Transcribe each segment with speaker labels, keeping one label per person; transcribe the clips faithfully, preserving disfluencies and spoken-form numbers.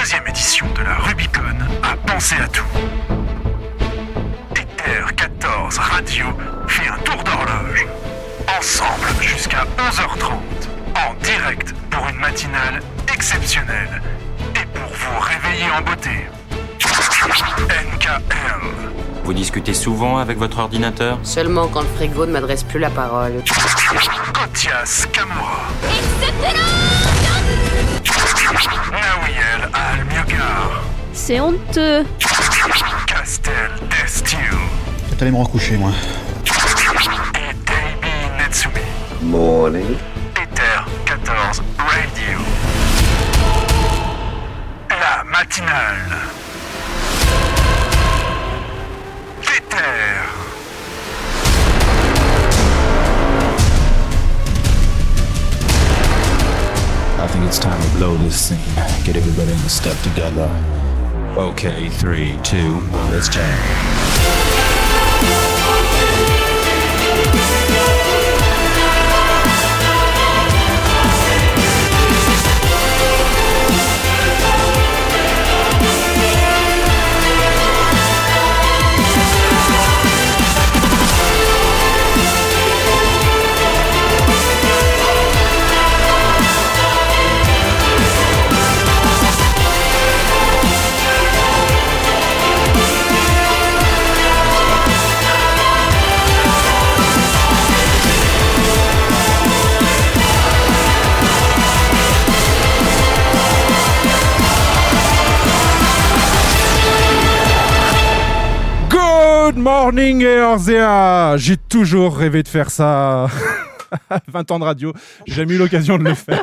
Speaker 1: deuxième édition de la Rubicon a pensé à tout. Ether quatorze Radio fait un tour d'horloge. Ensemble jusqu'à onze heures trente, en direct pour une matinale exceptionnelle et pour vous réveiller en beauté. N K L.
Speaker 2: Vous discutez souvent avec votre ordinateur ?
Speaker 3: Seulement quand le frigo ne m'adresse plus la parole.
Speaker 1: Kotias Kamora. Nawiel Al-Miogar.
Speaker 4: C'est honteux.
Speaker 1: Castel Destil.
Speaker 5: Je vais aller me recoucher, moi.
Speaker 1: Et Deibi Netsumi.
Speaker 6: Morning.
Speaker 1: Ether quatorze Radio. La matinale. Ether.
Speaker 7: I think it's time to blow this scene. Get everybody in the step together. Okay, three, two, let's jam.
Speaker 8: Good morning, Eorzea. J'ai toujours rêvé de faire ça. À vingt ans de radio, j'ai jamais eu l'occasion de le faire.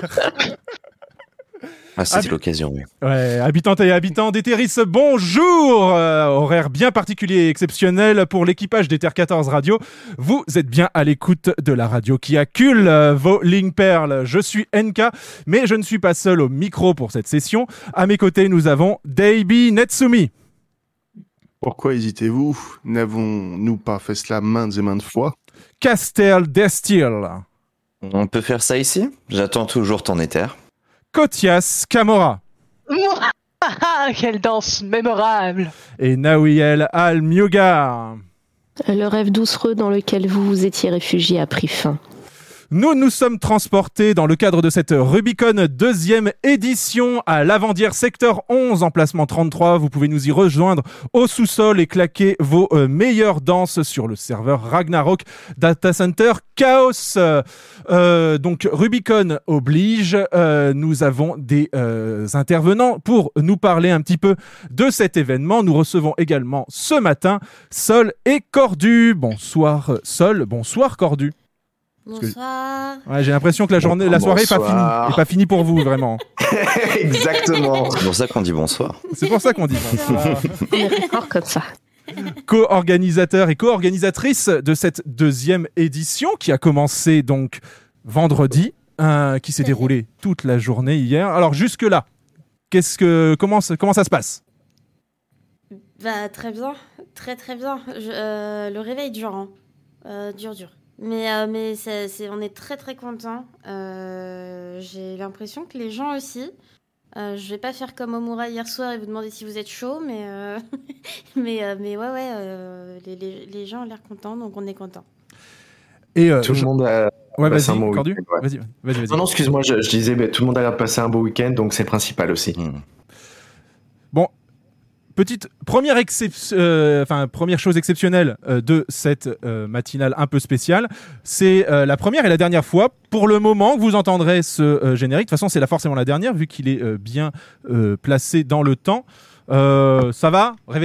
Speaker 2: Ah, c'était
Speaker 8: Hab-
Speaker 2: l'occasion, oui.
Speaker 8: Ouais, habitantes et habitants d'Etheris, bonjour. euh, Horaire bien particulier et exceptionnel pour l'équipage d'Ether quatorze Radio. Vous êtes bien à l'écoute de la radio qui accule euh, vos lignes perles. Je suis N K, mais je ne suis pas seul au micro pour cette session. À mes côtés, nous avons Deibi Netsumi.
Speaker 9: Pourquoi hésitez-vous ? N'avons-nous pas fait cela maintes et maintes fois ?
Speaker 8: Castel Destil.
Speaker 2: On peut faire ça ici ? J'attends toujours ton éther.
Speaker 8: Kotias Kamora.
Speaker 10: Quelle danse mémorable!
Speaker 8: Et Nawiel Al-Miogar.
Speaker 4: Le rêve doucereux dans lequel vous vous étiez réfugié a pris fin.
Speaker 8: Nous nous sommes transportés dans le cadre de cette Rubicon deuxième édition à Lavandière secteur onze, emplacement trente-trois. Vous pouvez nous y rejoindre au sous-sol et claquer vos euh, meilleures danses sur le serveur Ragnarok Data Center Chaos. Euh, donc Rubicon oblige, euh, nous avons des euh, intervenants pour nous parler un petit peu de cet événement. Nous recevons également ce matin Sol et Cordu. Bonsoir Sol, bonsoir Cordu.
Speaker 11: Bonsoir.
Speaker 8: Ouais, j'ai l'impression que la journée, la soirée est pas finie, est pas finie pour vous vraiment.
Speaker 6: Exactement.
Speaker 2: C'est pour ça qu'on dit bonsoir.
Speaker 8: C'est pour ça qu'on dit bonsoir.
Speaker 4: On est fort comme ça.
Speaker 8: Co-organisateur et co-organisatrice de cette deuxième édition qui a commencé donc vendredi, euh, qui s'est déroulée toute la journée hier. Alors jusque là, qu'est-ce que comment comment ça se passe ?
Speaker 11: Bah très bien, très très bien. Je, euh, le réveil dur, hein. euh, dur dur. Mais, euh, mais c'est, c'est, on est très très contents. Euh, j'ai l'impression que les gens aussi. Euh, je vais pas faire comme Omura hier soir et vous demander si vous êtes chaud, mais euh, mais, euh, mais ouais ouais, euh, les, les, les gens ont l'air contents, donc on est contents.
Speaker 6: Et euh, tout je... le monde a
Speaker 8: ouais,
Speaker 6: passé
Speaker 8: vas-y,
Speaker 6: un bon
Speaker 8: Cordu,
Speaker 6: week-end. Ouais.
Speaker 8: Vas-y, vas-y, vas-y.
Speaker 6: Non non, excuse-moi, je, je disais, mais tout le monde a passé un beau week-end, donc c'est le principal aussi.
Speaker 2: Mmh.
Speaker 8: Bon. Petite première, excep- euh, enfin, première chose exceptionnelle euh, de cette euh, matinale un peu spéciale, c'est euh, la première et la dernière fois pour le moment que vous entendrez ce euh, générique. De toute façon, c'est là forcément la dernière vu qu'il est euh, bien euh, placé dans le temps. Euh, ça va ? Réveillé ?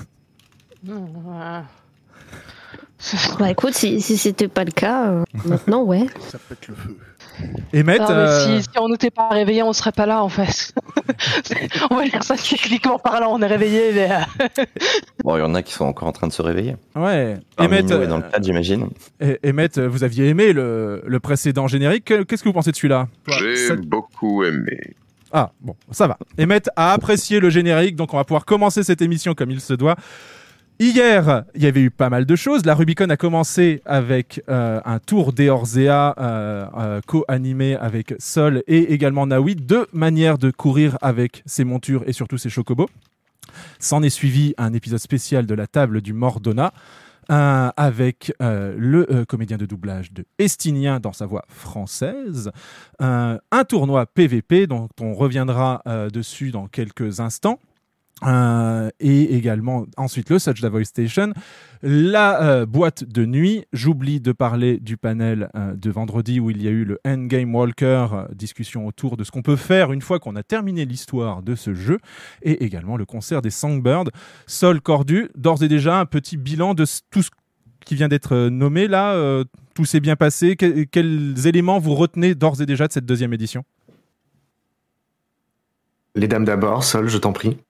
Speaker 4: Bah écoute, si, si c'était pas le cas, euh, maintenant ouais.
Speaker 9: Ça pète le feu.
Speaker 8: Emmett,
Speaker 10: non,
Speaker 8: euh...
Speaker 10: si, si on n'était pas réveillé, on serait pas là en fait. On va dire ça techniquement parlant, on est réveillé, mais.
Speaker 2: Bon, il y en a qui sont encore en train de se réveiller.
Speaker 8: Ouais.
Speaker 2: Emmett est dans le cadre, j'imagine.
Speaker 8: Emmett, vous aviez aimé le, le précédent générique. Qu'est-ce que vous pensez de celui-là ?
Speaker 12: J'ai
Speaker 8: ça...
Speaker 12: beaucoup aimé.
Speaker 8: Ah bon, ça va. Emmett a apprécié le générique, donc on va pouvoir commencer cette émission comme il se doit. Hier, il y avait eu pas mal de choses. La Rubicon a commencé avec euh, un tour d'Eorzea euh, euh, co-animé avec Sol et également Naoui. Deux manières de courir avec ses montures et surtout ses chocobos. S'en est suivi un épisode spécial de la table du Mordona euh, avec euh, le euh, comédien de doublage de Estinien dans sa voix française. Euh, un tournoi P V P dont on reviendra euh, dessus dans quelques instants. Euh, et également ensuite le Such the Voice Station, la euh, boîte de nuit. J'oublie de parler du panel euh, de vendredi où il y a eu le Endgame Walker, euh, discussion autour de ce qu'on peut faire une fois qu'on a terminé l'histoire de ce jeu, et également le concert des Songbirds. Sol Cordu, d'ores et déjà un petit bilan de tout ce qui vient d'être nommé là, euh, tout s'est bien passé. Que- quels éléments vous retenez d'ores et déjà de cette deuxième édition?
Speaker 6: Les dames d'abord, Sol, je t'en prie.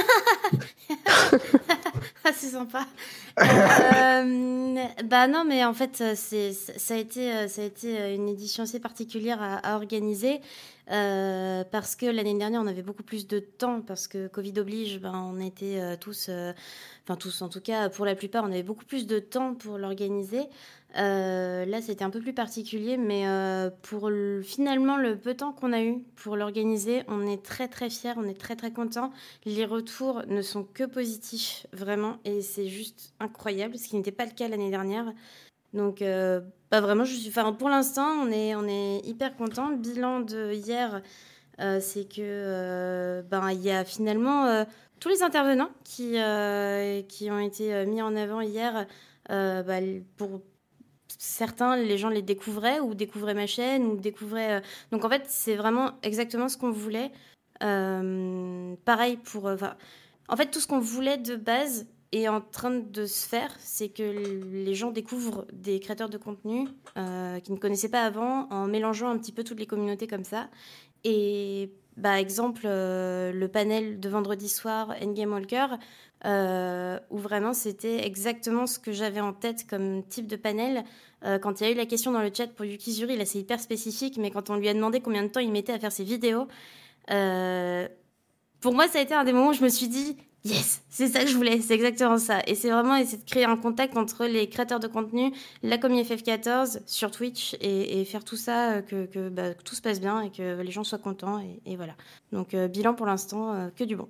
Speaker 11: Ah, c'est sympa. Euh, bah non, mais en fait, c'est, ça a été, ça a été une édition assez particulière à, à organiser euh, parce que l'année dernière, on avait beaucoup plus de temps parce que Covid oblige. Ben, on était euh, tous, euh, enfin tous en tout cas, pour la plupart, on avait beaucoup plus de temps pour l'organiser. Euh, là, c'était un peu plus particulier, mais euh, pour le, finalement le peu de temps qu'on a eu pour l'organiser, on est très très fiers, on est très très contents. Les retours ne sont que positifs, vraiment, et c'est juste incroyable, ce qui n'était pas le cas l'année dernière. Donc, euh, bah vraiment, je suis, enfin, pour l'instant, on est, on est hyper contents. Le bilan de hier, euh, c'est que euh, ben il y a finalement euh, tous les intervenants qui euh, qui ont été mis en avant hier, euh, bah, pour certains, les gens les découvraient ou découvraient ma chaîne ou découvraient. euh, Donc en fait, c'est vraiment exactement ce qu'on voulait. Euh, pareil pour. euh, 'fin, En fait, tout ce qu'on voulait de base est en train de se faire. C'est que les gens découvrent des créateurs de contenu euh, qu'ils ne connaissaient pas avant en mélangeant un petit peu toutes les communautés comme ça. Et bah, exemple, euh, le panel de vendredi soir, Endgame Walker, euh, où vraiment c'était exactement ce que j'avais en tête comme type de panel. Euh, quand il y a eu la question dans le chat pour Yukizuri, là c'est hyper spécifique, mais quand on lui a demandé combien de temps il mettait à faire ses vidéos, euh, pour moi ça a été un des moments où je me suis dit yes, c'est ça que je voulais, c'est exactement ça. Et c'est vraiment essayer de créer un contact entre les créateurs de contenu, la communauté F F quatorze sur Twitch et, et faire tout ça, euh, que, que, bah, que tout se passe bien et que les gens soient contents. Et, et voilà. Donc euh, bilan pour l'instant, euh, que du bon.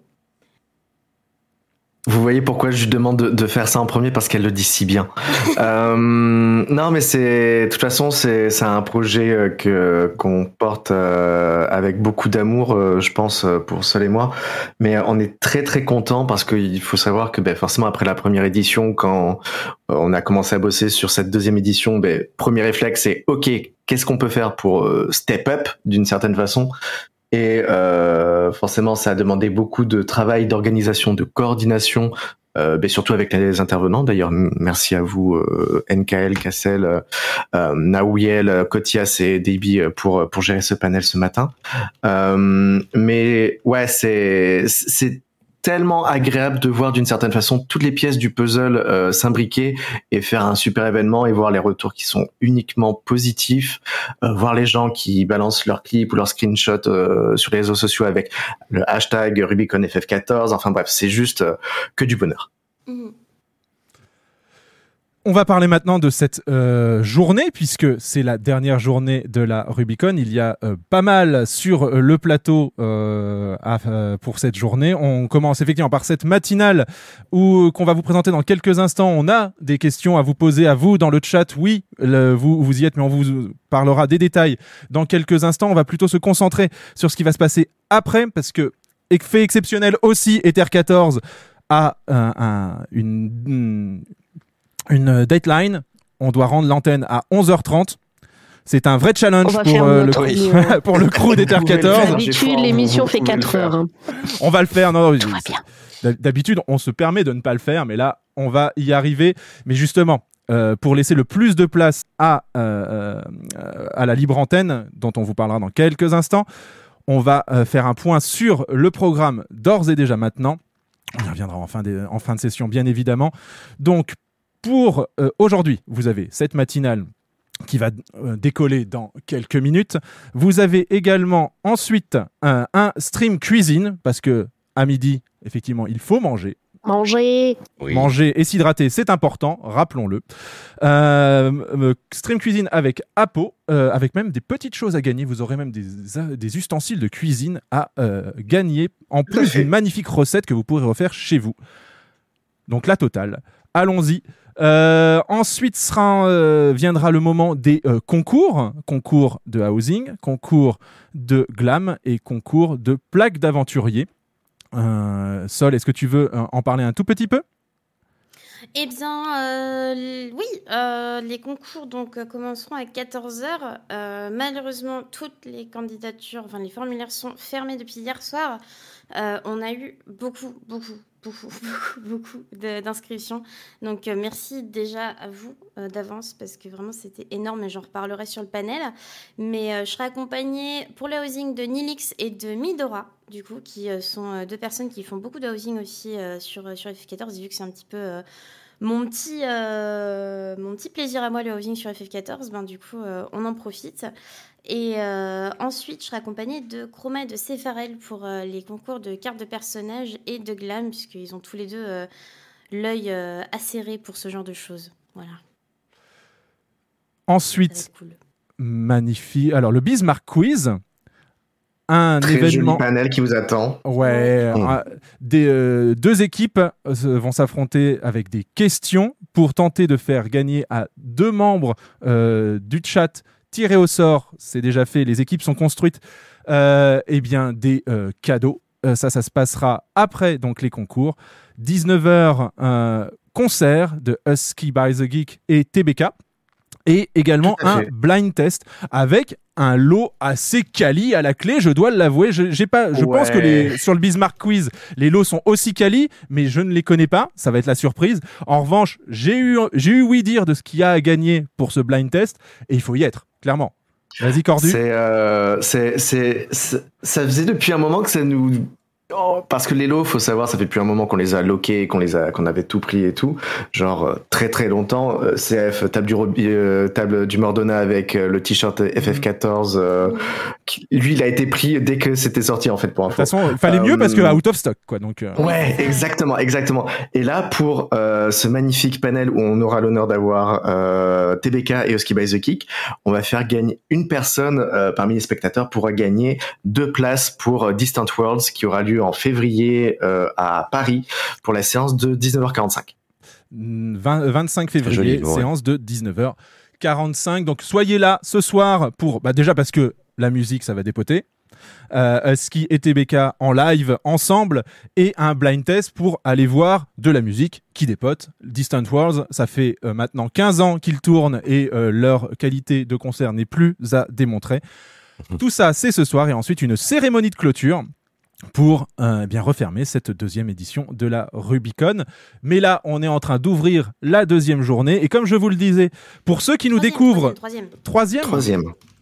Speaker 6: Vous voyez pourquoi je lui demande de, de faire ça en premier, parce qu'elle le dit si bien. euh, non, mais c'est, de toute façon, c'est, c'est un projet que qu'on porte euh, avec beaucoup d'amour, euh, je pense, pour Sol et moi. Mais on est très très content parce qu'il faut savoir que, ben, forcément, après la première édition, quand on a commencé à bosser sur cette deuxième édition, ben, premier réflexe, c'est ok, qu'est-ce qu'on peut faire pour euh, step up d'une certaine façon. Et euh, forcément, ça a demandé beaucoup de travail, d'organisation, de coordination, euh, mais surtout avec les intervenants. D'ailleurs, m- merci à vous, euh, N K L, Cassel, euh, Naouiel, Kotias et Debbie pour pour gérer ce panel ce matin. Euh, mais ouais, c'est c'est tellement agréable de voir d'une certaine façon toutes les pièces du puzzle euh, s'imbriquer et faire un super événement et voir les retours qui sont uniquement positifs, euh, voir les gens qui balancent leurs clips ou leurs screenshots euh, sur les réseaux sociaux avec le hashtag Rubicon F F quatorze, enfin bref, c'est juste euh, que du bonheur.
Speaker 11: Mmh.
Speaker 8: On va parler maintenant de cette euh, journée, puisque c'est la dernière journée de la Rubicon. Il y a euh, pas mal sur le plateau euh, à, euh, pour cette journée. On commence effectivement par cette matinale où, qu'on va vous présenter dans quelques instants. On a des questions à vous poser à vous dans le chat. Oui, le, vous, vous y êtes, mais on vous parlera des détails dans quelques instants. On va plutôt se concentrer sur ce qui va se passer après, parce que, fait exceptionnel aussi, Ether quatorze a un, un, une... une deadline, on doit rendre l'antenne à onze heures trente. C'est un vrai challenge pour, euh, le, pour le crew d'Ether quatorze.
Speaker 4: D'habitude, l'émission fait quatre heures. Hein.
Speaker 8: On va le faire. Non, non,
Speaker 4: Tout va bien.
Speaker 8: D'habitude, on se permet de ne pas le faire, mais là, on va y arriver. Mais justement, euh, pour laisser le plus de place à, euh, euh, à la libre antenne, dont on vous parlera dans quelques instants, on va euh, faire un point sur le programme d'ores et déjà maintenant. On y reviendra en fin de, en fin de session, bien évidemment. Donc, pour euh, aujourd'hui, vous avez cette matinale qui va euh, décoller dans quelques minutes. Vous avez également ensuite un, un stream cuisine, parce que à midi, effectivement, il faut manger.
Speaker 4: Manger.
Speaker 2: Oui.
Speaker 8: Manger et s'hydrater, c'est important, rappelons-le. Euh, euh, Stream Cuisine avec Apo, euh, avec même des petites choses à gagner. Vous aurez même des, des ustensiles de cuisine à euh, gagner, en plus d'une magnifique recette que vous pourrez refaire chez vous. Donc la totale. Allons-y. Euh, ensuite sera, euh, viendra le moment des euh, concours. Concours de housing, concours de glam et concours de plaques d'aventurier. Euh, Sol, est-ce que tu veux euh, en parler un tout petit peu ?
Speaker 11: Eh bien, euh, l- oui, euh, les concours donc euh, commenceront à quatorze heures. Euh, malheureusement, toutes les candidatures, enfin les formulaires sont fermés depuis hier soir. Euh, on a eu beaucoup, beaucoup, beaucoup, beaucoup, beaucoup de- d'inscriptions. Donc, euh, merci déjà à vous euh, d'avance parce que vraiment c'était énorme et j'en reparlerai sur le panel. Mais euh, je serai accompagnée pour le housing de Nilix et de Midora, du coup, qui euh, sont euh, deux personnes qui font beaucoup de housing aussi euh, sur, euh, sur F F quatorze, vu que c'est un petit peu euh, mon, petit, euh, mon petit plaisir à moi, le housing sur F F quatorze. Ben, du coup, euh, on en profite. Et euh, ensuite, je serai accompagnée de Chroma et de Sepharel pour euh, les concours de cartes de personnages et de glam, puisqu'ils ont tous les deux euh, l'œil euh, acéré pour ce genre de choses. Voilà.
Speaker 8: Ensuite,
Speaker 11: cool.
Speaker 8: magnifique. Alors, le Bismarck Quiz, un
Speaker 6: Très
Speaker 8: événement.
Speaker 6: joli panel qui vous attend.
Speaker 8: Ouais,
Speaker 6: Mmh.
Speaker 8: un- des, euh, deux équipes euh, vont s'affronter avec des questions pour tenter de faire gagner à deux membres euh, du chat tirés au sort. C'est déjà fait, les équipes sont construites. Euh, eh bien, des euh, cadeaux. Euh, ça, ça se passera après donc les concours. dix-neuf heures, euh, concert de Husky by the Geek et T B K. Et également
Speaker 6: Tout à
Speaker 8: un
Speaker 6: fait.
Speaker 8: blind test avec un lot assez quali à la clé, je dois l'avouer. Je, j'ai pas, je
Speaker 6: Ouais.
Speaker 8: pense que les, sur le Bismarck Quiz, les lots sont aussi quali, mais je ne les connais pas. Ça va être la surprise. En revanche, j'ai eu, j'ai eu oui dire de ce qu'il y a à gagner pour ce blind test et il faut y être, clairement. Vas-y, Cordu.
Speaker 6: C'est, euh, c'est, c'est, c'est- ça faisait depuis un moment que ça nous. Oh, parce que les lots, faut savoir, ça fait depuis un moment qu'on les a loqués, qu'on les a, qu'on avait tout pris et tout. Genre euh, très très longtemps. Euh, C F table du Robi- euh, table du Mordona avec euh, le t-shirt F F quatorze. Euh, qui- lui, il a été pris dès que c'était sorti en fait pour
Speaker 8: De
Speaker 6: info.
Speaker 8: toute façon, il fallait mieux parce que out of stock, quoi. Donc. euh,
Speaker 6: Ouais, exactement, exactement. Et là, pour euh, ce magnifique panel où on aura l'honneur d'avoir euh, T B K et Husky by the Geek, on va faire gagner une personne euh, parmi les spectateurs pourra gagner deux places pour euh, Distant Worlds qui aura lieu en février euh, à Paris pour la séance de dix-neuf heures quarante-cinq.
Speaker 8: vingt vingt-cinq février,
Speaker 2: joli, ouais.
Speaker 8: séance de dix-neuf heures quarante-cinq. Donc soyez là ce soir pour, bah déjà parce que la musique ça va dépoter. Euh, Husky et T B K en live ensemble et un blind test pour aller voir de la musique qui dépote. Distant Worlds, ça fait euh, maintenant quinze ans qu'ils tournent et euh, leur qualité de concert n'est plus à démontrer. Tout ça, c'est ce soir et ensuite une cérémonie de clôture pour euh, eh bien refermer cette deuxième édition de la Rubicon. Mais là, on est en train d'ouvrir la deuxième journée. Et comme je vous le disais, pour ceux qui nous
Speaker 11: Troisième,
Speaker 8: découvrent...
Speaker 11: Troisième.
Speaker 8: Troisième
Speaker 6: Troisième.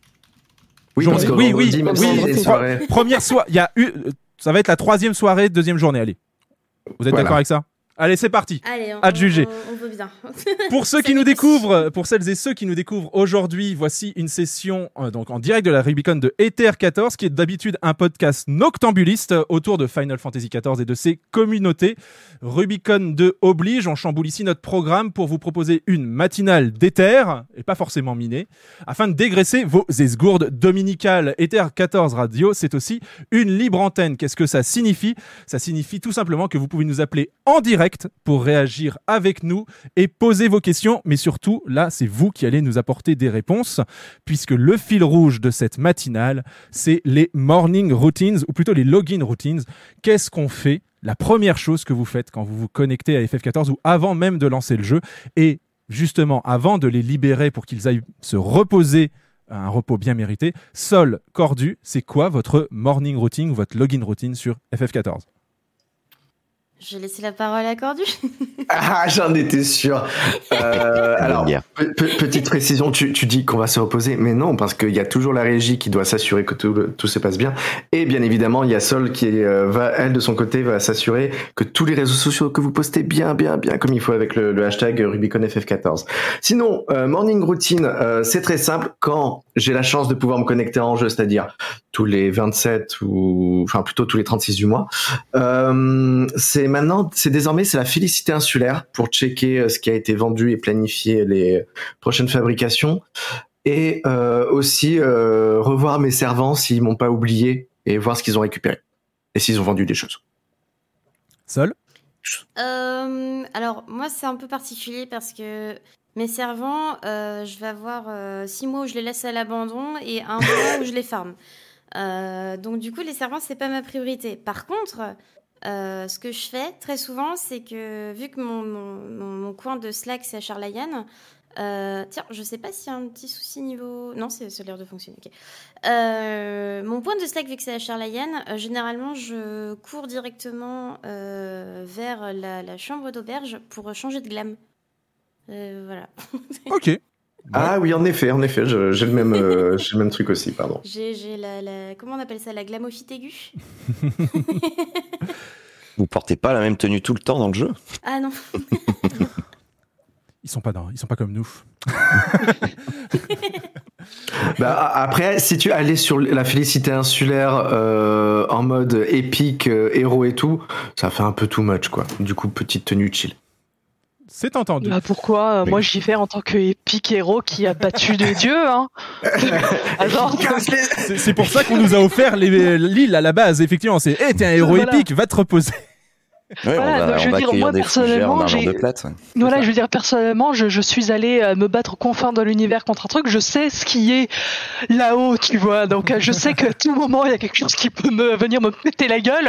Speaker 6: Oui,
Speaker 8: Journée-
Speaker 6: parce que
Speaker 8: oui, oui,
Speaker 6: vendredi, même
Speaker 8: oui,
Speaker 6: si les
Speaker 8: pro-
Speaker 6: soirées-
Speaker 8: première soirée. Il y a eu, ça va être la troisième soirée, deuxième journée. Allez, vous êtes
Speaker 6: Voilà.
Speaker 8: d'accord avec ça ? Allez, c'est parti.
Speaker 11: Allez, on,
Speaker 8: À te juger.
Speaker 11: on, on veut bien.
Speaker 8: Pour ceux
Speaker 11: Ça
Speaker 8: qui nous
Speaker 11: négocie.
Speaker 8: découvrent, pour celles et ceux qui nous découvrent aujourd'hui, voici une session euh, donc en direct de la Rubicon de Ether quatorze, qui est d'habitude un podcast noctambuliste autour de Final Fantasy quatorze et de ses communautés. Rubicon deux oblige, on chamboule ici notre programme pour vous proposer une matinale d'Ether, et pas forcément minée, afin de dégraisser vos esgourdes dominicales. Ether quatorze Radio, c'est aussi une libre antenne. Qu'est-ce que ça signifie ? Ça signifie tout simplement que vous pouvez nous appeler en direct pour réagir avec nous et poser vos questions, mais surtout, là, c'est vous qui allez nous apporter des réponses, puisque le fil rouge de cette matinale, c'est les morning routines, ou plutôt les login routines. Qu'est-ce qu'on fait ? La première chose que vous faites quand vous vous connectez à F F quatorze ou avant même de lancer le jeu, et justement, avant de les libérer pour qu'ils aillent se reposer, un repos bien mérité, Sol, Cordu, c'est quoi votre morning routine ou votre login routine sur F F quatorze ?
Speaker 11: Je vais laisser la parole à Cordu.
Speaker 6: Ah, j'en étais sûr. Euh, alors, pe- pe- petite précision, tu, tu dis qu'on va se reposer, mais non, parce qu'il y a toujours la régie qui doit s'assurer que tout, le- tout se passe bien. Et bien évidemment, il y a Sol qui euh, va, elle, de son côté, va s'assurer que tous les réseaux sociaux que vous postez bien, bien, bien, comme il faut avec le, le hashtag Rubicon F F quatorze. Sinon, euh, morning routine, euh, c'est très simple. Quand j'ai la chance de pouvoir me connecter en jeu, c'est-à-dire tous les vingt-sept ou, enfin, plutôt tous les trente-six du mois, euh, c'est maintenant, c'est désormais c'est la Félicité Insulaire pour checker euh, ce qui a été vendu et planifier les prochaines fabrications. Et euh, aussi euh, revoir mes servants s'ils m'ont pas oublié et voir ce qu'ils ont récupéré et s'ils ont vendu des choses.
Speaker 8: Sol
Speaker 11: Euh, alors, moi, c'est un peu particulier parce que mes servants, euh, je vais avoir euh, six mois où je les laisse à l'abandon et un mois où je les farme. Euh, donc, du coup, les servants, c'est pas ma priorité. Par contre, euh, ce que je fais très souvent, c'est que vu que mon, mon, mon, mon coin de Slack, c'est à Charlayan, euh, tiens, je sais pas s'il y a un petit souci niveau... Non, c'est, ça a l'air de fonctionner, ok. Euh, mon point de Slack, vu que c'est à Charlayan, euh, généralement, je cours directement euh, vers la, la chambre d'auberge pour changer de glam. Euh, voilà.
Speaker 8: Ok.
Speaker 6: Ah oui, en effet, en effet, je, j'ai, le même, euh, j'ai le même truc aussi, pardon.
Speaker 11: J'ai, j'ai la, la... Comment on appelle ça? La glamophite aiguë.
Speaker 2: Vous portez pas la même tenue tout le temps dans le jeu?
Speaker 11: Ah non.
Speaker 8: Ils sont pas dans, ils sont pas comme nous.
Speaker 6: Bah, après, si tu allais sur la Félicité Insulaire euh, en mode épique, euh, héros et tout, ça fait un peu too much, quoi. Du coup, petite tenue chill.
Speaker 8: C'est entendu.
Speaker 10: Bah pourquoi euh,
Speaker 6: Oui.
Speaker 10: Moi, j'y vais en tant qu'épique héros qui a battu des dieux. Hein. Alors,
Speaker 8: C'est, c'est pour ça qu'on nous a offert les, l'île à la base. Effectivement, c'est hey, t'es un héros
Speaker 10: Voilà.
Speaker 8: épique, va te reposer.
Speaker 2: Ouais,
Speaker 10: Voilà,
Speaker 2: on va,
Speaker 10: donc je
Speaker 2: on
Speaker 10: veux
Speaker 2: va
Speaker 10: dire,
Speaker 2: accueillir
Speaker 10: moi,
Speaker 2: des fougères en
Speaker 10: personnellement,
Speaker 2: argent
Speaker 10: j'ai-
Speaker 2: de plate.
Speaker 10: voilà, je veux dire, personnellement, je, je suis allé euh, me battre au confin de l'univers contre un truc. Je sais ce qui est là-haut, tu vois. Donc, euh, je sais qu'à tout moment, il y a quelque chose qui peut me venir me péter la gueule.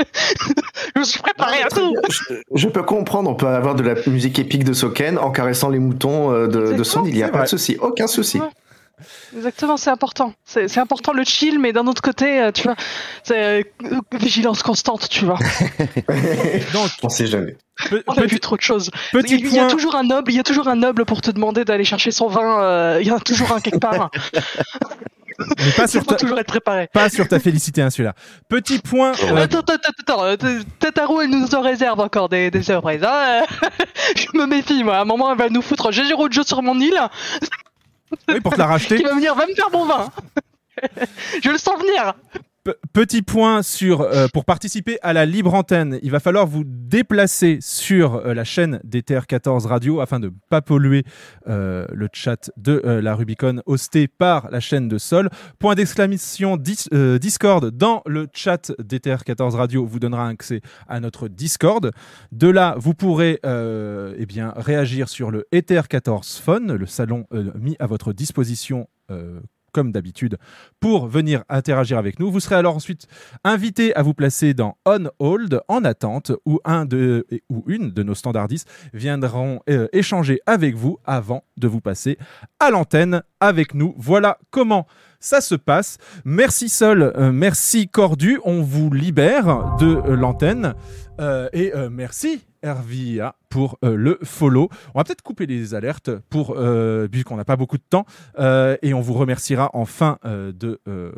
Speaker 10: Je suis préparé à tout.
Speaker 6: Je, je peux comprendre, on peut avoir de la musique épique de Soken en caressant les moutons euh, de, de son, il n'y a
Speaker 8: C'est
Speaker 6: pas
Speaker 8: vrai.
Speaker 6: de souci, aucun souci.
Speaker 10: Ouais. Exactement, c'est important. C'est, c'est important le chill, mais d'un autre côté, euh, tu vois, c'est euh, vigilance constante, tu vois.
Speaker 8: Donc,
Speaker 6: On sait jamais.
Speaker 8: pe-
Speaker 10: On a
Speaker 8: petit,
Speaker 10: vu trop de choses.
Speaker 8: petit
Speaker 10: il, il y a
Speaker 8: point.
Speaker 10: toujours un noble, il y a toujours un noble pour te demander d'aller chercher son vin. euh, il y en a toujours un quelque part.
Speaker 8: Mais pas
Speaker 10: Il
Speaker 8: sur
Speaker 10: faut
Speaker 8: ta,
Speaker 10: toujours être préparé.
Speaker 8: pas sur ta Félicité Insulaire. Petit point. euh,
Speaker 10: Attends, attends, attends, attends. euh, t- Tataru, elle nous en réserve encore des, des surprises. Hein. Je me méfie, moi. À un moment, elle va nous foutre Géjiro de jeu sur mon île,
Speaker 8: oui, pour te la racheter.
Speaker 10: qui va venir, va me faire mon vin. Je le sens venir.
Speaker 8: P- petit point sur euh, pour participer à la libre antenne, il va falloir vous déplacer sur euh, la chaîne d'Ether quatorze Radio afin de ne pas polluer euh, le chat de euh, la Rubicon hosté par la chaîne de Sol. Point d'exclamation dis- euh, Discord dans le chat d'Ether quatorze Radio vous donnera accès à notre Discord. De là, vous pourrez euh, eh bien réagir sur le Ether quatorze Phone, le salon euh, mis à votre disposition euh, comme d'habitude, pour venir interagir avec nous. Vous serez alors ensuite invité à vous placer dans On Hold, en attente, où un de, ou une de nos standardistes viendront euh, échanger avec vous avant de vous passer à l'antenne avec nous. Voilà comment ça se passe. Merci Sol, euh, merci Cordu, on vous libère de euh, l'antenne. Euh, et euh, merci Hervia pour euh, le follow. On va peut-être couper les alertes pour, euh, vu qu'on n'a pas beaucoup de temps, euh, et on vous remerciera en fin euh, de, euh,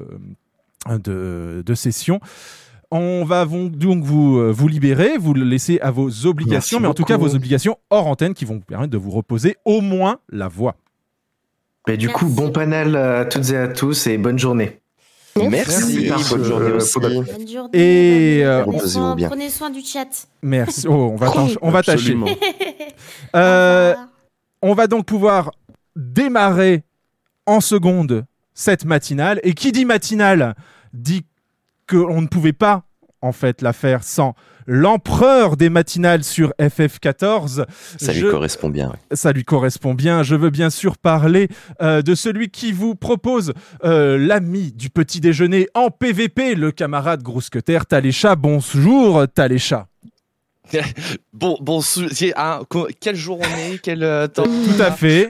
Speaker 8: de, de session. On va vous, donc vous, euh, vous libérer, vous le laisser à vos obligations,
Speaker 6: Merci
Speaker 8: mais en tout cas
Speaker 6: beaucoup.
Speaker 8: vos obligations hors antenne qui vont vous permettre de vous reposer au moins la voix.
Speaker 6: Mais du coup,
Speaker 11: Merci.
Speaker 6: bon panel à toutes et à tous et bonne journée.
Speaker 2: Merci,
Speaker 6: Merci.
Speaker 2: bonne journée
Speaker 6: Euh,
Speaker 2: aussi.
Speaker 6: pour la-
Speaker 11: Bonne journée.
Speaker 8: Et,
Speaker 11: bonne
Speaker 8: euh,
Speaker 11: journée. Prenez,
Speaker 2: reposez-vous
Speaker 11: soin,
Speaker 2: bien.
Speaker 11: prenez soin du chat.
Speaker 8: Merci. Oh, on va, t'en- on va tâcher.
Speaker 9: Absolument.
Speaker 8: Euh,
Speaker 11: Au revoir.
Speaker 8: on va donc pouvoir démarrer en seconde cette matinale. Et qui dit matinale dit qu'on ne pouvait pas en fait la faire sans l'empereur des matinales sur F F quatorze.
Speaker 2: Ça lui
Speaker 8: Je-
Speaker 2: correspond bien. ouais.
Speaker 8: Ça lui correspond bien. Je veux bien sûr parler euh, de celui qui vous propose euh, l'ami du petit déjeuner en P V P, le camarade Grousqueter, Talécha. Bonjour Talécha.
Speaker 12: Bon, bon, sou- c'est un- co- quel jour on est, quel euh, temps.
Speaker 8: Tout à fait.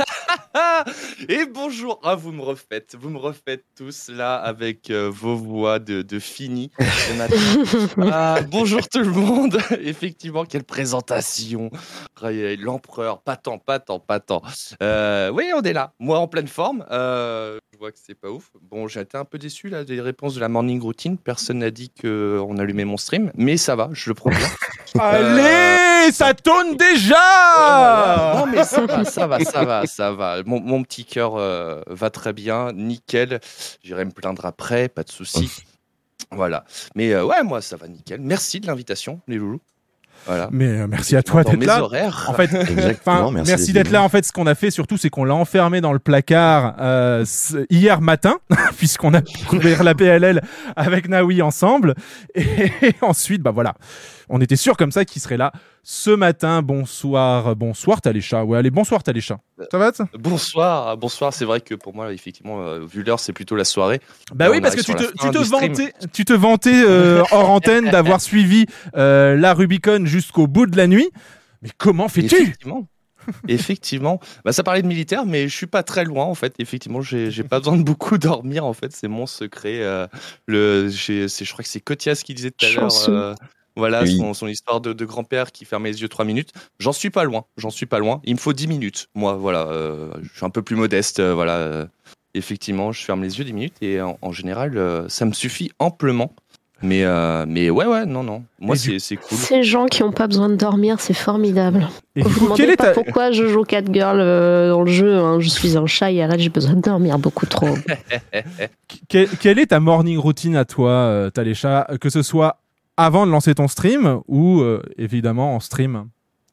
Speaker 12: Et bonjour, ah, vous me refaites, vous me refaites tous là avec euh, vos voix de, de fini ce matin. Ah, bonjour tout le monde. Effectivement, quelle présentation. Euh, L'empereur, pas tant, pas tant, pas tant. Euh, oui, on est là. Moi en pleine forme. Euh, je vois que c'est pas ouf. Bon, j'ai été un peu déçu là des réponses de la morning routine. Personne n'a dit qu'on allumait mon stream, mais ça va, je le prends bien.
Speaker 8: Allez, ça tourne déjà.
Speaker 12: Voilà. Non mais ça va, ça va, ça va, ça va. Mon, mon petit cœur euh, va très bien, nickel. J'irai me plaindre après, pas de souci. Voilà. Mais euh, ouais, moi ça va nickel. Merci de l'invitation, les loulous. Voilà.
Speaker 8: Mais euh, merci à toi
Speaker 12: dans
Speaker 8: d'être
Speaker 12: mes
Speaker 8: là.
Speaker 12: horaires.
Speaker 8: En fait,
Speaker 2: Exactement, merci,
Speaker 8: merci
Speaker 2: d'être
Speaker 8: d'être là. En fait, ce qu'on a fait surtout, c'est qu'on l'a enfermé dans le placard euh, hier matin, puisqu'on a couvert la P L L avec Naoui ensemble. Et ensuite, bah voilà, on était sûr comme ça qu'il serait là ce matin. Bonsoir, bonsoir Talécha. Ouais, allez, bonsoir Talécha. Ça va ça
Speaker 12: Bonsoir, bonsoir. C'est vrai que pour moi, effectivement, euh, vu l'heure, c'est plutôt la soirée.
Speaker 8: Bah
Speaker 12: Là,
Speaker 8: oui,
Speaker 12: on
Speaker 8: parce que
Speaker 12: arrive
Speaker 8: tu
Speaker 12: sur
Speaker 8: te,
Speaker 12: la fin
Speaker 8: tu te
Speaker 12: du stream.
Speaker 8: vantais, tu te vantais euh, hors antenne d'avoir suivi euh, la Rubicon jusqu'au bout de la nuit. Mais comment fais-tu ?
Speaker 12: Effectivement. Effectivement. Bah, ça parlait de militaire, mais je suis pas très loin en fait. Effectivement, j'ai, j'ai pas besoin de beaucoup dormir en fait. C'est mon secret. Euh, le, j'ai, c'est, je crois que c'est Kotias qui disait tout à l'heure.
Speaker 4: Chanceux.
Speaker 12: Euh, voilà,
Speaker 2: Oui.
Speaker 12: son, son histoire de, de grand-père qui fermait les yeux trois minutes. J'en suis pas loin. J'en suis pas loin. Il me faut dix minutes. Moi, voilà. Euh, je suis un peu plus modeste. Euh, voilà. Euh, effectivement, je ferme les yeux dix minutes et en, en général, euh, ça me suffit amplement. Mais, euh, mais ouais, ouais, non, non. Moi,
Speaker 8: Et
Speaker 12: c'est,
Speaker 8: du-
Speaker 12: c'est cool.
Speaker 4: Ces gens qui n'ont pas besoin de dormir, c'est formidable.
Speaker 8: Et du
Speaker 4: Vous
Speaker 8: coup,
Speaker 4: me demandez
Speaker 8: quelle est
Speaker 4: pas
Speaker 8: ta...
Speaker 4: pourquoi je joue Catgirl euh, dans le jeu. Hein. Je suis un chat et arrête, j'ai besoin de dormir beaucoup trop.
Speaker 8: quelle, quelle est ta morning routine à toi, euh, Talécha, que ce soit avant de lancer ton stream ou euh, évidemment en stream?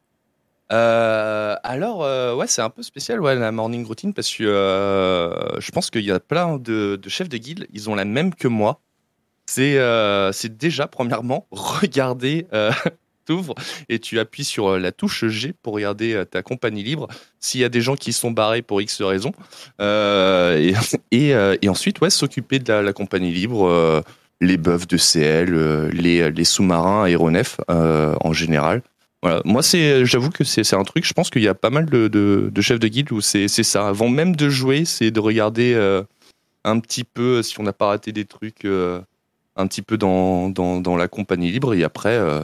Speaker 12: Euh, alors, euh, ouais, c'est un peu spécial, ouais, la morning routine, parce que euh, je pense qu'il y a plein de, de chefs de guilde, ils ont la même que moi. C'est euh, c'est déjà, premièrement, regarder, euh, t'ouvres et tu appuies sur la touche G pour regarder euh, ta compagnie libre, s'il y a des gens qui sont barrés pour X raisons. Euh, et, et, euh, et ensuite, ouais, s'occuper de la, la compagnie libre, euh, les buffs de C L, euh, les, les sous-marins aéronefs euh, en général. Voilà. Moi, c'est, j'avoue que c'est, c'est un truc, je pense qu'il y a pas mal de, de, de chefs de guilde où c'est, c'est ça. Avant même de jouer, c'est de regarder euh, un petit peu si on n'a pas raté des trucs euh, un petit peu dans, dans, dans la compagnie libre. Et après, euh,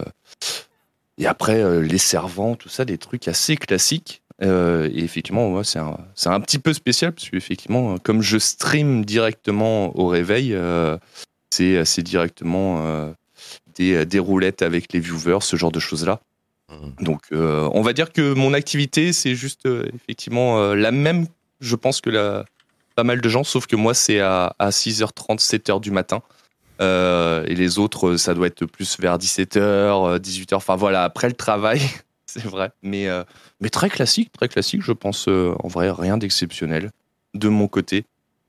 Speaker 12: et après euh, les servants, tout ça, des trucs assez classiques. Euh, et effectivement, moi, c'est un, c'est un petit peu spécial parce que, effectivement, comme je stream directement au réveil, euh, c'est, c'est directement euh, des, des roulettes avec les viewers, ce genre de choses-là. Donc, euh, on va dire que mon activité, c'est juste euh, effectivement euh, la même, je pense, que la, pas mal de gens, sauf que moi, c'est à, à six heures trente, sept heures du matin. Euh, et les autres, ça doit être plus vers dix-sept heures, dix-huit heures. Enfin, voilà, après le travail, c'est vrai. Mais, euh, mais très classique, très classique, je pense. Euh, en vrai, rien d'exceptionnel de mon côté.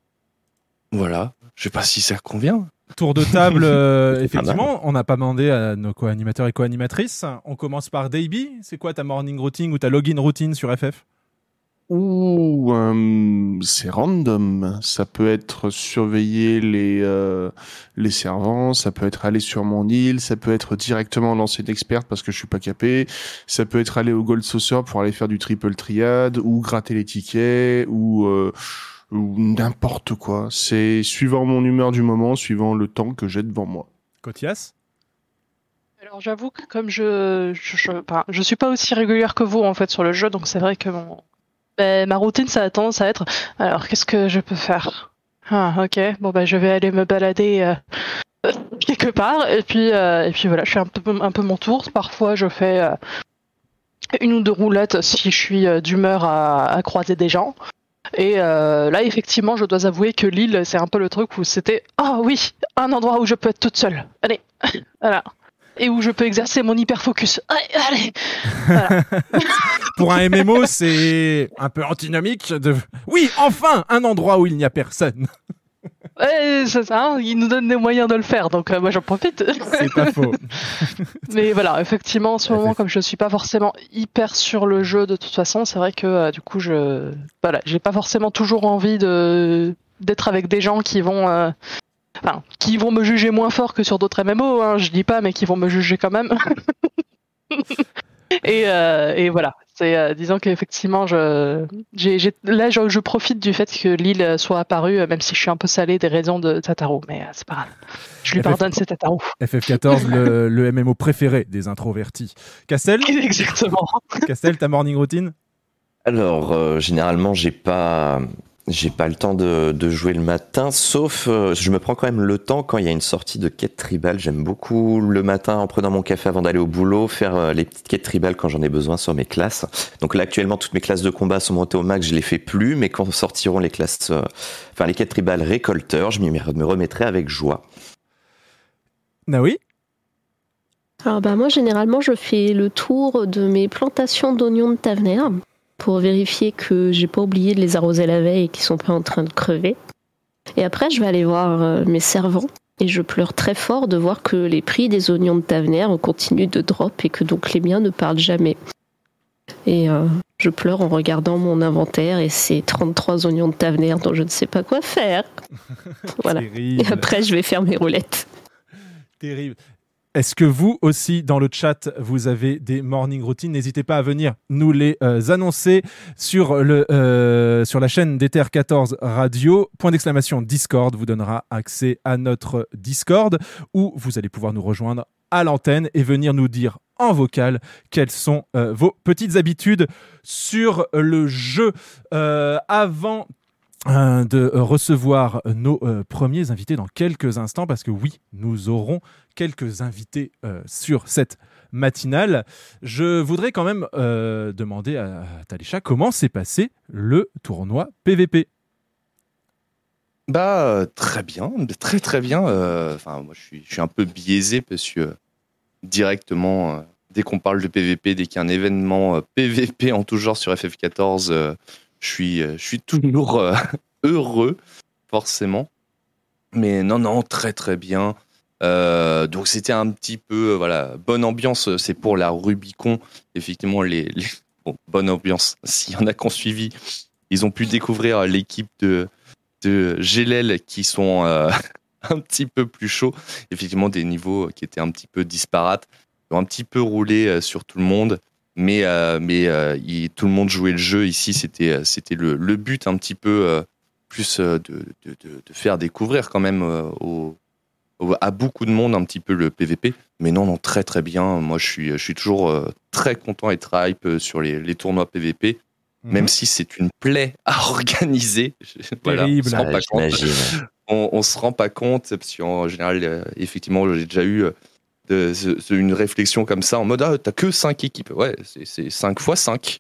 Speaker 12: Voilà. Je sais pas si ça convient.
Speaker 8: Tour de table, euh, effectivement, on n'a pas demandé à nos co-animateurs et co-animatrices. On commence par Davey. C'est quoi ta morning routine ou ta login routine sur F F?
Speaker 9: Ouh, euh, c'est random. Ça peut être surveiller les euh, les servants, ça peut être aller sur mon île, ça peut être directement lancer d'expert parce que je suis pas capé, ça peut être aller au Gold Saucer pour aller faire du triple triade ou gratter les tickets ou euh, ou n'importe quoi. C'est suivant mon humeur du moment, suivant le temps que j'ai devant moi.
Speaker 8: Kotias?
Speaker 10: Alors j'avoue que comme je je, je, enfin, je suis pas aussi régulière que vous en fait sur le jeu, donc c'est vrai que mon, ben, ma routine ça a tendance à être alors qu'est-ce que je peux faire? Ah ok, bon bah je vais aller me balader euh, quelque part et puis euh, et puis voilà, je fais un peu un peu mon tour. Parfois je fais euh, une ou deux roulettes si je suis euh, d'humeur à, à croiser des gens. Et euh, là, effectivement, je dois avouer que l'île, c'est un peu le truc où c'était « Ah oh, oui, un endroit où je peux être toute seule. Allez, voilà. » Et où je peux exercer mon hyper-focus. Allez, allez. Voilà.
Speaker 8: Pour un M M O, c'est un peu antinomique de... Oui, enfin, un endroit où il n'y a personne.
Speaker 10: Ouais, c'est ça, hein, il nous donne des moyens de le faire, donc euh, moi j'en profite.
Speaker 8: C'est pas faux.
Speaker 10: Mais voilà, effectivement, en ce moment, comme je suis pas forcément hyper sur le jeu de toute façon, c'est vrai que euh, du coup, je, voilà, j'ai pas forcément toujours envie de d'être avec des gens qui vont, euh... enfin, qui vont me juger moins fort que sur d'autres M M O. Hein, je dis pas, mais qui vont me juger quand même. et, euh, et voilà. C'est, euh, disons qu'effectivement, je, j'ai, j'ai, là, je, je profite du fait que l'île soit apparue, euh, même si je suis un peu salé des raisons de Tataru, mais euh, c'est pas grave. Je lui
Speaker 8: F F...
Speaker 10: pardonne, c'est Tataru.
Speaker 8: F F quatorze, le, le M M O préféré des introvertis. Castel?
Speaker 10: Exactement.
Speaker 8: Castel, ta morning routine?
Speaker 2: Alors, euh, généralement, j'ai pas... J'ai pas le temps de, de jouer le matin, sauf euh, je me prends quand même le temps quand il y a une sortie de quête tribale. J'aime beaucoup le matin, en prenant mon café avant d'aller au boulot, faire euh, les petites quêtes tribales quand j'en ai besoin sur mes classes. Donc là, actuellement, toutes mes classes de combat sont montées au max, je les fais plus, mais quand sortiront les classes, euh, enfin les quêtes tribales récolteurs, je m'y me remettrai avec joie.
Speaker 8: Naoui?
Speaker 4: Alors bah moi généralement je fais le tour de mes plantations d'oignons de Tavener pour vérifier que j'ai pas oublié de les arroser la veille et qu'ils sont pas en train de crever. Et après je vais aller voir euh, mes servants et je pleure très fort de voir que les prix des oignons de Tavener continuent de drop et que donc les miens ne parlent jamais. Et euh, je pleure en regardant mon inventaire et ces trente-trois oignons de Tavener dont je ne sais pas quoi faire. Voilà.
Speaker 8: Terrible.
Speaker 4: Et après je vais faire mes roulettes.
Speaker 8: Terrible. Est-ce que vous aussi, dans le chat, vous avez des morning routines ? N'hésitez pas à venir nous les euh, annoncer sur, le, euh, sur la chaîne d'Ether quatorze Radio. Point d'exclamation Discord vous donnera accès à notre Discord où vous allez pouvoir nous rejoindre à l'antenne et venir nous dire en vocal quelles sont euh, vos petites habitudes sur le jeu. Euh, avant de recevoir nos euh, premiers invités dans quelques instants, parce que oui, nous aurons quelques invités euh, sur cette matinale. Je voudrais quand même euh, demander à, à Talisha comment s'est passé le tournoi P V P.
Speaker 12: Bah euh, très bien, très très bien. Euh, enfin moi je suis je suis un peu biaisé parce que euh, directement euh, dès qu'on parle de P V P, dès qu'il y a un événement euh, P V P en tout genre sur F F quatorze, euh, je suis je suis toujours euh, heureux forcément. Mais non non très très bien. Euh, donc c'était un petit peu euh, voilà bonne ambiance. C'est pour la Rubicon effectivement les, les... Bon, bonne ambiance. S'il y en a qui ont suivi, ils ont pu découvrir l'équipe de de G L L qui sont euh, un petit peu plus chauds, effectivement des niveaux qui étaient un petit peu disparates, qui ont un petit peu roulé sur tout le monde, mais, euh, mais euh, il, tout le monde jouait le jeu ici, c'était, c'était le, le but un petit peu euh, plus de, de, de, de faire découvrir quand même euh, au, au, à beaucoup de monde un petit peu le P V P, mais non, non très très bien, moi je suis, je suis toujours euh, très content et très hype sur les, les tournois P V P. Même si c'est une plaie à organiser. Voilà, on se rend pas compte. On, on se rend pas compte, parce qu'en général, euh, effectivement, j'ai déjà eu euh, de, de, une réflexion comme ça, en mode, ah, t'as que cinq équipes. Ouais, c'est, c'est cinq fois cinq.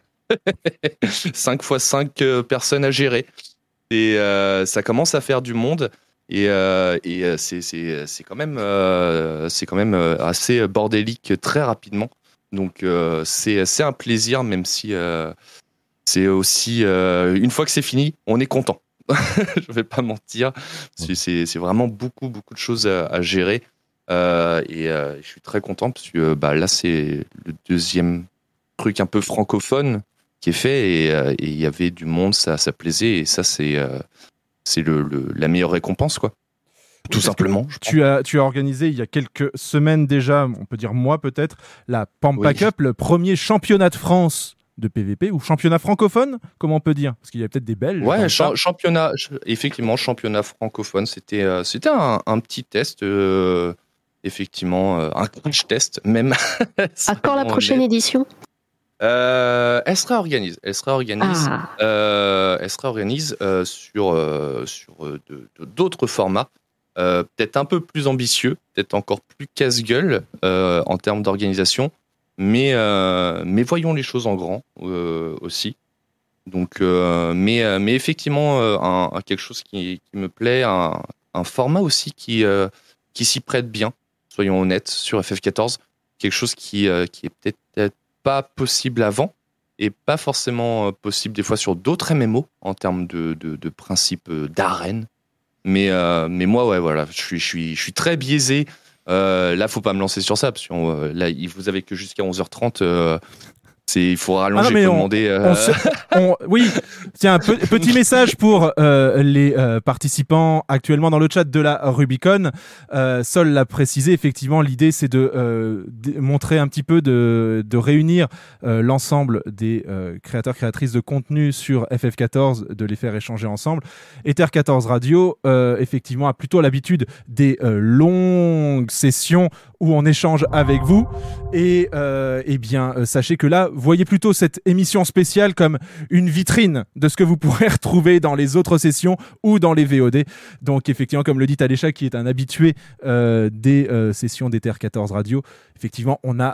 Speaker 12: cinq fois cinq euh, personnes à gérer. Et euh, ça commence à faire du monde. Et, euh, et euh, c'est, c'est, c'est quand même, euh, c'est quand même euh, assez bordélique très rapidement. Donc, euh, c'est, c'est un plaisir, même si... Euh, c'est aussi, euh, une fois que c'est fini, on est content. Je ne vais pas mentir. C'est, c'est, c'est vraiment beaucoup, beaucoup de choses à, à gérer. Euh, et euh, je suis très content parce que bah, là, c'est le deuxième truc un peu francophone qui est fait. Et euh, il y avait du monde, ça, ça plaisait. Et ça, c'est, euh, c'est le, le, la meilleure récompense, quoi. Tout oui, simplement.
Speaker 8: Tu as, tu as organisé il y a quelques semaines déjà, on peut dire mois peut-être, la Pampa oui. Cup, le premier championnat de France de P V P, ou championnat francophone, comment on peut dire, parce qu'il y a peut-être des Belges.
Speaker 12: Ouais, cha- championnat, effectivement, championnat francophone, c'était, euh, c'était un, un petit test, euh, effectivement, euh, un crash test, même.
Speaker 4: À quand la prochaine édition ?
Speaker 12: euh, Elle sera organisée, elle sera organisée, ah. euh, elle sera organisée euh, sur, euh, sur de, de, d'autres formats, euh, peut-être un peu plus ambitieux, peut-être encore plus casse-gueule euh, en termes d'organisation. Mais, euh, mais voyons les choses en grand euh, aussi. Donc, euh, mais, euh, mais effectivement, euh, un, un, quelque chose qui, qui me plaît, un, un format aussi qui, euh, qui s'y prête bien, soyons honnêtes, sur F F quatorze. Quelque chose qui, euh, qui est peut-être, peut-être pas possible avant et pas forcément possible des fois sur d'autres M M O en termes de, de, de principe d'arène. Mais, euh, mais moi, ouais, voilà, je suis, je suis, je suis très biaisé. Euh, là, faut pas me lancer sur ça parce que euh, là, vous avez que jusqu'à onze heures trente. Euh, c'est, il faut rallonger, il ah faut on, demander. Euh...
Speaker 8: On se, on, oui, tiens, pe- petit message pour euh, les euh, participants actuellement dans le chat de la Rubicon. Euh, Sol l'a précisé, effectivement, l'idée c'est de, euh, de montrer un petit peu, de, de réunir euh, l'ensemble des euh, créateurs, créatrices de contenu sur F F quatorze, de les faire échanger ensemble. Ether quatorze Radio, euh, effectivement, a plutôt l'habitude des euh, longues sessions où on échange avec vous. Et euh, eh bien, euh, sachez que là, voyez plutôt cette émission spéciale comme une vitrine de ce que vous pourrez retrouver dans les autres sessions ou dans les V O D. Donc, effectivement, comme le dit Talisha, qui est un habitué euh, des euh, sessions d'Ether quatorze Radio, effectivement, on a un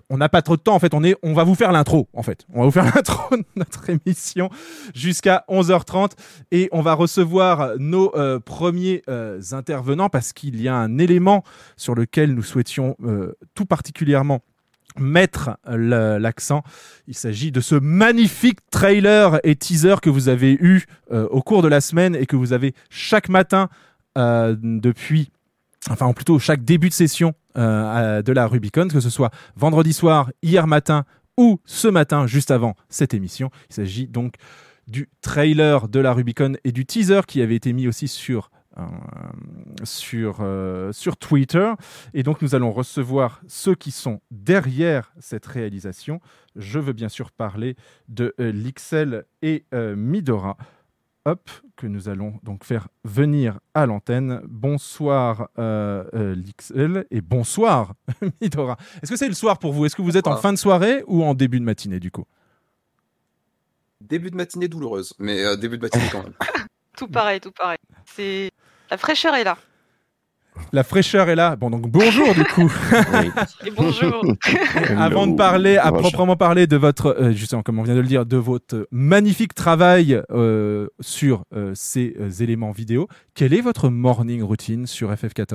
Speaker 8: on n'a pas trop de temps en fait, on, est, on va vous faire l'intro en fait. On va vous faire l'intro de notre émission jusqu'à onze heures trente et on va recevoir nos euh, premiers euh, intervenants parce qu'il y a un élément sur lequel nous souhaitions euh, tout particulièrement mettre le, l'accent. Il s'agit de ce magnifique trailer et teaser que vous avez eu euh, au cours de la semaine et que vous avez chaque matin euh, depuis, enfin plutôt chaque début de session euh, de la Rubicon, que ce soit vendredi soir, hier matin ou ce matin juste avant cette émission. Il s'agit donc du trailer de la Rubicon et du teaser qui avait été mis aussi sur Euh, sur, euh, sur Twitter. Et donc, nous allons recevoir ceux qui sont derrière cette réalisation. Je veux bien sûr parler de euh, Lixel et euh, Midora. Hop, que nous allons donc faire venir à l'antenne. Bonsoir euh, euh, Lixel et bonsoir Midora. Est-ce que c'est le soir pour vous ? Est-ce que vous êtes en fin de soirée ou en début de matinée du coup ?
Speaker 13: Début de matinée douloureuse, mais euh, début de matinée quand même.
Speaker 10: Tout pareil, tout pareil. C'est... La fraîcheur est là.
Speaker 8: La fraîcheur est là. Bon, donc bonjour du coup.
Speaker 10: Oui. Et bonjour.
Speaker 8: Avant de parler, à proprement parler de votre, euh, justement, comme on vient de le dire, de votre magnifique travail euh, sur euh, ces euh, éléments vidéo, quelle est votre morning routine sur F F quatorze ?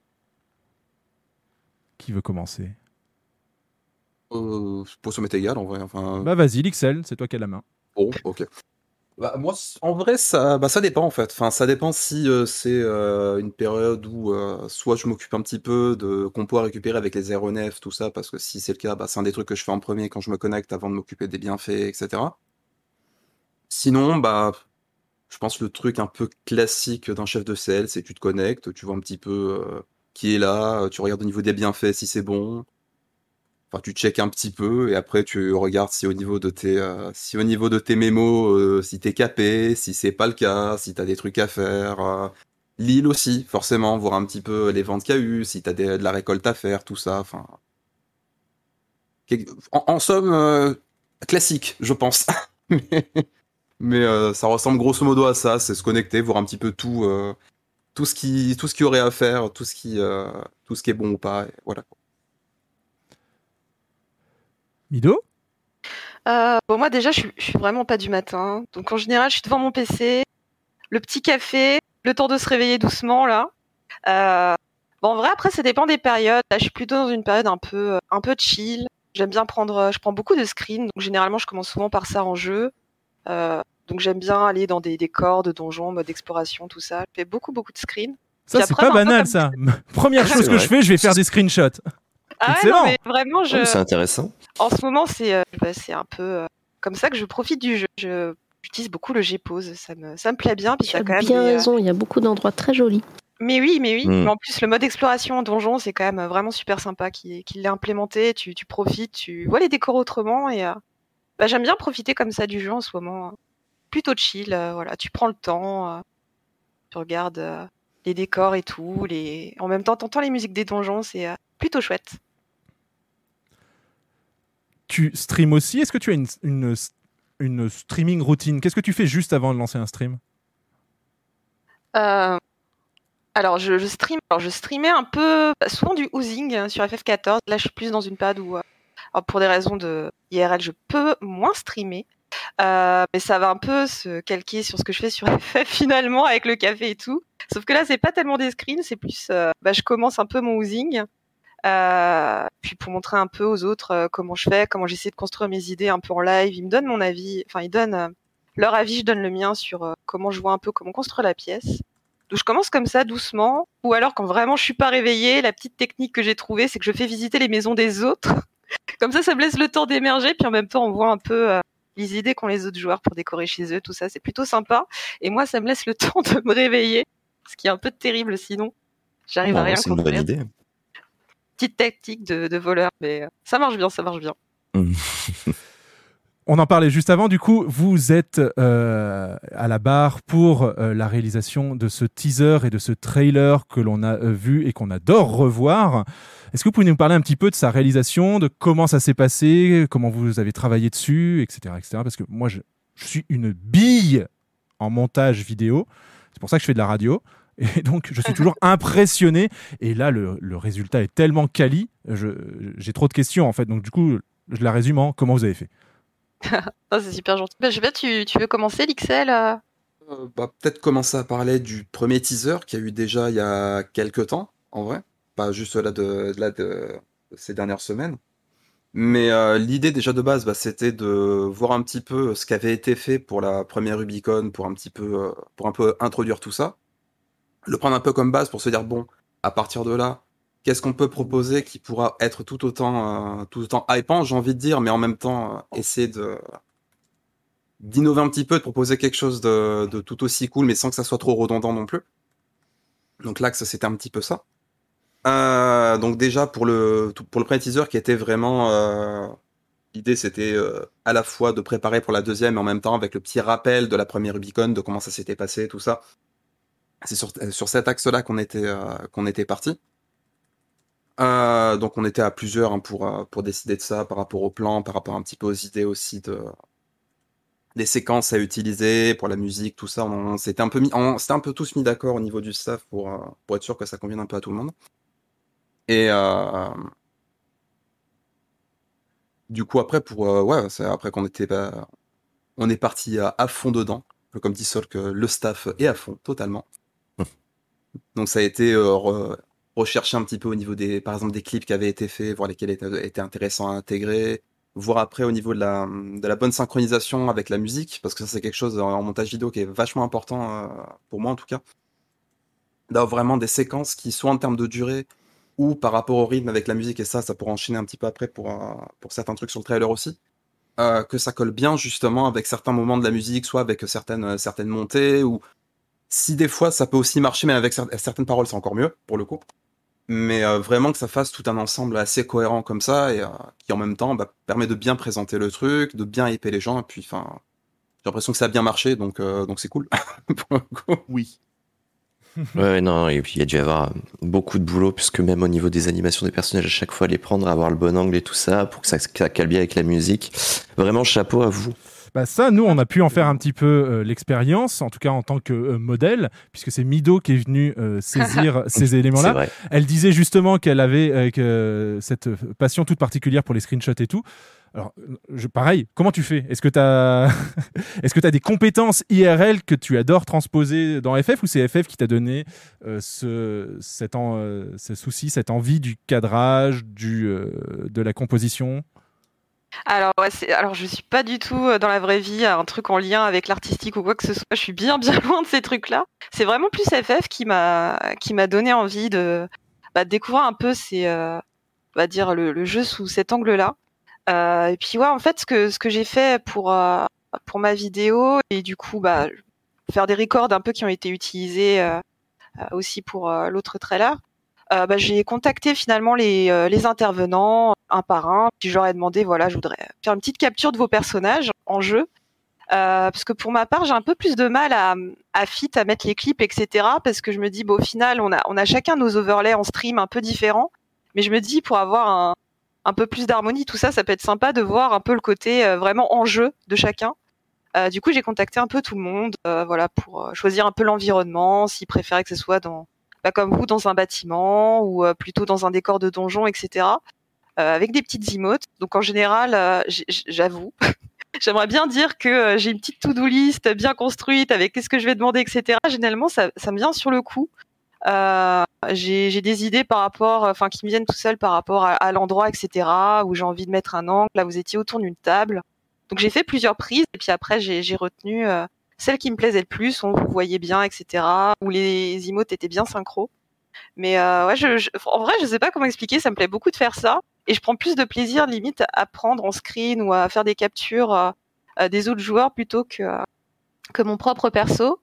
Speaker 8: Qui veut commencer ?
Speaker 13: euh, Pour se mettre égal en vrai. Enfin...
Speaker 8: Bah vas-y, Lixel, c'est toi qui as la main.
Speaker 13: Bon, ok. Bah, moi, en vrai, ça, bah, ça dépend en fait. Enfin, ça dépend si euh, c'est euh, une période où euh, soit je m'occupe un petit peu de compos à récupérer avec les aéronefs, tout ça, parce que si c'est le cas, bah, c'est un des trucs que je fais en premier quand je me connecte avant de m'occuper des bienfaits, et cetera. Sinon, bah, je pense le truc un peu classique d'un chef de C L, c'est tu te connectes, tu vois un petit peu euh, qui est là, tu regardes au niveau des bienfaits si c'est bon. Enfin, tu checkes un petit peu et après tu regardes si au niveau de tes, euh, si au niveau de tes mémos, euh, si t'es capé, si c'est pas le cas, si t'as des trucs à faire. Euh, L'île aussi, forcément, voir un petit peu les ventes qu'il y a eu, si t'as des, de la récolte à faire, tout ça. Enfin, en, en somme, euh, classique, je pense. mais mais euh, ça ressemble grosso modo à ça, c'est se connecter, voir un petit peu tout, euh, tout ce qui, tout ce qu'il y aurait à faire, tout ce qui, euh, tout ce qui est bon ou pas. Et voilà.
Speaker 8: Mido ?
Speaker 10: euh, bon, Moi, déjà, je suis, je suis vraiment pas du matin. Donc, en général, je suis devant mon P C, le petit café, le temps de se réveiller doucement, là. Euh, bon, en vrai, après, ça dépend des périodes. Là, je suis plutôt dans une période un peu, un peu chill. J'aime bien prendre... Je prends beaucoup de screens. Donc, généralement, je commence souvent par ça en jeu. Euh, donc, j'aime bien aller dans des décors de donjons, mode exploration, tout ça. Je fais beaucoup, beaucoup de screens.
Speaker 8: Ça,
Speaker 10: Puis
Speaker 8: c'est
Speaker 10: après,
Speaker 8: pas banal,
Speaker 10: comme...
Speaker 8: ça. Première chose que
Speaker 2: vrai.
Speaker 8: je fais, je vais faire des screenshots.
Speaker 10: Ah ouais, non, mais vraiment, je...
Speaker 2: Oh, c'est intéressant.
Speaker 10: En ce moment, c'est, euh, bah, c'est un peu euh, comme ça que je profite du jeu. Je, j'utilise beaucoup le G-Pose, ça me, ça me plaît bien. Puis
Speaker 4: Tu
Speaker 10: ça
Speaker 4: as
Speaker 10: quand même
Speaker 4: bien
Speaker 10: des, euh...
Speaker 4: raison, il y a beaucoup d'endroits très jolis.
Speaker 10: Mais oui, mais oui.
Speaker 2: Mm.
Speaker 10: Mais en plus, le mode exploration en donjon, c'est quand même vraiment super sympa qu'il, qu'il l'ait implémenté. Tu, tu profites, tu vois les décors autrement. Et euh, bah, j'aime bien profiter comme ça du jeu en ce moment. Plutôt chill, euh, voilà. Tu prends le temps, euh, tu regardes euh, les décors et tout. Les... En même temps, t'entends les musiques des donjons, c'est euh, plutôt chouette.
Speaker 8: Tu stream aussi ? Est-ce que tu as une, une, une streaming routine ? Qu'est-ce que tu fais juste avant de lancer un stream ?
Speaker 10: euh, Alors, je, je stream. Alors, je streamais un peu, souvent du housing sur F F quatorze. Là, je suis plus dans une période où, euh, alors pour des raisons de I R L, je peux moins streamer. Euh, mais ça va un peu se calquer sur ce que je fais sur F F finalement avec le café et tout. Sauf que là, c'est pas tellement des screens, c'est plus, euh, bah, je commence un peu mon housing. Euh, puis pour montrer un peu aux autres euh, comment je fais, comment j'essaie de construire mes idées un peu en live. Ils me donnent mon avis, enfin ils donnent euh, leur avis, je donne le mien sur euh, comment je vois un peu comment construire la pièce. Donc je commence comme ça doucement, ou alors quand vraiment je suis pas réveillée, la petite technique que j'ai trouvée, c'est que je fais visiter les maisons des autres. Comme ça, ça me laisse le temps d'émerger, puis en même temps on voit un peu euh, les idées qu'ont les autres joueurs pour décorer chez eux, tout ça, c'est plutôt sympa. Et moi, ça me laisse le temps de me réveiller, ce qui est un peu terrible sinon. J'arrive
Speaker 2: Bon,
Speaker 10: à rien
Speaker 2: c'est une
Speaker 10: construire.
Speaker 2: bonne idée.
Speaker 10: Petite tactique de, de voleur, mais ça marche bien, ça marche bien.
Speaker 8: On en parlait juste avant, du coup, vous êtes euh, à la barre pour euh, la réalisation de ce teaser et de ce trailer que l'on a euh, vu et qu'on adore revoir. Est-ce que vous pouvez nous parler un petit peu de sa réalisation, de comment ça s'est passé, comment vous avez travaillé dessus, et cetera, et cetera. Parce que moi, je, je suis une bille en montage vidéo. C'est pour ça que je fais de la radio. Et donc, je suis toujours impressionné. Et là, le, le résultat est tellement quali. Je, j'ai trop de questions, en fait. Donc, du coup, je la résume en comment vous avez fait.
Speaker 10: Oh, c'est super gentil. Bah, je sais pas, tu, tu veux commencer, l'Ixel euh
Speaker 13: Euh, bah, peut-être commencer à parler du premier teaser qu'il y a eu déjà il y a quelques temps, en vrai. Pas juste là de, là de, de ces dernières semaines. Mais euh, l'idée déjà de base, bah, c'était de voir un petit peu ce qui avait été fait pour la première Rubicon, pour un petit peu, euh, pour un peu introduire tout ça. Le prendre un peu comme base pour se dire, bon, à partir de là, qu'est-ce qu'on peut proposer qui pourra être tout autant, euh, tout autant hypant, j'ai envie de dire, mais en même temps, euh, essayer de d'innover un petit peu, de proposer quelque chose de, de tout aussi cool, mais sans que ça soit trop redondant non plus. Donc l'axe, c'était un petit peu ça. Euh, donc déjà, pour le, pour le premier teaser qui était vraiment... Euh, l'idée, c'était euh, à la fois de préparer pour la deuxième, mais en même temps avec le petit rappel de la première Rubicon, de comment ça s'était passé, tout ça. C'est sur, sur cet axe-là qu'on était, euh, qu'on était parti. Euh, donc on était à plusieurs hein, pour, euh, pour décider de ça par rapport au plan, par rapport un petit peu aux idées aussi de... des séquences à utiliser pour la musique, tout ça. On, on s'était un peu mis, on s'était un peu tous mis d'accord au niveau du staff pour, euh, pour être sûr que ça convienne un peu à tout le monde. Et euh, du coup après pour euh, ouais, c'est après qu'on était, bah, on est parti à, à fond dedans, comme dit Sol que le staff est à fond totalement. Donc ça a été euh, re, rechercher un petit peu au niveau des, par exemple des clips qui avaient été faits, voir lesquels étaient, étaient intéressants à intégrer. Voir après au niveau de la, de la bonne synchronisation avec la musique, parce que ça c'est quelque chose en montage vidéo qui est vachement important, euh, pour moi en tout cas. D'avoir vraiment des séquences qui, soit en termes de durée, ou par rapport au rythme avec la musique, et ça, ça pourra enchaîner un petit peu après pour, euh, pour certains trucs sur le trailer aussi, euh, que ça colle bien justement avec certains moments de la musique, soit avec certaines, certaines montées, ou si des fois ça peut aussi marcher, mais avec cer- certaines paroles c'est encore mieux, pour le coup. Mais euh, vraiment que ça fasse tout un ensemble assez cohérent comme ça et euh, qui en même temps bah, permet de bien présenter le truc, de bien hyper les gens et puis enfin j'ai l'impression que ça a bien marché donc euh, donc c'est cool. Pour le coup.
Speaker 9: Oui.
Speaker 2: Ouais, non, et puis il y a dû y avoir beaucoup de boulot, puisque même au niveau des animations des personnages, à chaque fois les prendre, avoir le bon angle et tout ça, pour que ça, ça cale bien avec la musique. Vraiment, chapeau à vous.
Speaker 8: Bah ça, nous, on a pu en faire un petit peu euh, l'expérience, en tout cas en tant que euh, modèle, puisque c'est Mido qui est venu euh, saisir ces éléments-là.
Speaker 2: vrai.
Speaker 8: Elle disait justement qu'elle avait euh, que cette passion toute particulière pour les screenshots et tout. Alors, je, pareil, comment tu fais ? Est-ce que tu as est-ce que tu as des compétences I R L que tu adores transposer dans F F, ou c'est F F qui t'a donné euh, ce, cet en, euh, ce souci, cette envie du cadrage, du, euh, de la composition ?
Speaker 10: Alors, ouais, c'est... Alors, je suis pas du tout euh, dans la vraie vie un truc en lien avec l'artistique ou quoi que ce soit. Je suis bien, bien loin de ces trucs-là. C'est vraiment plus F F qui m'a, qui m'a donné envie de, bah, de découvrir un peu ces, euh, on va dire le, le jeu sous cet angle-là. Euh, et puis, ouais, en fait, ce que, ce que j'ai fait pour, euh, pour ma vidéo et du coup, bah, faire des records un peu qui ont été utilisés euh, aussi pour euh, l'autre trailer. Euh, bah, j'ai contacté finalement les, euh, les intervenants un par un, puis je leur ai demandé, voilà, je voudrais faire une petite capture de vos personnages en jeu, euh, parce que pour ma part, j'ai un peu plus de mal à, à fit, à mettre les clips, et cetera, parce que je me dis, bon, au final, on a, on a chacun nos overlays en stream un peu différents, mais je me dis, pour avoir un, un peu plus d'harmonie, tout ça, ça peut être sympa de voir un peu le côté euh, vraiment en jeu de chacun. Euh, du coup, j'ai contacté un peu tout le monde, euh, voilà, pour euh, choisir un peu l'environnement, s'ils préféraient que ce soit dans Bah, comme vous, dans un bâtiment ou euh, plutôt dans un décor de donjon, et cetera. Euh, avec des petites emotes. Donc en général, euh, j'avoue, j'aimerais bien dire que euh, j'ai une petite to-do list bien construite avec qu'est-ce que je vais demander, et cetera. Généralement, ça, ça me vient sur le coup. Euh, j'ai, j'ai des idées par rapport, enfin qui me viennent tout seules par rapport à, à l'endroit, et cetera. Où j'ai envie de mettre un angle. Là, vous étiez autour d'une table. Donc j'ai fait plusieurs prises et puis après j'ai, j'ai retenu euh, celle qui me plaisait le plus, on vous voyait bien, et cetera. Où les emotes étaient bien synchro. Mais euh, ouais, je, je, en vrai, je sais pas comment expliquer. Ça me plaît beaucoup de faire ça, et je prends plus de plaisir limite à prendre en screen ou à faire des captures euh, des autres joueurs plutôt que que mon propre perso.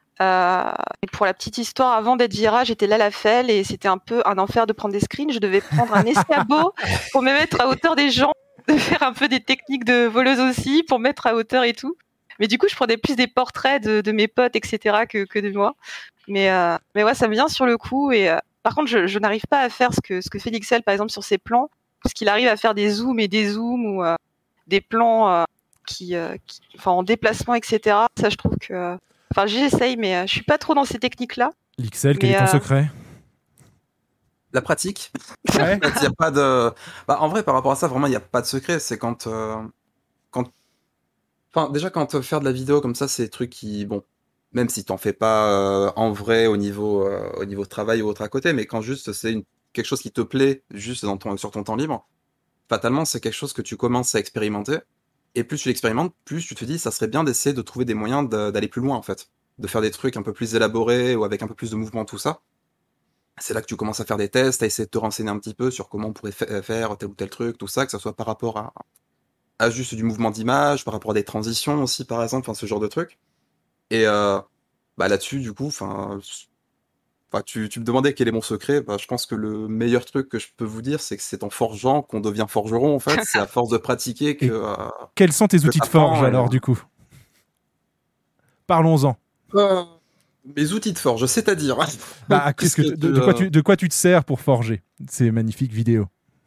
Speaker 10: Euh, et pour la petite histoire, avant d'être Vira, j'étais là la Felle et c'était un peu un enfer de prendre des screens. Je devais prendre un escabeau pour me mettre à hauteur des gens, de faire un peu des techniques de voleuse aussi pour mettre à hauteur et tout. Mais du coup, je prenais plus des portraits de, de mes potes, et cetera que, que de moi. Mais, euh, mais ouais, ça me vient sur le coup. Et euh, par contre, je, je n'arrive pas à faire ce que, ce que fait l'Ixel, par exemple, sur ses plans, parce qu'il arrive à faire des zooms et des zooms ou euh, des plans euh, qui, euh, qui, enfin, en déplacement, et cetera. Ça, je trouve que... Enfin, j'essaye, mais euh, je suis pas trop dans ces techniques-là.
Speaker 8: L'X L, quel
Speaker 10: Mais,
Speaker 8: est ton
Speaker 10: euh,
Speaker 8: secret?
Speaker 13: La pratique.
Speaker 8: Ouais.
Speaker 13: En fait, il y a pas de. Bah, en vrai, par rapport à ça, vraiment, il n'y a pas de secret. C'est quand, euh, quand, enfin, déjà quand euh, faire de la vidéo comme ça, c'est des trucs qui, bon, même si t'en fais pas euh, en vrai au niveau, euh, au niveau travail ou autre à côté, mais quand juste c'est une... quelque chose qui te plaît juste dans ton, sur ton temps libre, fatalement, c'est quelque chose que tu commences à expérimenter. Et plus tu l'expérimentes, plus tu te dis, ça serait bien d'essayer de trouver des moyens de- d'aller plus loin, en fait, de faire des trucs un peu plus élaborés ou avec un peu plus de mouvement, tout ça. C'est là que tu commences à faire des tests, à essayer de te renseigner un petit peu sur comment on pourrait fa- faire tel ou tel truc, tout ça, que ce soit par rapport à, à juste du mouvement d'image, par rapport à des transitions aussi, par exemple, enfin, ce genre de trucs. Et euh, bah, là-dessus, du coup, enfin, s- enfin, tu, tu me demandais quel est mon secret. Bah, je pense que le meilleur truc que je peux vous dire, c'est que c'est en forgeant qu'on devient forgeron, en fait. C'est à force de pratiquer que,
Speaker 8: Et
Speaker 13: euh,
Speaker 8: quels sont tes
Speaker 13: que
Speaker 8: outils de
Speaker 13: t'apprends,
Speaker 8: forge
Speaker 13: et,
Speaker 8: alors,
Speaker 13: euh,
Speaker 8: du coup? Parlons-en.
Speaker 13: Euh, mes outils de forge, c'est-à-dire.
Speaker 8: Bah, qu'est-ce que,
Speaker 13: Puisque
Speaker 8: de,
Speaker 13: tu,
Speaker 8: de quoi
Speaker 13: euh,
Speaker 8: tu, de quoi tu te sers pour forger ces magnifiques vidéos?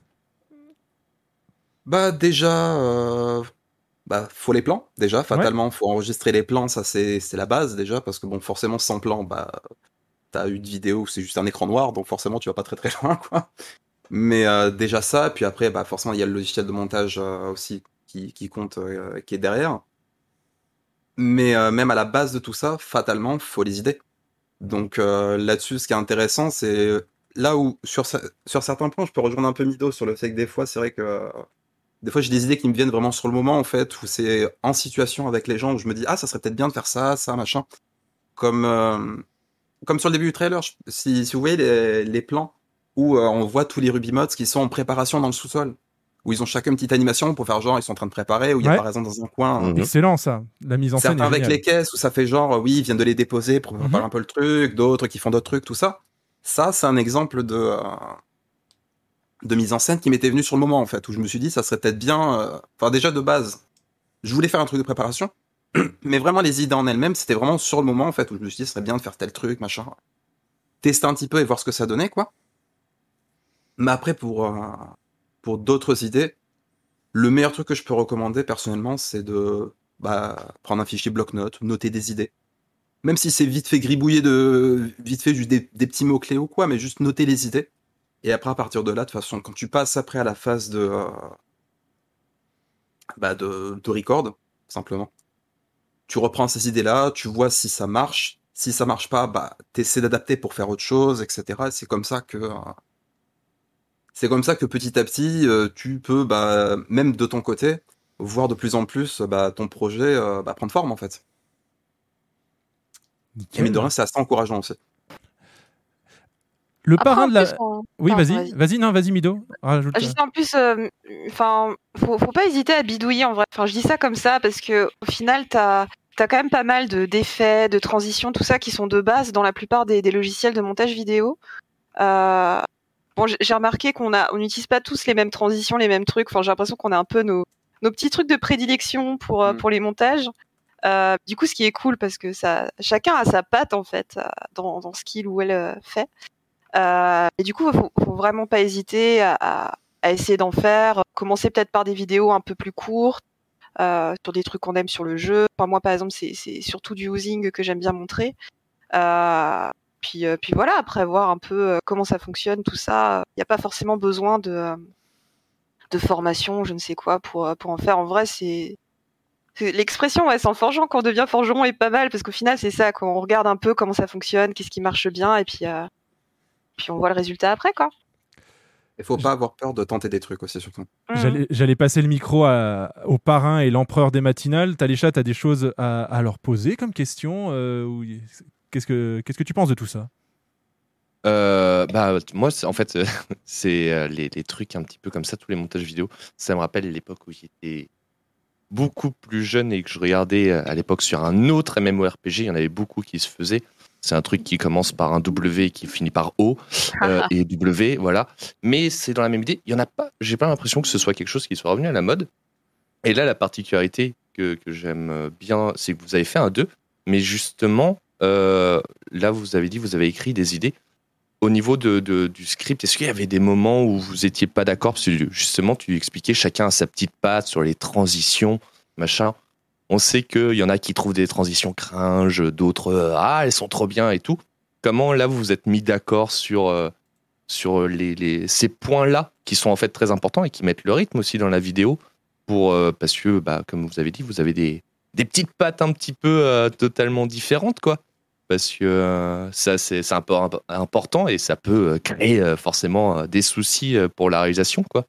Speaker 13: Bah, déjà, euh, bah, faut les plans, déjà,
Speaker 8: Ouais.
Speaker 13: fatalement, faut enregistrer les plans, ça c'est c'est la base déjà, parce que bon, forcément, sans plan, bah, t'as une vidéo où c'est juste un écran noir, donc forcément, tu vas pas très très loin, quoi. Mais euh, déjà ça, puis après, bah, forcément, il y a le logiciel de montage euh, aussi qui, qui compte, euh, qui est derrière. Mais euh, même à la base de tout ça, fatalement, faut les idées. Donc euh, là-dessus, ce qui est intéressant, c'est là où, sur, cer- sur certains points, je peux rejoindre un peu Mido sur le fait que des fois, c'est vrai que euh, des fois, j'ai des idées qui me viennent vraiment sur le moment, en fait, où c'est en situation avec les gens, où je me dis, ah, ça serait peut-être bien de faire ça, ça, machin. Comme, euh, comme sur le début du trailer, je- si, si vous voyez les, les plans où euh, on voit tous les Ruby Mods qui sont en préparation dans le sous-sol, où ils ont chacun une petite animation pour faire genre, ils sont en train de préparer, où il y a
Speaker 8: Ouais.
Speaker 13: par exemple dans un coin. un-
Speaker 8: Excellent, ça. La mise en scène
Speaker 13: Certains
Speaker 8: est
Speaker 13: avec
Speaker 8: géniale.
Speaker 13: les caisses où ça fait genre, euh, oui, ils viennent de les déposer pour préparer
Speaker 8: Mhm.
Speaker 13: un peu le truc, d'autres qui font d'autres trucs, tout ça. Ça, c'est un exemple de, euh, de mise en scène qui m'était venu sur le moment, en fait, où je me suis dit, ça serait peut-être bien. euh, Enfin, déjà de base, je voulais faire un truc de préparation, mais vraiment les idées en elles-mêmes, c'était vraiment sur le moment, en fait, où je me suis dit, ce serait bien de faire tel truc, machin. Tester un petit peu et voir ce que ça donnait, quoi. Mais après, pour, euh, pour d'autres idées, le meilleur truc que je peux recommander personnellement, c'est de bah, prendre un fichier bloc-notes, noter des idées. Même si c'est vite fait gribouiller de, vite fait juste des, des petits mots-clés ou quoi, mais juste noter les idées. Et après, à partir de là, de toute façon, quand tu passes après à la phase de, euh, bah de, de record, simplement, tu reprends ces idées-là, tu vois si ça marche. Si ça marche pas, bah, t'essaies d'adapter pour faire autre chose, et cetera. Et c'est comme ça que, euh, c'est comme ça que petit à petit, euh, tu peux, bah, même de ton côté, voir de plus en plus bah, ton projet euh, bah, prendre forme, en fait. Et mine de rien, c'est assez encourageant aussi.
Speaker 8: Le
Speaker 10: Après,
Speaker 8: parrain
Speaker 10: en
Speaker 8: de la.
Speaker 10: plus, on-
Speaker 8: Oui,
Speaker 10: Pardon,
Speaker 8: vas-y,
Speaker 10: vas-y.
Speaker 8: vas-y, non, vas-y, Mido. Rajoute.
Speaker 10: Je dis en plus, euh, enfin, faut, faut pas hésiter à bidouiller en vrai. Enfin, je dis ça comme ça parce que au final, t'as as quand même pas mal de d'effets, de transitions, tout ça qui sont de base dans la plupart des, des logiciels de montage vidéo. Euh, bon, j'ai j'ai remarqué qu'on a, on n'utilise pas tous les mêmes transitions, les mêmes trucs. Enfin, j'ai l'impression qu'on a un peu nos nos petits trucs de prédilection pour euh,
Speaker 13: Mm.
Speaker 10: pour les montages. Euh, du coup, ce qui est cool parce que ça, chacun a sa patte en fait euh, dans dans ce qu'il ou elle euh, fait. Euh, et du coup, faut, faut vraiment pas hésiter à, à, à essayer d'en faire. Commencer peut-être par des vidéos un peu plus courtes, euh, sur des trucs qu'on aime sur le jeu. Enfin, moi, par exemple, c'est, c'est surtout du housing que j'aime bien montrer. Euh, puis, euh, puis voilà, après voir un peu euh, comment ça fonctionne, tout ça. Il n'y a pas forcément besoin de, euh, de formation, je ne sais quoi, pour, euh, pour en faire. En vrai, c'est c'est- l'expression ouais, sans forgeant qu'on devient forgeron est pas mal parce qu'au final, c'est ça. Quand on regarde un peu comment ça fonctionne, qu'est-ce qui marche bien, et puis. Euh, Puis on voit le résultat après, quoi.
Speaker 13: Il faut pas avoir peur de tenter des trucs aussi, surtout.
Speaker 8: J'allais, j'allais passer le micro à, au parrain et l'empereur des matinales. Talécha, tu as des choses à, à leur poser comme question euh, ou... qu'est-ce, que, qu'est-ce que tu penses de tout ça?
Speaker 12: Euh, bah, moi, c'est- en fait, euh, c'est euh, les, les trucs un petit peu comme ça, tous les montages vidéo. Ça me rappelle l'époque où j'étais beaucoup plus jeune et que je regardais euh, à l'époque sur un autre MMORPG. Il y en avait beaucoup qui se faisaient. C'est un truc qui commence par un W et qui finit par O euh, et W, voilà. Mais c'est dans la même idée. Il y en a pas. J'ai pas l'impression que ce soit quelque chose qui soit revenu à la mode. Et là, la particularité que, que j'aime bien, c'est que vous avez fait un deux, mais justement, euh, là, vous avez dit, vous avez écrit des idées. Au niveau de, de, du script, est-ce qu'il y avait des moments où vous étiez pas d'accord? Parce que justement, tu expliquais chacun a sa petite patte sur les transitions, machin. On sait qu'il y en a qui trouvent des transitions cringe, d'autres, euh, ah, elles sont trop bien et tout. comment là vous vous êtes mis d'accord sur, euh, sur les, les, ces points-là qui sont en fait très importants et qui mettent le rythme aussi dans la vidéo pour, euh, parce que, bah, comme vous avez dit, vous avez des, des petites pattes un petit peu euh, totalement différentes, quoi. Parce que euh, ça, c'est, c'est un peu imp- important et ça peut créer euh, forcément euh, des soucis euh, pour la réalisation, quoi.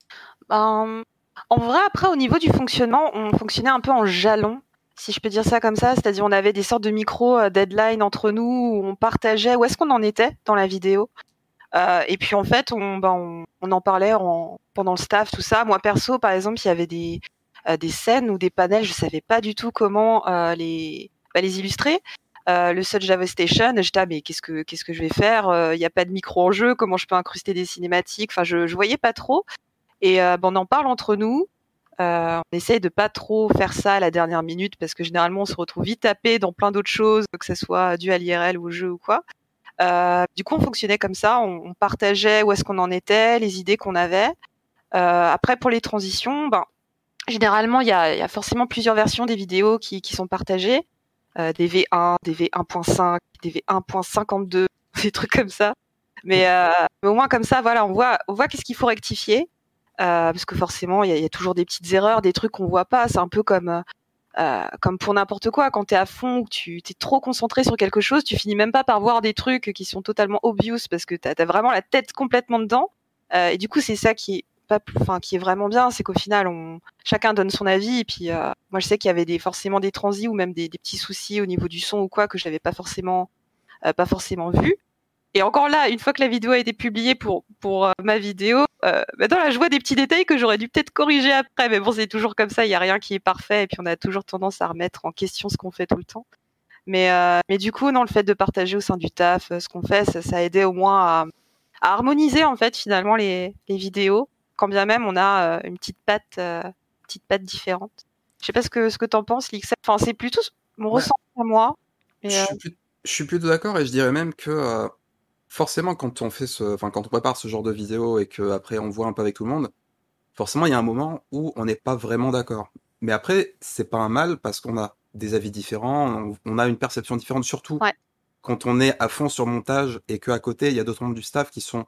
Speaker 14: Ben, en vrai, après, au niveau du fonctionnement, on fonctionnait un peu en jalon, si je peux dire ça comme ça. C'est-à-dire, on avait des sortes de micro-deadlines entre nous où on partageait où est-ce qu'on en était dans la vidéo. Euh, et puis, en fait, on, ben, on, on en parlait en, pendant le staff, tout ça. Moi, perso, par exemple, il y avait des, euh, des scènes ou des panels, je savais pas du tout comment euh, les, bah, les illustrer. Euh, le seul Java Station, j'étais ah, mais qu'est-ce que qu'est-ce que je vais faire? Il euh, y a pas de micro en jeu, comment je peux incruster des cinématiques? Enfin, je je voyais pas trop. Et euh, ben, on en parle entre nous. Euh, on essaye de pas trop faire ça à la dernière minute parce que généralement on se retrouve vite tapé dans plein d'autres choses, que ce soit dû à l'I R L ou au jeu ou quoi. Euh, du coup, on fonctionnait comme ça, on, on partageait où est-ce qu'on en était, les idées qu'on avait. Euh, après, pour les transitions, ben généralement il y a, y a forcément plusieurs versions des vidéos qui, qui sont partagées. Euh, des V un, des V un point cinq, des V un point cinquante-deux, des trucs comme ça. Mais, euh, mais au moins comme ça, voilà, on voit, on voit qu'est-ce qu'il faut rectifier, euh, parce que forcément, il y a, y a toujours des petites erreurs, des trucs qu'on voit pas. C'est un peu comme, euh, comme pour n'importe quoi. Quand t'es à fond ou que tu t'es trop concentré sur quelque chose, tu finis même pas par voir des trucs qui sont totalement obvious parce que t'as, t'as vraiment la tête complètement dedans. Euh, et du coup, c'est ça qui est pas, enfin, qui est vraiment bien, c'est qu'au final, on, chacun donne son avis. Et puis, euh, moi, je sais qu'il y avait des, forcément des transis ou même des, des petits soucis au niveau du son ou quoi que je n'avais pas forcément, euh, pas forcément vu. Et encore là, une fois que la vidéo a été publiée pour pour euh, ma vidéo, euh, bah, dans la je vois des petits détails que j'aurais dû peut-être corriger après. Mais bon, c'est toujours comme ça. Il y a rien qui est parfait. Et puis, on a toujours tendance à remettre en question ce qu'on fait tout le temps. Mais euh, mais du coup, non, le fait de partager au sein du taf euh, ce qu'on fait, ça, ça a aidé au moins à, à harmoniser en fait finalement les les vidéos. Quand bien même on a euh, une petite patte, euh, petite patte différente. Je sais pas ce que ce que t'en penses, Lixel. Enfin, c'est plutôt mon
Speaker 13: Ouais.
Speaker 14: ressenti à moi. Mais,
Speaker 13: Je
Speaker 14: euh,
Speaker 13: suis, plus- je suis plutôt d'accord et je dirais même que euh, forcément quand on fait ce, enfin quand on prépare ce genre de vidéo et que après on voit un peu avec tout le monde, forcément il y a un moment où on n'est pas vraiment d'accord. Mais après c'est pas un mal parce qu'on a des avis différents, on, on a une perception différente surtout
Speaker 14: ouais.
Speaker 13: quand on est à fond sur le montage et qu'à côté il y a d'autres membres du staff qui sont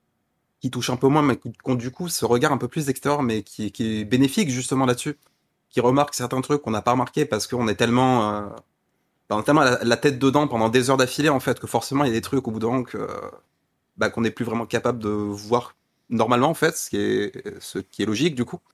Speaker 13: qui touchent un peu moins mais qui ont du coup ce regard un peu plus extérieur mais qui, qui est bénéfique justement là-dessus, qui remarque certains trucs qu'on n'a pas remarqué parce qu'on est tellement euh, bah, on a tellement la, la tête dedans pendant des heures d'affilée en fait que forcément il y a des trucs au bout d'un moment que bah, qu'on n'est plus vraiment capable de voir normalement en fait, ce qui est ce qui est logique du coup.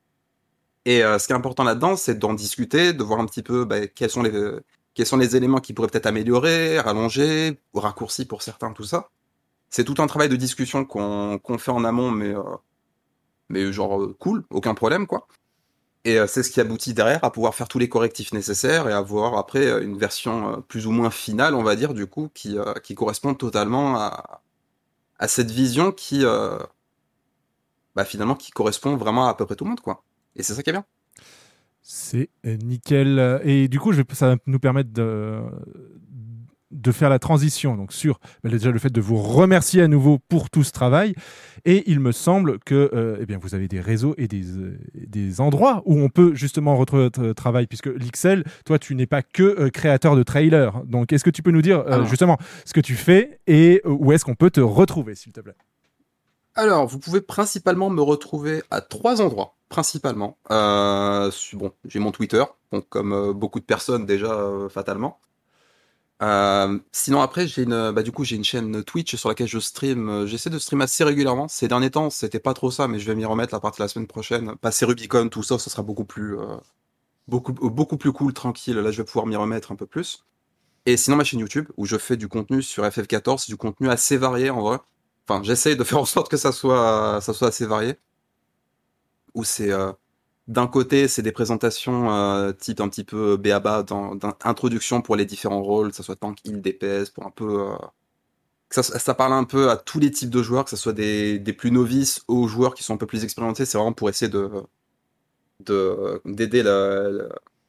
Speaker 13: Et euh, ce qui est important là-dedans, c'est d'en discuter, de voir un petit peu bah, quels sont les quels sont les éléments qui pourraient peut-être améliorer, rallonger, ou raccourcir pour certains, tout ça. C'est tout un travail de discussion qu'on qu'on fait en amont, mais euh, mais genre euh, cool, aucun problème quoi. Et euh, c'est ce qui aboutit derrière à pouvoir faire tous les correctifs nécessaires et avoir après euh, une version euh, plus ou moins finale, on va dire, du coup, qui, euh, qui correspond totalement à, à cette vision qui, euh, bah, finalement, qui correspond vraiment à à peu près tout le monde, quoi. Et c'est ça qui est bien.
Speaker 8: C'est euh, nickel. Et du coup, je vais, ça va nous permettre de, de faire la transition donc sur bah, déjà le fait de vous remercier à nouveau pour tout ce travail. Et il me semble que euh, eh bien, vous avez des réseaux et des, euh, des endroits où on peut justement retrouver votre travail, puisque Lixel, toi, tu n'es pas que euh, créateur de trailers. Donc, est-ce que tu peux nous dire euh, justement ce que tu fais et euh, où est-ce qu'on peut te retrouver, s'il te plaît?
Speaker 13: Alors, vous pouvez principalement me retrouver à trois endroits, principalement. Euh, su- bon, j'ai mon Twitter, donc comme euh, beaucoup de personnes déjà, euh, fatalement. Euh, sinon après j'ai une bah du coup j'ai une chaîne Twitch sur laquelle je stream, euh, j'essaie de stream assez régulièrement. Ces derniers temps c'était pas trop ça mais je vais m'y remettre à partir de la semaine prochaine. Passer Rubicon tout ça, ce sera beaucoup plus euh, beaucoup euh, beaucoup plus cool, tranquille. Là je vais pouvoir m'y remettre un peu plus. Et sinon ma chaîne YouTube où je fais du contenu sur F F quatorze, du contenu assez varié en vrai. Enfin j'essaie de faire en sorte que ça soit ça soit assez varié. Où c'est euh, d'un côté, c'est des présentations euh, type un petit peu B A B A, dans, dans- introduction pour les différents rôles, que ce soit tank, heal, D P S, pour un peu... euh, que ça, ça parle un peu à tous les types de joueurs, que ce soit des, des plus novices aux joueurs qui sont un peu plus expérimentés, c'est vraiment pour essayer de de- d'aider la- la-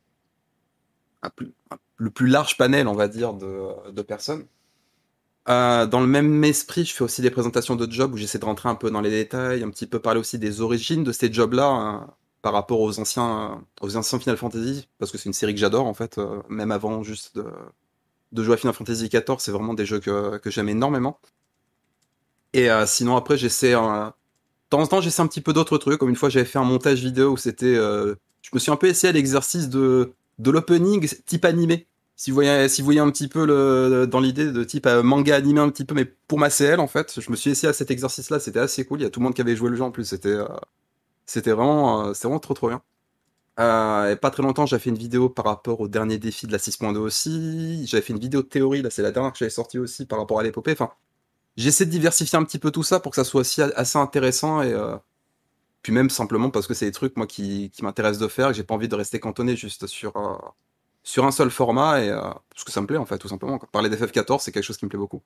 Speaker 13: un plus- un- le plus large panel, on va dire, de, de personnes. Euh, dans le même esprit, je fais aussi des présentations de jobs où j'essaie de rentrer un peu dans les détails, un petit peu parler aussi des origines de ces jobs-là hein, par rapport aux anciens, aux anciens Final Fantasy, parce que c'est une série que j'adore en fait, euh, même avant juste de, de jouer à Final Fantasy quatorze, c'est vraiment des jeux que, que j'aime énormément. Et euh, sinon, après, j'essaie. Un... De temps en temps, j'essaie un petit peu d'autres trucs. Comme une fois, j'avais fait un montage vidéo où c'était. Euh... Je me suis un peu essayé à l'exercice de, de l'opening type animé. Si vous voyez, si vous voyez un petit peu le, dans l'idée de type euh, manga animé un petit peu, mais pour ma C L en fait, je me suis essayé à cet exercice-là, c'était assez cool. Il y a tout le monde qui avait joué le jeu en plus, c'était, euh, c'était vraiment, euh, c'était vraiment trop trop bien. Euh, et pas très longtemps, j'ai fait une vidéo par rapport au dernier défi de la six point deux aussi. J'avais fait une vidéo de théorie, là c'est la dernière que j'avais sortie aussi par rapport à l'épopée. Enfin, j'essaie de diversifier un petit peu tout ça pour que ça soit aussi assez intéressant et euh, puis même simplement parce que c'est des trucs moi qui, qui m'intéressent de faire et que j'ai pas envie de rester cantonné juste sur. Euh, sur un seul format, et euh, parce que ça me plaît en fait, tout simplement. Parler d'F F quatorze, c'est quelque chose qui me plaît beaucoup.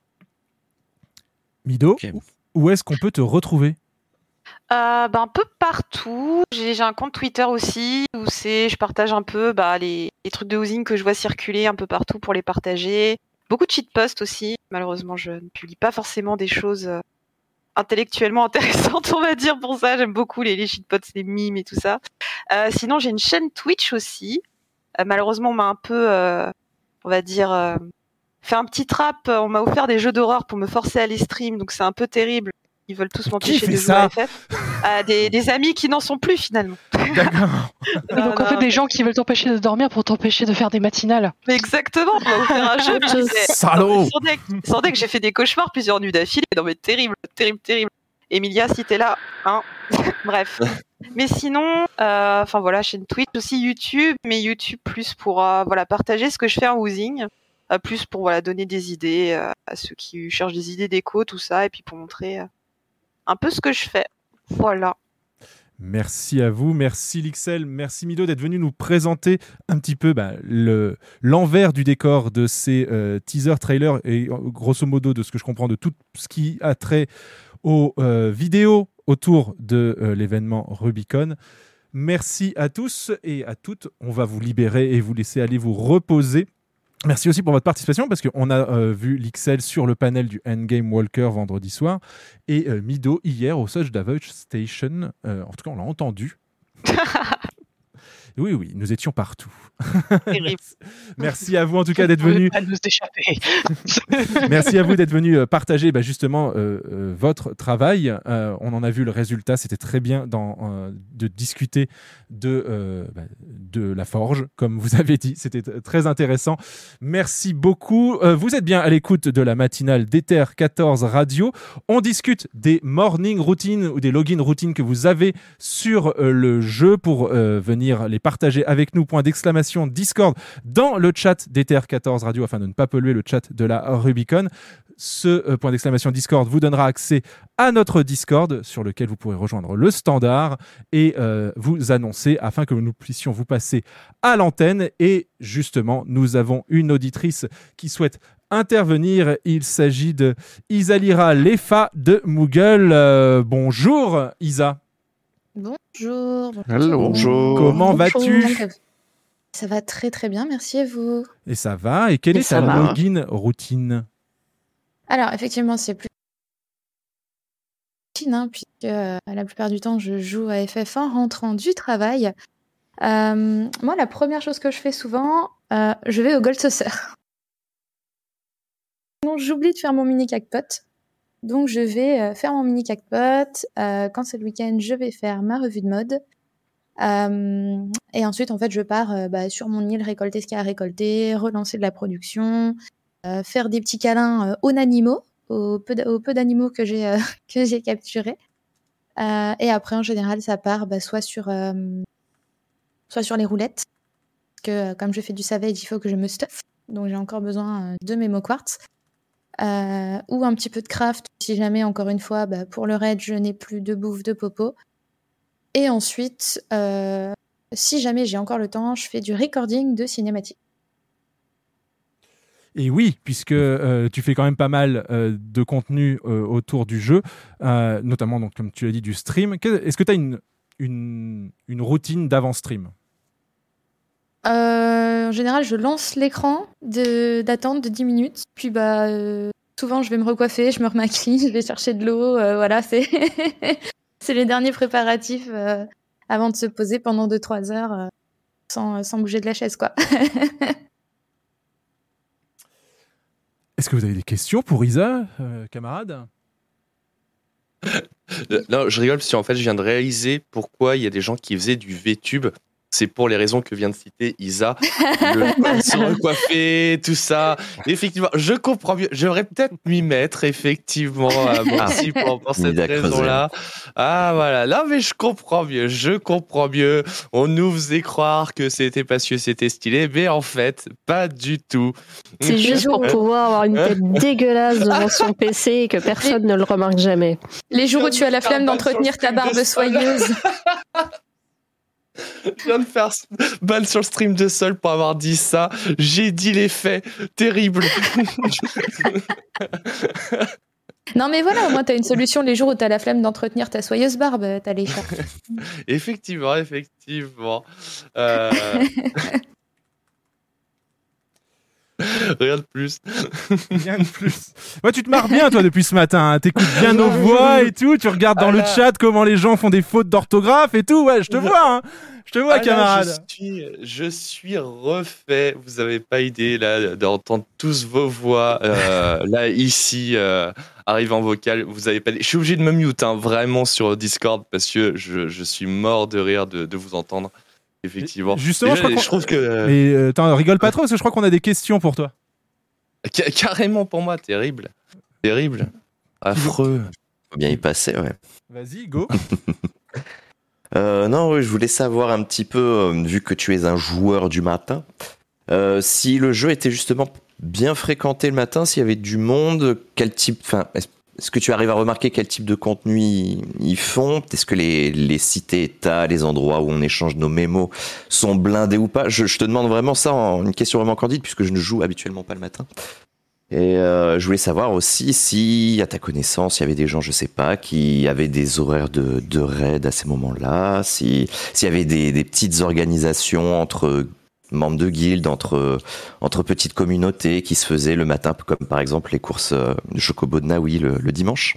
Speaker 8: Mido, okay. Où est-ce qu'on peut te retrouver ?
Speaker 14: euh, bah, Un peu partout. J'ai, j'ai un compte Twitter aussi, où c'est, je partage un peu bah, les, les trucs de housing que je vois circuler un peu partout pour les partager. Beaucoup de shitposts aussi. Malheureusement, je ne publie pas forcément des choses euh, intellectuellement intéressantes, on va dire, pour ça. J'aime beaucoup les, les shitposts, les mimes et tout ça. Euh, sinon, j'ai une chaîne Twitch aussi. Euh, malheureusement, on m'a un peu, euh, on va dire, euh, fait un petit trap. On m'a offert des jeux d'horreur pour me forcer à les stream, donc c'est un peu terrible. Ils veulent tous m'empêcher de jouer à F F. Euh, des, des amis qui n'en sont plus finalement.
Speaker 8: D'accord.
Speaker 10: non, donc en fait, des gens qui veulent t'empêcher de dormir pour t'empêcher de faire des matinales.
Speaker 14: Exactement. On m'a offert un jeu.
Speaker 8: Salaud.
Speaker 14: Sans deck, sans deck, j'ai fait des cauchemars plusieurs nuits d'affilée. Non mais terrible, terrible, terrible. Emilia, si t'es là, hein. Bref. Mais sinon, enfin euh, voilà, chaîne Twitch, aussi YouTube, mais YouTube plus pour euh, voilà partager ce que je fais en housing, euh, plus pour voilà donner des idées euh, à ceux qui cherchent des idées déco, tout ça, et puis pour montrer euh, un peu ce que je fais. Voilà.
Speaker 8: Merci à vous, merci Lixel, merci Mido d'être venu nous présenter un petit peu bah, le, l'envers du décor de ces euh, teaser trailers et grosso modo de ce que je comprends de tout ce qui a trait aux euh, vidéos autour de euh, l'événement Rubicon. Merci à tous et à toutes. On va vous libérer et vous laisser aller vous reposer. Merci aussi pour votre participation parce qu'on a euh, vu Lixel sur le panel du Endgame Walker vendredi soir et euh, Mido hier au Such Davos Station. Euh, en tout cas, on l'a entendu. Oui, oui, nous étions partout. Merci. Merci à vous en tout cas d'être venus.
Speaker 10: Pas nous échapper.
Speaker 8: Merci à vous d'être venus partager bah, justement euh, euh, votre travail. Euh, on en a vu le résultat, c'était très bien dans, euh, de discuter de, euh, bah, de la forge, comme vous avez dit. C'était t- très intéressant. Merci beaucoup. Euh, vous êtes bien à l'écoute de la matinale d'Ether quatorze Radio. On discute des morning routines ou des login routines que vous avez sur euh, le jeu pour euh, venir les partager avec nous. Point d'exclamation Discord dans le chat d'Ether quatorze Radio afin de ne pas polluer le chat de la Rubicon. Ce euh, point d'exclamation Discord vous donnera accès à notre Discord sur lequel vous pourrez rejoindre le standard et euh, vous annoncer afin que nous puissions vous passer à l'antenne. Et justement, nous avons une auditrice qui souhaite intervenir. Il s'agit de Isalira Lefa de Moogle. Euh, bonjour Isa.
Speaker 15: Bonjour.
Speaker 8: Hello. Bonjour. Comment vas-tu ?
Speaker 15: Ça va très très bien, merci à vous.
Speaker 8: Et ça va. Et quelle et est ta va. login routine ?
Speaker 15: Alors effectivement, c'est plus routine, hein, puisque euh, la plupart du temps, je joue à F F en rentrant du travail. Euh, moi, la première chose que je fais souvent, euh, je vais au Gold Saucer. Sinon, j'oublie de faire mon mini cacpot. Donc, je vais euh, faire mon mini cacpot. Euh, quand c'est le week-end, je vais faire ma revue de mode. Euh, et ensuite, en fait, je pars euh, bah, sur mon île, récolter ce qu'il y a à récolter, relancer de la production, euh, faire des petits câlins euh, aux animaux, aux peu, aux peu d'animaux que j'ai, euh, que j'ai capturés. Euh, et après, en général, ça part bah, soit, sur, euh, soit sur les roulettes, parce que euh, comme je fais du savage, il faut que je me stuff. Donc, j'ai encore besoin euh, de mes mots quartz. Euh, ou un petit peu de craft si jamais encore une fois bah, pour le raid je n'ai plus de bouffe de popo et ensuite euh, si jamais j'ai encore le temps je fais du recording de cinématique.
Speaker 8: Et oui, puisque euh, tu fais quand même pas mal euh, de contenu euh, autour du jeu, euh, notamment donc comme tu l'as dit du stream. Est-ce que tu as une, une, une routine d'avant-stream ?
Speaker 15: Euh, en général, je lance l'écran de, d'attente de dix minutes. Puis, bah, euh, souvent, je vais me recoiffer, je me remaquille, je vais chercher de l'eau. Euh, voilà, c'est... c'est les derniers préparatifs euh, avant de se poser pendant deux trois heures euh, sans, sans bouger de la chaise, quoi.
Speaker 8: Est-ce que vous avez des questions pour Isa, euh, camarade ?
Speaker 12: Euh, Non, je rigole parce qu'en fait, je viens de réaliser pourquoi il y a des gens qui faisaient du VTube. C'est pour les raisons que vient de citer Isa. Le se recoiffer, tout ça. Effectivement, je comprends mieux. J'aurais peut-être m'y mettre, effectivement. Euh, bon, si, pour, pour cette raison-là. Ah, voilà. Là, mais je comprends mieux. Je comprends mieux. On nous faisait croire que c'était parce que c'était stylé, mais en fait, pas du tout.
Speaker 4: C'est juste pour pouvoir avoir une tête dégueulause devant son P C et que personne ne le remarque jamais.
Speaker 15: Les jours où tu as la flemme d'entretenir ta barbe soyeuse.
Speaker 12: Je viens de faire ban sur le stream de Sol pour avoir dit ça. J'ai dit les faits. Terrible.
Speaker 15: Non mais voilà, au moins t'as une solution les jours où t'as la flemme d'entretenir ta soyeuse barbe, t'as les chats.
Speaker 12: Effectivement, effectivement. Euh... Rien de plus.
Speaker 8: Rien de plus. Ouais, tu te marres bien, toi, depuis ce matin. Hein. T'écoutes bien nos voix et tout. Tu regardes dans ah le chat comment les gens font des fautes d'orthographe et tout. Ouais, je te vois. Hein. Je te vois, ah camarade.
Speaker 12: Là, je, suis, je suis refait. Vous avez pas idée là d'entendre tous vos voix euh, là ici euh, arriver en vocal. Vous avez pas. Je suis obligé de me mute hein, vraiment sur Discord parce que je, je suis mort de rire de, de vous entendre. Effectivement.
Speaker 8: Justement,
Speaker 12: Déjà,
Speaker 8: je, crois
Speaker 12: je trouve que.
Speaker 8: Mais euh, attends, rigole pas trop parce que je crois qu'on a des questions pour toi.
Speaker 12: Car- carrément pour moi, terrible. Terrible. Affreux.
Speaker 2: Faut bien y passer, ouais.
Speaker 8: Vas-y, go.
Speaker 2: euh, non, oui, je voulais savoir un petit peu, euh, vu que tu es un joueur du matin, euh, si le jeu était justement bien fréquenté le matin, s'il y avait du monde, quel type. Enfin, est-ce Est-ce que tu arrives à remarquer quel type de contenu ils, ils font ? Est-ce que les, les cités-états, les endroits où on échange nos mémos sont blindés ou pas ? je, je te demande vraiment ça en une question vraiment candide puisque je ne joue habituellement pas le matin. Et euh, je voulais savoir aussi si, à ta connaissance, il y avait des gens, je sais pas, qui avaient des horaires de, de raid à ces moments-là, si, s'il y avait des, des petites organisations entre membres de guildes, entre, entre petites communautés qui se faisaient le matin, comme par exemple les courses de Chocobo de Naoui le, le dimanche.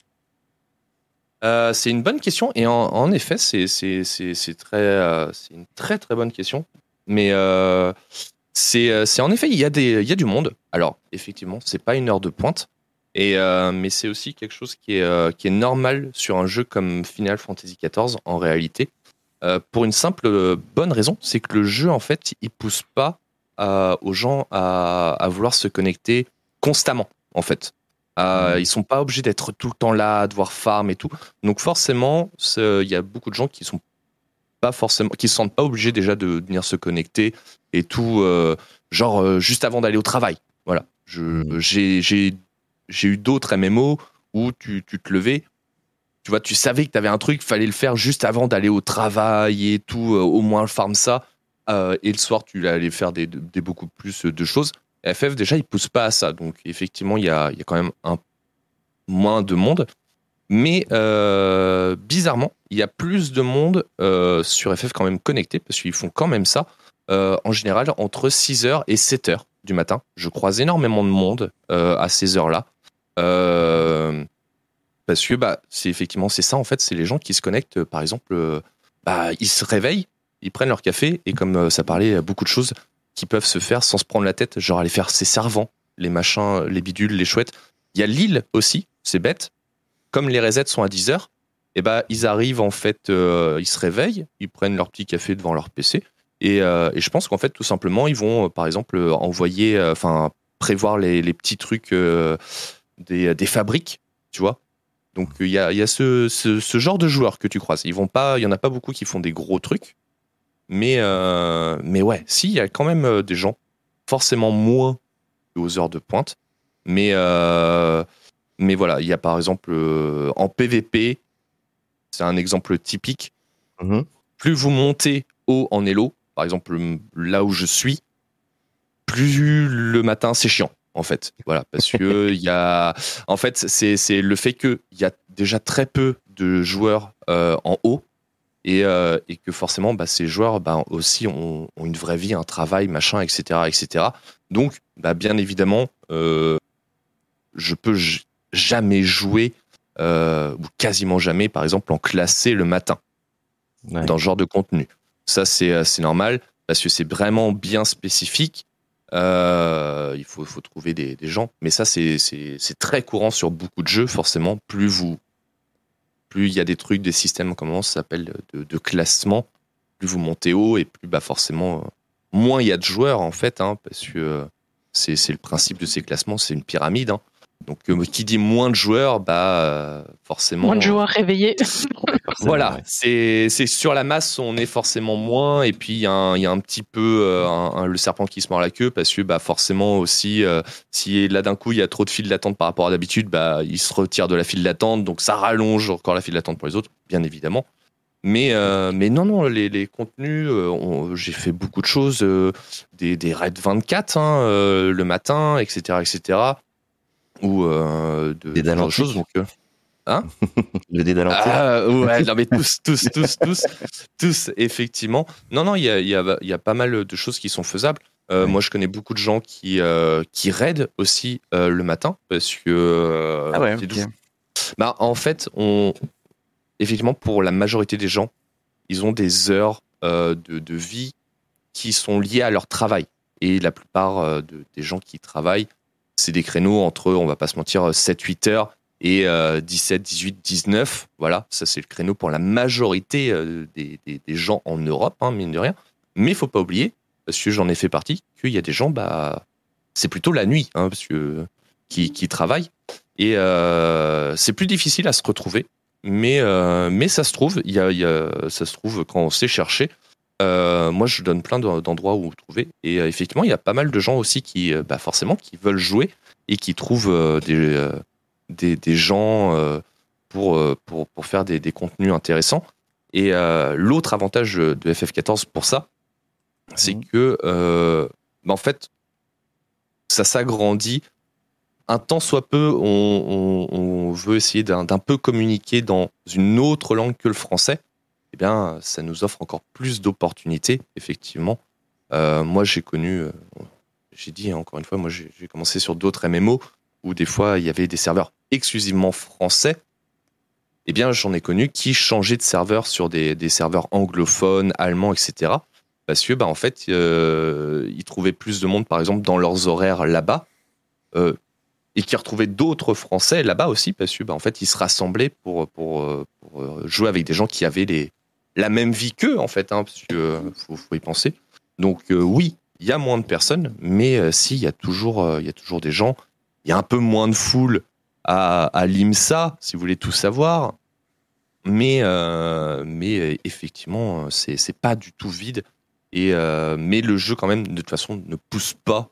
Speaker 12: Euh, c'est une bonne question et en, en effet c'est, c'est, c'est, c'est, très, euh, c'est une très très bonne question. Mais euh, c'est, c'est en effet il y a des, il y a du monde. Alors effectivement c'est pas une heure de pointe, et euh, mais c'est aussi quelque chose qui est, euh, qui est normal sur un jeu comme Final Fantasy quatorze en réalité. Euh, pour une simple euh, bonne raison, c'est que le jeu en fait il pousse pas euh, aux gens à, à vouloir se connecter constamment en fait. Euh, ils sont pas obligés d'être tout le temps là, à devoir farm et tout. Donc forcément, il y a beaucoup de gens qui sont pas forcément, qui se sentent pas obligés déjà de venir se connecter et tout, euh, genre euh, juste avant d'aller au travail. Voilà. Je, j'ai, j'ai, j'ai eu d'autres M M O où tu, tu te levais. Tu vois, tu savais que tu avais un truc, fallait le faire juste avant d'aller au travail et tout, euh, au moins farm ça. Euh, et le soir, tu allais faire des, des beaucoup plus de choses. F F, déjà, il pousse pas à ça. Donc, effectivement, il y a, il y a quand même un moins de monde. Mais euh, bizarrement, il y a plus de monde euh, sur F F quand même connecté, parce qu'ils font quand même ça, euh, en général, entre six heures et sept heures du matin. Je croise énormément de monde euh, à ces heures-là. Euh, parce que bah, c'est effectivement, c'est ça, en fait, c'est les gens qui se connectent, par exemple, euh, bah, ils se réveillent, ils prennent leur café, et comme euh, ça parlait, beaucoup de choses qui peuvent se faire sans se prendre la tête, genre aller faire ses servants, les machins, les bidules, les chouettes. Il y a l'île aussi, c'est bête. Comme les resets sont à dix heures, et bah, ils arrivent, en fait, euh, ils se réveillent, ils prennent leur petit café devant leur P C, et, euh, et je pense qu'en fait, tout simplement, ils vont, euh, par exemple, envoyer, enfin, euh, prévoir les, les petits trucs euh, des, des fabriques, tu vois. Donc, il y a, y a ce, ce, ce genre de joueurs que tu croises. Ils vont pas, il y en a pas beaucoup qui font des gros trucs, mais, euh, mais ouais, si, il y a quand même des gens, forcément moins qu'aux heures de pointe, mais, euh, mais voilà, il y a par exemple euh, en P V P, c'est un exemple typique,
Speaker 2: mmh.
Speaker 12: Plus vous montez haut en Elo, par exemple là où je suis, plus le matin c'est chiant en fait, voilà, parce que il y a, en fait c'est, c'est le fait qu'il y a déjà très peu de joueurs euh, en haut, et, euh, et que forcément bah, ces joueurs bah, aussi ont, ont une vraie vie, un travail, machin, et cetera, et cetera. Donc bah, bien évidemment, euh, je peux j- jamais jouer euh, ou quasiment jamais, par exemple en classé le matin, ouais, dans ce genre de contenu. Ça c'est, c'est normal parce que c'est vraiment bien spécifique. Euh, il faut, faut trouver des, des gens. Mais ça, c'est, c'est, c'est très courant sur beaucoup de jeux, forcément. Plus vous, plus il y a des trucs, des systèmes, comment ça s'appelle, de, de classement, plus vous montez haut et plus, bah, forcément, euh, moins il y a de joueurs, en fait, hein, parce que euh, c'est, c'est le principe de ces classements, c'est une pyramide. Hein. Donc, euh, qui dit moins de joueurs, bah, euh, forcément.
Speaker 10: Moins de joueurs réveillés.
Speaker 12: Voilà, c'est, c'est sur la masse, on est forcément moins. Et puis, il y, y a un petit peu euh, un, un, le serpent qui se mord la queue, parce que bah, forcément aussi, euh, si là d'un coup, il y a trop de files d'attente par rapport à d'habitude, bah, il se retire de la file d'attente. Donc, ça rallonge encore la file d'attente pour les autres, bien évidemment. Mais, euh, mais non, non, les, les contenus, euh, on, j'ai fait beaucoup de choses, euh, des, des raids vingt-quatre hein, euh, le matin, et cetera, et cetera. Ou euh, de,
Speaker 2: des
Speaker 12: de choses. Donc, euh, hein
Speaker 2: le dé d'Alentir.
Speaker 12: Ah, ouais, non, mais tous, tous, tous, tous, tous, effectivement. Non, non, il y a, y, a, y a pas mal de choses qui sont faisables. Euh, ouais. Moi, je connais beaucoup de gens qui, euh, qui raident aussi euh, le matin parce que. Euh,
Speaker 2: ah ouais, okay.
Speaker 12: Bah, en fait, on. Effectivement, pour la majorité des gens, ils ont des heures euh, de, de vie qui sont liées à leur travail. Et la plupart euh, de, des gens qui travaillent, c'est des créneaux entre, on va pas se mentir, sept huit heures et euh, dix-sept, dix-huit, dix-neuf. Voilà, ça c'est le créneau pour la majorité euh, des, des, des gens en Europe, hein, mine de rien. Mais il faut pas oublier, parce que j'en ai fait partie, qu'il y a des gens, bah, c'est plutôt la nuit, hein, parce que, qui, qui travaillent. Et euh, c'est plus difficile à se retrouver. Mais, euh, mais ça se trouve, y a, y a, ça se trouve quand on sait chercher. Euh, moi, je donne plein d'endroits où vous trouver. Et euh, effectivement, il y a pas mal de gens aussi qui, bah, forcément, qui veulent jouer et qui trouvent euh, des, euh, des, des gens euh, pour, euh, pour, pour faire des, des contenus intéressants. Et euh, l'autre avantage de F F quatorze pour ça, c'est mmh. que, euh, bah, en fait, ça s'agrandit. Un tant soit peu, on, on, on veut essayer d'un, d'un peu communiquer dans une autre langue que le français. Eh bien, ça nous offre encore plus d'opportunités, effectivement. Euh, moi, j'ai connu, euh, j'ai dit encore une fois, moi, j'ai, j'ai commencé sur d'autres M M O où des fois, il y avait des serveurs exclusivement français. Eh bien, j'en ai connu qui changeaient de serveur sur des, des serveurs anglophones, allemands, et cetera. Parce que, bah, en fait, euh, ils trouvaient plus de monde, par exemple, dans leurs horaires là-bas. Euh, et qui retrouvaient d'autres Français là-bas aussi, parce que bah, en fait, ils se rassemblaient pour, pour, pour jouer avec des gens qui avaient les, la même vie qu'eux, en fait, hein, parce qu'il euh, faut, faut y penser. Donc euh, oui, il y a moins de personnes, mais euh, si, il y a toujours, euh, il y a toujours des gens. Il y a un peu moins de foule à, à l'IMSA, si vous voulez tout savoir, mais, euh, mais effectivement, c'est, c'est pas du tout vide. Et, euh, mais le jeu, quand même, de toute façon, ne pousse pas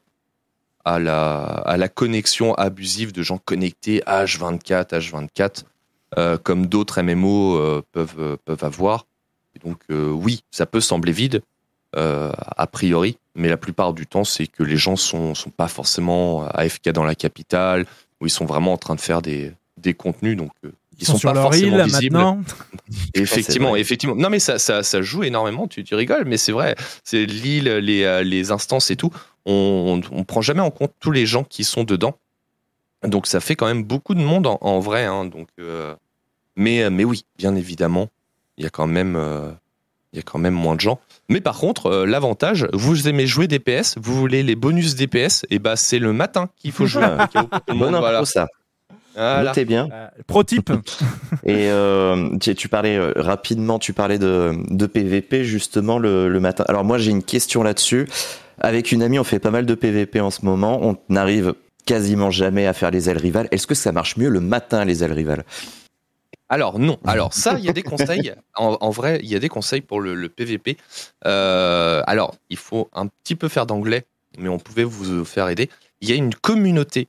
Speaker 12: à la, à la connexion abusive de gens connectés H vingt-quatre, H vingt-quatre, euh, comme d'autres M M O euh, peuvent, euh, peuvent avoir. Et donc euh, oui, ça peut sembler vide, euh, a priori, mais la plupart du temps, c'est que les gens sont, sont pas forcément A F K dans la capitale, où ils sont vraiment en train de faire des, des contenus, donc euh, ils, ils sont, sont sur pas leur forcément île, visibles. Maintenant. Effectivement, effectivement. Non mais ça, ça, ça joue énormément, tu, tu rigoles, mais c'est vrai, c'est l'île, les, les instances et tout. On ne prend jamais en compte tous les gens qui sont dedans. Donc ça fait quand même beaucoup de monde en, en vrai. Hein, donc, euh, mais, mais oui, bien évidemment, il y a quand même, euh, il y a quand même moins de gens. Mais par contre, euh, l'avantage, vous aimez jouer D P S, vous voulez les bonus D P S, et bah c'est le matin qu'il faut jouer.
Speaker 2: Bon info voilà. Ça. Voilà. Notez bien.
Speaker 8: Euh, pro type.
Speaker 2: Et euh, tu, tu parlais euh, rapidement, tu parlais de, de P V P justement le, le matin. Alors moi j'ai une question là-dessus. Avec une amie, on fait pas mal de P V P en ce moment. On n'arrive quasiment jamais à faire les ailes rivales. Est-ce que ça marche mieux le matin, les ailes rivales ?
Speaker 12: Alors non. Alors ça, il y a des conseils. En, en vrai, il y a des conseils pour le, le P V P. Euh, alors, il faut un petit peu faire d'anglais, mais on pouvait vous faire aider. Il y a une communauté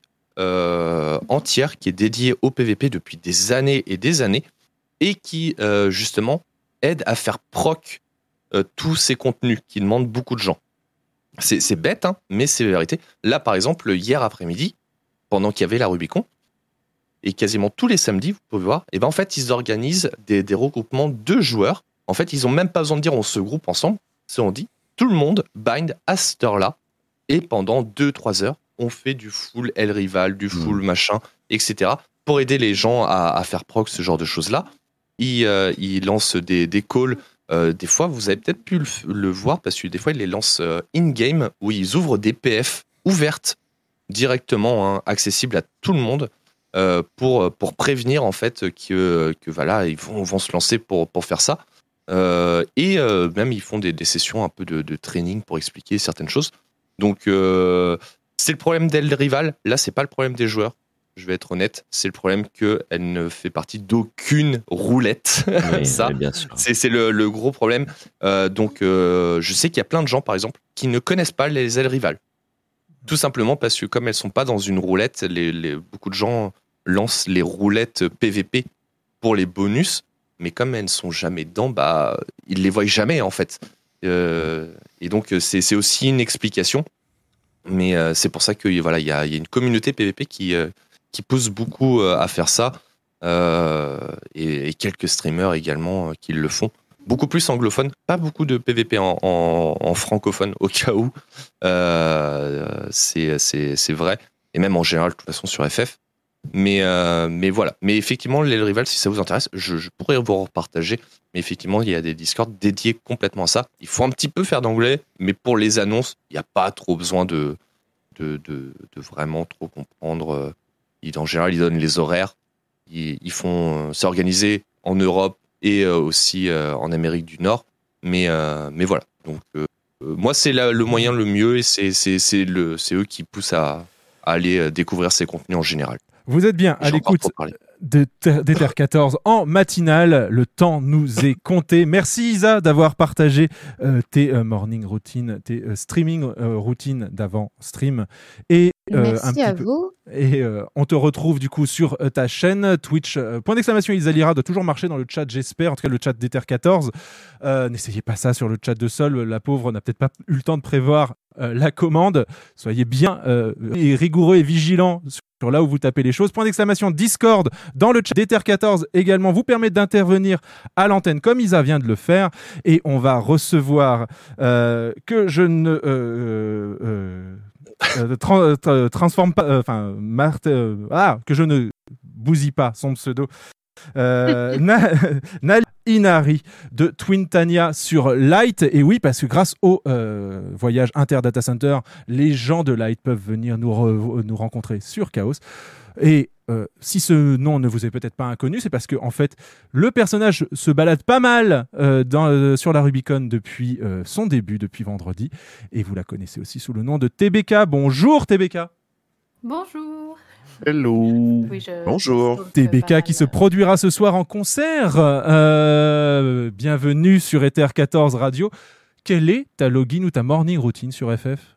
Speaker 12: euh, entière qui est dédiée au P V P depuis des années et des années et qui, euh, justement, aide à faire proc euh, tous ces contenus qui demandent beaucoup de gens. C'est, c'est bête, hein, mais c'est la vérité. Là, par exemple, hier après-midi, pendant qu'il y avait la Rubicon, et quasiment tous les samedis, vous pouvez voir, et ben en fait, ils organisent des, des regroupements de joueurs. En fait, ils n'ont même pas besoin de dire on se groupe ensemble. C'est on dit, tout le monde bind à cette heure-là, et pendant deux trois heures, on fait du full L rival, du full mmh. machin, et cetera, pour aider les gens à, à faire proc, ce genre de choses-là. Ils, euh, ils lancent des, des calls euh, des fois, vous avez peut-être pu le, le voir parce que des fois, ils les lancent euh, in-game où ils ouvrent des P F ouvertes directement, hein, accessibles à tout le monde euh, pour, pour prévenir en fait que, que voilà, ils vont, vont se lancer pour, pour faire ça. Euh, et euh, même, ils font des, des sessions un peu de, de training pour expliquer certaines choses. Donc, euh, c'est le problème d'El Rival. Là, c'est pas le problème des joueurs. Je vais être honnête, c'est le problème qu'elle ne fait partie d'aucune roulette.
Speaker 2: Oui,
Speaker 12: ça,
Speaker 2: oui, bien sûr.
Speaker 12: c'est, c'est le, le gros problème. Euh, donc, euh, je sais qu'il y a plein de gens, par exemple, qui ne connaissent pas les ailes rivales. Tout simplement parce que comme elles sont pas dans une roulette, les, les, beaucoup de gens lancent les roulettes P V P pour les bonus, mais comme elles ne sont jamais dedans, bah, ils les voient jamais en fait. Euh, et donc, c'est, c'est aussi une explication. Mais euh, c'est pour ça qu'il voilà, y a, y a une communauté P V P qui... Euh, qui pousse beaucoup à faire ça, euh, et, et quelques streamers également qui le font. Beaucoup plus anglophones, pas beaucoup de P V P en, en, en francophone, au cas où. Euh, c'est, c'est, c'est vrai. Et même en général, de toute façon, sur F F. Mais, euh, mais voilà. Mais effectivement, les rivals, si ça vous intéresse, je, je pourrais vous repartager. Mais effectivement, il y a des Discord dédiés complètement à ça. Il faut un petit peu faire d'anglais, mais pour les annonces, il n'y a pas trop besoin de, de, de, de vraiment trop comprendre. Ils, en général, ils donnent les horaires. Ils, ils font, euh, c'est organisé en Europe et euh, aussi euh, en Amérique du Nord. Mais, euh, mais voilà. Donc, euh, euh, moi, c'est la, le moyen le mieux et c'est, c'est, c'est, le, c'est eux qui poussent à, à aller découvrir ces contenus en général.
Speaker 8: Vous êtes bien à l'écoute de ter- d'Ether quatorze en matinale. Le temps nous est compté. Merci Isa d'avoir partagé euh, tes euh, morning routines, tes euh, streaming euh, routines d'avant stream. Et, euh,
Speaker 15: Merci
Speaker 8: un petit
Speaker 15: à
Speaker 8: peu...
Speaker 15: vous.
Speaker 8: Et euh, on te retrouve du coup sur euh, ta chaîne Twitch. Euh, point d'exclamation Isalira doit toujours marcher dans le chat, j'espère. En tout cas, le chat d'Ether quatorze. Euh, n'essayez pas ça sur le chat de Sol. La pauvre n'a peut-être pas eu le temps de prévoir euh, la commande. Soyez bien euh, et rigoureux et vigilants sur là où vous tapez les choses. Point d'exclamation Discord dans le chat d'Ether quatorze également vous permet d'intervenir à l'antenne comme Isa vient de le faire. Et on va recevoir euh, que je ne... Euh, euh, Euh, tra- tra- transforme pas, enfin, euh, Marthe, euh, ah, que je ne bousille pas son pseudo. Euh, Na- Nal Inari de Twintania sur Light. Et oui, parce que grâce au euh, voyage inter-data center, les gens de Light peuvent venir nous, re- nous rencontrer sur Chaos. Et euh, si ce nom ne vous est peut-être pas inconnu, c'est parce que en fait, le personnage se balade pas mal euh, dans, euh, sur la Rubicon depuis euh, son début, depuis vendredi. Et vous la connaissez aussi sous le nom de T B K. Bonjour T B K.
Speaker 16: Bonjour.
Speaker 9: Hello.
Speaker 16: Oui, je-
Speaker 2: Bonjour.
Speaker 8: T B K qui se produira ce soir en concert. Euh, bienvenue sur Ether quatorze Radio. Quelle est ta login ou ta morning routine sur F F?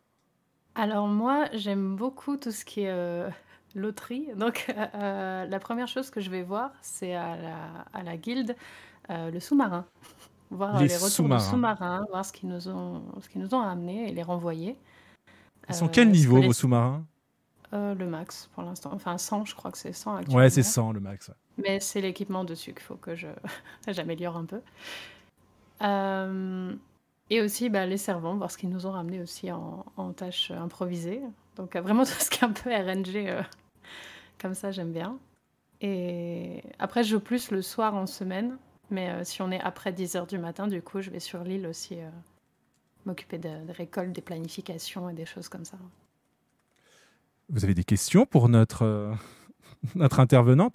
Speaker 16: Alors moi, j'aime beaucoup tout ce qui est euh, loterie. Donc euh, la première chose que je vais voir, c'est à la, à la guilde, euh, le sous-marin. Voir euh,
Speaker 8: Les
Speaker 16: les, retours
Speaker 8: sous-marins.
Speaker 16: de sous-marins, voir ce qu'ils nous ont, ce qu'ils nous ont amené et les renvoyer.
Speaker 8: Ils sont
Speaker 16: Euh,
Speaker 8: quel
Speaker 16: ce
Speaker 8: niveau
Speaker 16: que les-
Speaker 8: vos sous-marins?
Speaker 16: Euh, Le max pour l'instant. Enfin cent, je crois que c'est cent actuellement.
Speaker 8: Ouais, c'est cent le max. Ouais.
Speaker 16: Mais c'est l'équipement dessus qu'il faut que je j'améliore un peu. Euh, Et aussi bah, les servants, voir ce qu'ils nous ont ramené aussi en, en tâches improvisées. Donc euh, vraiment tout ce qui est un peu R N G, euh, comme ça j'aime bien. Et après je joue plus le soir en semaine, mais euh, si on est après dix heures du matin, du coup je vais sur l'île aussi euh, m'occuper de- des récoltes, des planifications et des choses comme ça.
Speaker 8: Vous avez des questions pour notre, euh, notre intervenante?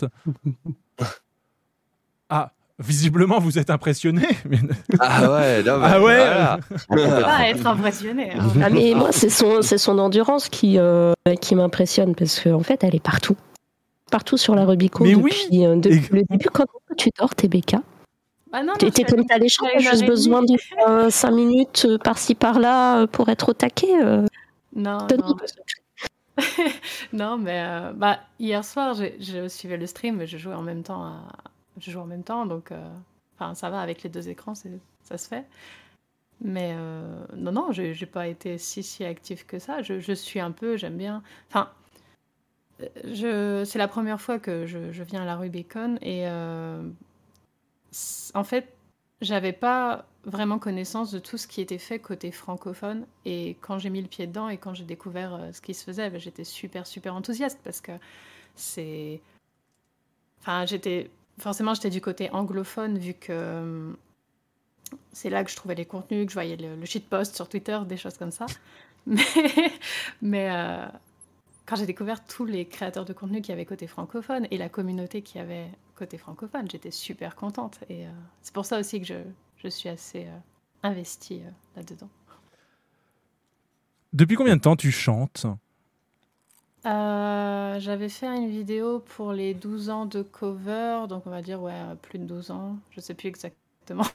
Speaker 8: Ah, visiblement vous êtes impressionné. Mais...
Speaker 12: Ah ouais, non, mais
Speaker 8: ah ouais.
Speaker 12: voilà.
Speaker 16: On peut pas être impressionné. hein.
Speaker 4: Ah, mais moi, c'est son, c'est son endurance qui, euh, qui m'impressionne parce qu'en fait, elle est partout. Partout sur la Rubicon
Speaker 8: Mais
Speaker 4: depuis,
Speaker 8: oui.
Speaker 4: euh, depuis
Speaker 8: Et-
Speaker 4: le début. Quand tu dors, T B K,
Speaker 16: Ah non, non,
Speaker 4: t'es
Speaker 16: je
Speaker 4: t'es
Speaker 16: suis
Speaker 4: comme t'as les
Speaker 16: allée
Speaker 4: gens,
Speaker 16: à une heure
Speaker 4: juste
Speaker 16: et
Speaker 4: besoin
Speaker 16: demie.
Speaker 4: de cinq minutes euh, par-ci par-là euh, pour être au taquet. euh.
Speaker 16: Non,
Speaker 4: Donne-nous
Speaker 16: non.
Speaker 4: deux secrets.
Speaker 16: Non, mais euh, bah, hier soir, j'ai- je suivais le stream, mais je jouais en même temps. À... Je joue en même temps, donc euh, enfin, ça va avec les deux écrans, c'est- ça se fait. Mais euh, non, non, j'ai j'ai pas été si, si active que ça. Je, je suis un peu, j'aime bien. Enfin, euh, je, c'est la première fois que je, je viens à la Rubicon et euh, c- en fait, j'avais pas vraiment connaissance de tout ce qui était fait côté francophone. Et quand j'ai mis le pied dedans et quand j'ai découvert euh, ce qui se faisait, ben, j'étais super, super enthousiaste parce que c'est. Enfin, j'étais. Forcément, j'étais du côté anglophone vu que. c'est là que je trouvais les contenus, que je voyais le, le shitpost sur Twitter, des choses comme ça. Mais, mais euh, quand j'ai découvert tous les créateurs de contenu qui avaient côté francophone et la communauté qui avait côté francophone, j'étais super contente. Et euh, c'est pour ça aussi que je, je suis assez euh, investie euh, là-dedans.
Speaker 8: Depuis combien de temps tu chantes ?
Speaker 16: Euh, j'avais fait une vidéo pour les douze ans de cover, donc on va dire ouais, plus de douze ans, je sais plus exactement.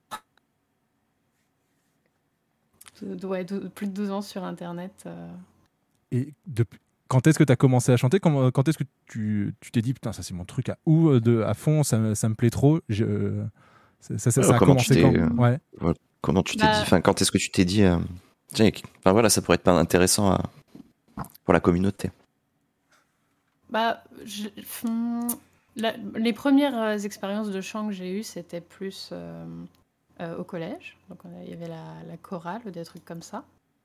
Speaker 16: Ouais, dou- plus de douze ans sur internet. euh.
Speaker 8: Et depuis, quand est-ce que tu as commencé à chanter ? Quand, quand est-ce que tu, tu t'es dit putain, ça c'est mon truc à ou de à fond, ça, me- ça me plaît trop. Je, ça, ça, ça, ça
Speaker 2: Euh,
Speaker 8: a
Speaker 2: comment tu
Speaker 8: commencé
Speaker 2: t'es,
Speaker 8: quand
Speaker 2: euh,
Speaker 8: Ouais.
Speaker 2: ouais, comment tu t'es
Speaker 16: Bah-
Speaker 2: dit, enfin, quand est-ce que tu t'es dit, euh, tiens, enfin voilà, ça pourrait être pas intéressant à- pour la communauté.
Speaker 16: Bah, je- hum, la- les premières euh, expériences de chant que j'ai eues, c'était plus euh, euh, au collège. Donc, on a- il y avait la, la chorale ou des trucs comme ça.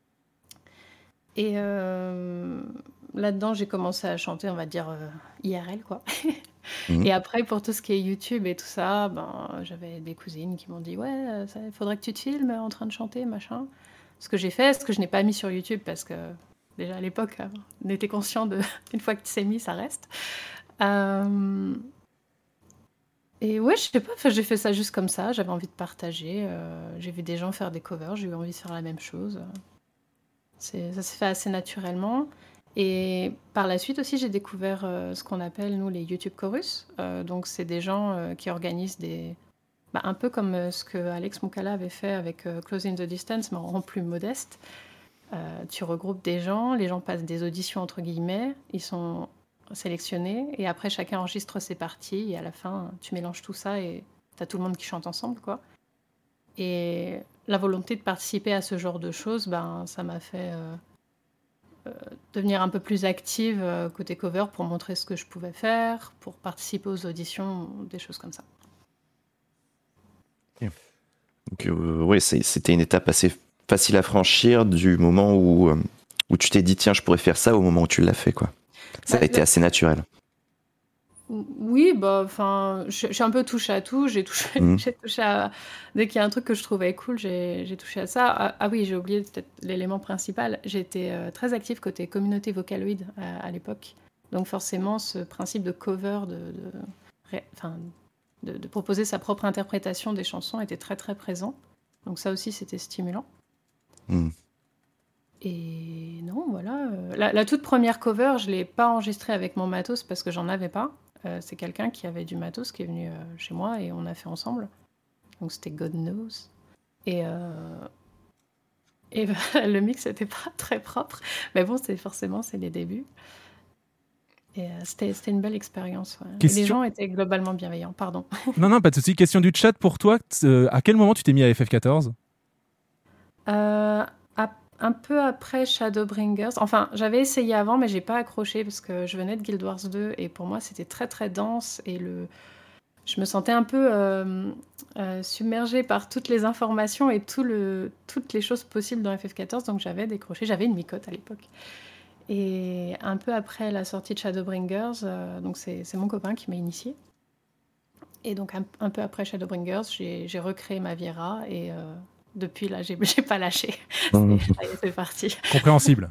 Speaker 16: Et euh, là-dedans, j'ai commencé à chanter, on va dire, euh, I R L, quoi.
Speaker 2: Mhm.
Speaker 16: Et après, pour tout ce qui est YouTube et tout ça, ben, j'avais des cousines qui m'ont dit « Ouais, il faudrait que tu te filmes en train de chanter, machin. » Ce que j'ai fait, ce que je n'ai pas mis sur YouTube parce que, déjà à l'époque, hein, on était conscient de une fois que tu s'est mis, ça reste. Euh, Et ouais, je sais pas, enfin, j'ai fait ça juste comme ça, j'avais envie de partager. euh, j'ai vu des gens faire des covers, j'ai eu envie de faire la même chose. C'est, ça s'est fait assez naturellement. Et par la suite aussi, j'ai découvert euh, ce qu'on appelle, nous, les YouTube Chorus. Euh, donc, c'est des gens euh, qui organisent des... bah, un peu comme euh, ce que Alex Moukala avait fait avec euh, Closing the Distance, mais en plus modeste. Euh, tu regroupes des gens, les gens passent des auditions, entre guillemets, ils sont sélectionnés, et après, chacun enregistre ses parties, et à la fin, tu mélanges tout ça, et t'as tout le monde qui chante ensemble, quoi. Et la volonté de participer à ce genre de choses, ben, ça m'a fait... Euh, Euh, devenir un peu plus active euh, côté cover pour montrer ce que je pouvais faire, pour participer aux auditions, des choses comme ça.
Speaker 2: Donc, euh, ouais, c'est- c'était une étape assez facile à franchir du moment où, euh, où tu t'es dit, tiens, je pourrais faire ça au moment où tu l'as fait, quoi. Ça a
Speaker 16: Bah,
Speaker 2: été
Speaker 16: le-
Speaker 2: assez naturel.
Speaker 16: Oui, bah, enfin, je, je suis un peu touche à tout. J'ai touché,
Speaker 2: Mhm.
Speaker 16: j'ai touché à... Dès qu'il y a un truc que je trouvais cool, j'ai, j'ai touché à ça. Ah, ah oui, j'ai oublié peut-être l'élément principal. J'étais euh, très active côté communauté Vocaloid à, à l'époque. Donc forcément, ce principe de cover, de, de, ré- enfin, de, de proposer sa propre interprétation des chansons était très très présent. Donc ça aussi, c'était stimulant.
Speaker 2: Mhm.
Speaker 16: Et non, voilà. euh, La, la toute première cover, je ne l'ai pas enregistrée avec mon matos parce que j'en avais pas. Euh, c'est quelqu'un qui avait du matos qui est venu euh, chez moi et on a fait ensemble. Donc c'était God Knows. Et, euh, et bah, le mix n'était pas très propre. Mais bon, c'est forcément, c'est les débuts. Et euh, c'était, c'était une belle expérience. Ouais. Et
Speaker 8: Question-
Speaker 16: les gens étaient globalement bienveillants. Pardon.
Speaker 8: Non, non, pas de souci. Question du chat pour toi. t- euh, à quel moment tu t'es mis à F F quatorze ?
Speaker 16: Euh, ap- un peu après Shadowbringers, enfin j'avais essayé avant mais j'ai pas accroché parce que je venais de Guild Wars deux et pour moi c'était très très dense et le... je me sentais un peu euh, euh, submergée par toutes les informations et tout le... toutes les choses possibles dans F F quatorze, donc j'avais décroché, j'avais une micote à l'époque. Et un peu après la sortie de Shadowbringers, euh, donc c'est, c'est mon copain qui m'a initiée. Et donc un, un peu après Shadowbringers, j'ai, j'ai recréé ma Viera et euh, depuis là, j'ai, j'ai pas lâché.
Speaker 2: Mhm.
Speaker 16: C'est, ça y est, c'est parti.
Speaker 8: Compréhensible.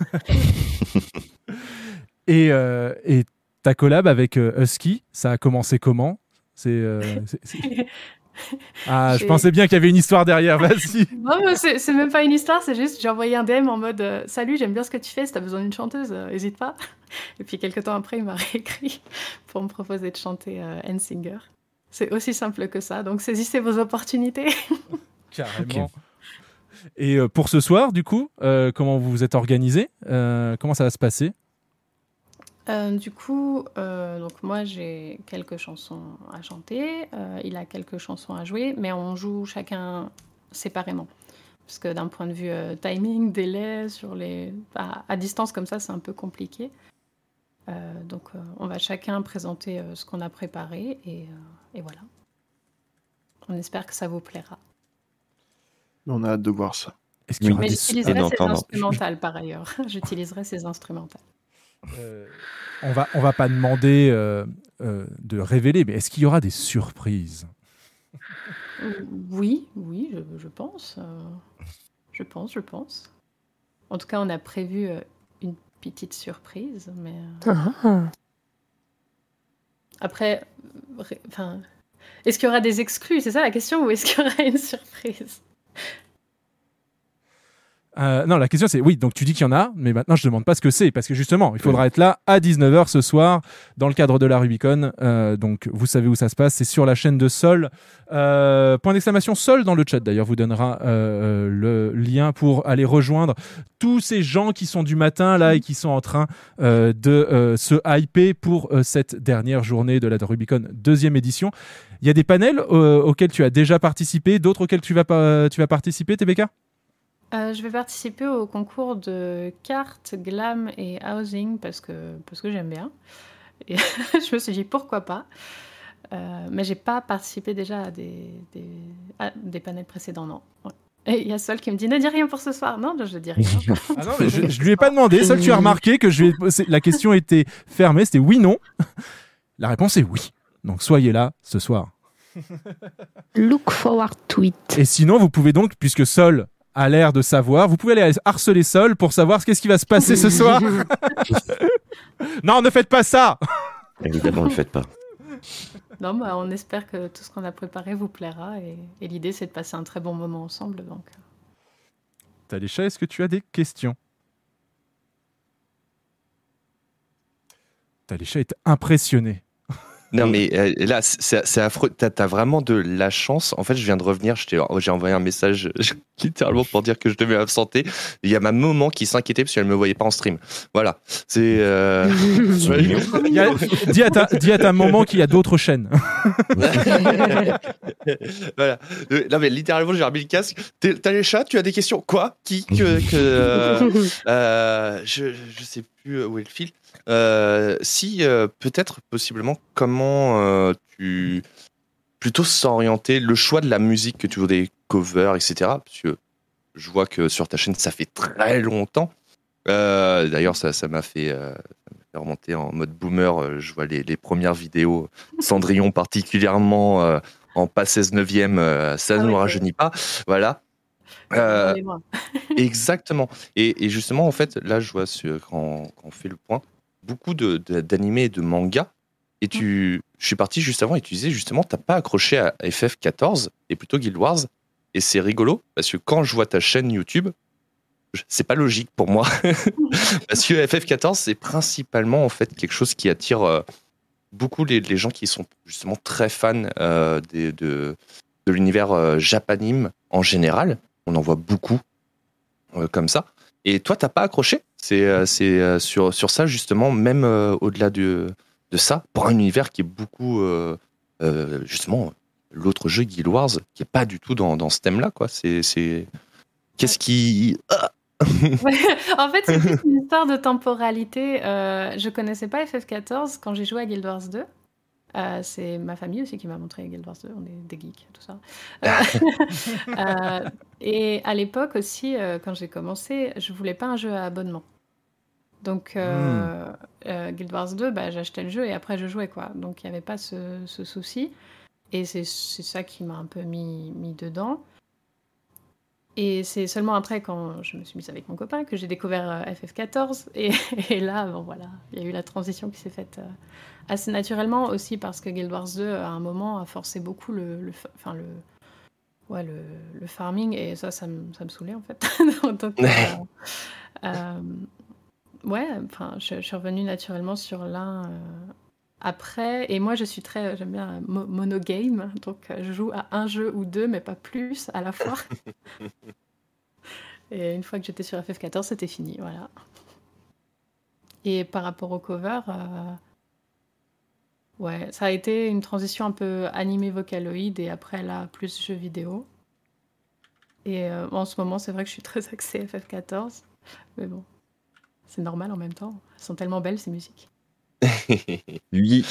Speaker 8: et, euh, et ta collab avec euh, Husky, ça a commencé comment ? C'est, euh, c'est- c'est- Ah, je
Speaker 16: J'ai-
Speaker 8: pensais bien qu'il y avait une histoire derrière. Vas-y.
Speaker 16: Non, mais c'est, c'est même pas une histoire, c'est juste j'ai envoyé un D M en mode euh, Salut, j'aime bien ce que tu fais, si t'as besoin d'une chanteuse, euh, hésite pas. Et puis quelques temps après, il m'a réécrit pour me proposer de chanter euh, N-Singer. C'est aussi simple que ça, donc saisissez vos opportunités.
Speaker 8: Carrément. Et euh, pour ce soir, du coup, euh, comment vous vous êtes organisé ? Euh, Comment ça va se passer ?
Speaker 16: Euh, du coup, euh, donc moi j'ai quelques chansons à chanter, euh, il a quelques chansons à jouer, mais on joue chacun séparément. Parce que d'un point de vue euh, timing, délai, sur les... à, à distance comme ça, c'est un peu compliqué. Euh, donc euh, on va chacun présenter euh, ce qu'on a préparé et, euh, et voilà. On espère que ça vous plaira.
Speaker 9: On a hâte de voir ça.
Speaker 8: Est-ce qu'il y aura
Speaker 16: Mais
Speaker 8: des-
Speaker 16: j'utiliserai
Speaker 2: Ah non,
Speaker 16: ces
Speaker 2: pardon.
Speaker 16: instrumentales par ailleurs. J'utiliserai ces instrumentales.
Speaker 8: Euh, on va, on va pas demander euh, euh, de révéler, mais est-ce qu'il y aura des surprises ?
Speaker 16: Oui, oui, je, je pense. euh, je pense, je pense. En tout cas, on a prévu euh, une petite surprise, mais euh,
Speaker 4: Ah.
Speaker 16: après, euh, ré- enfin, est-ce qu'il y aura des exclus? C'est ça la question, ou est-ce qu'il y aura une surprise?
Speaker 8: Euh, non, la question c'est oui, donc tu dis qu'il y en a, mais maintenant je demande pas ce que c'est, parce que justement, il faudra être là à dix-neuf heures ce soir dans le cadre de la Rubicon. Euh, donc vous savez où ça se passe, c'est sur la chaîne de Sol. Euh, point d'exclamation Sol dans le chat d'ailleurs vous donnera euh, le lien pour aller rejoindre tous ces gens qui sont du matin là et qui sont en train euh, de euh, se hyper pour euh, cette dernière journée de la Rubicon deuxième édition. Il y a des panels euh, auxquels tu as déjà participé, d'autres auxquels tu vas, pas, tu vas participer, T B K?
Speaker 16: Euh, je vais participer au concours de cartes, glam et housing parce que, parce que j'aime bien. Et je me suis dit pourquoi pas. Euh, mais j'ai pas participé déjà à des, des, à des panels précédents, non. Ouais. Et il y a Sol qui me dit ne dis rien pour ce soir. Non, je dis rien.
Speaker 8: Ah non, mais je, je lui ai pas demandé. Sol, tu as remarqué que je lui ai- c'est- la question était fermée, c'était oui, non. La réponse est oui. Donc soyez là ce soir.
Speaker 4: Look forward to it.
Speaker 8: Et sinon, vous pouvez donc, puisque Sol a l'air de savoir, vous pouvez aller harceler Sol pour savoir ce qu'est-ce qui va se passer ce soir. Non, ne faites pas ça.
Speaker 2: Évidemment, ne le faites pas.
Speaker 16: Non, bah, on espère que tout ce qu'on a préparé vous plaira. Et, et l'idée, c'est de passer un très bon moment ensemble. Donc.
Speaker 8: Talisha, est-ce que tu as des questions? Talisha est impressionnée.
Speaker 12: Non, mais euh, là, c'est c'est affreux. T'as t'as vraiment de la chance. En fait, je viens de revenir. je t'ai- J'ai envoyé un message littéralement pour dire que je devais m'absenter. Il y a ma maman qui s'inquiétait parce qu'elle me voyait pas en stream. Voilà. C'est. Euh...
Speaker 8: Il y a- dis, à ta, dis à ta maman qu'il y a d'autres chaînes.
Speaker 12: Voilà. Euh, Non, mais littéralement, j'ai remis le casque. T'es- T'as les chats? Tu as des questions? Quoi? Qui? Que? que euh, euh, je, je sais plus où est le fil. Euh, si, euh, peut-être, possiblement, comment euh, tu. Plutôt s'orienter, le choix de la musique que tu veux, des covers, et cetera. Parce que je vois que sur ta chaîne, ça fait très longtemps. Euh, D'ailleurs, ça ça m'a fait, euh, ça m'a fait remonter en mode boomer. Euh, Je vois les, les premières vidéos, Cendrillon particulièrement euh, en pas seize neuvième, euh, ça ne nous rajeunit pas. Voilà. Euh,
Speaker 16: On est loin.
Speaker 12: exactement. Et, et justement, en fait, là, je vois sur- quand, quand on fait le point, beaucoup de, de- d'animés et de mangas. Et tu, je suis parti juste avant et tu disais justement, t'as pas accroché à F F quatorze et plutôt Guild Wars. Et c'est rigolo parce que quand je vois ta chaîne YouTube, je- c'est pas logique pour moi. Parce que F F quatorze, c'est principalement en fait quelque chose qui attire euh, beaucoup les, les gens qui sont justement très fans euh, des- de, de l'univers euh, japanime en général. On en voit beaucoup euh, comme ça. Et toi, t'as pas accroché. C'est euh, c'est, euh, sur, sur ça, justement, même euh, au-delà de, de ça, pour un univers qui est beaucoup, euh, euh, justement, l'autre jeu, Guild Wars, qui est pas du tout dans, dans ce thème-là, quoi. C'est, c'est... Qu'est-ce qui... Ah
Speaker 16: Ouais, en fait, c'est plus une histoire de temporalité. Euh, je connaissais pas F F quatorze quand j'ai joué à Guild Wars deux. Euh, c'est ma famille aussi qui m'a montré Guild Wars deux. On est des geeks, tout ça. Euh, euh, et à l'époque aussi, euh, quand j'ai commencé, je voulais pas un jeu à abonnement. Donc, euh, euh, Guild Wars deux, bah, j'achetais le jeu et après je jouais, quoi. Donc, il n'y avait pas ce, ce souci. Et c'est c'est ça qui m'a un peu mis, mis dedans. Et c'est seulement après, quand je me suis mise avec mon copain, que j'ai découvert euh, F F quatorze. Et, et là, bon, voilà, il y a eu la transition qui s'est faite euh, assez naturellement, aussi parce que Guild Wars deux, à un moment, a forcé beaucoup le, le, fa- enfin, le, ouais, le, le farming. Et ça, ça me, ça me saoulait, en fait. Donc, euh, euh, ouais, enfin, je, je suis revenue naturellement sur l'un euh, après. Et moi, je suis très, j'aime bien euh, mo- monogame. Donc, euh, je joue à un jeu ou deux, mais pas plus à la fois. Et une fois que j'étais sur F F quatorze, c'était fini, voilà. Et par rapport au cover, euh, ouais, ça a été une transition un peu animé Vocaloid et après là, plus jeu vidéo. Et euh, en ce moment, c'est vrai que je suis très axée F F quatorze, mais bon, c'est normal en même temps. Elles sont tellement belles, ces musiques.
Speaker 2: Oui.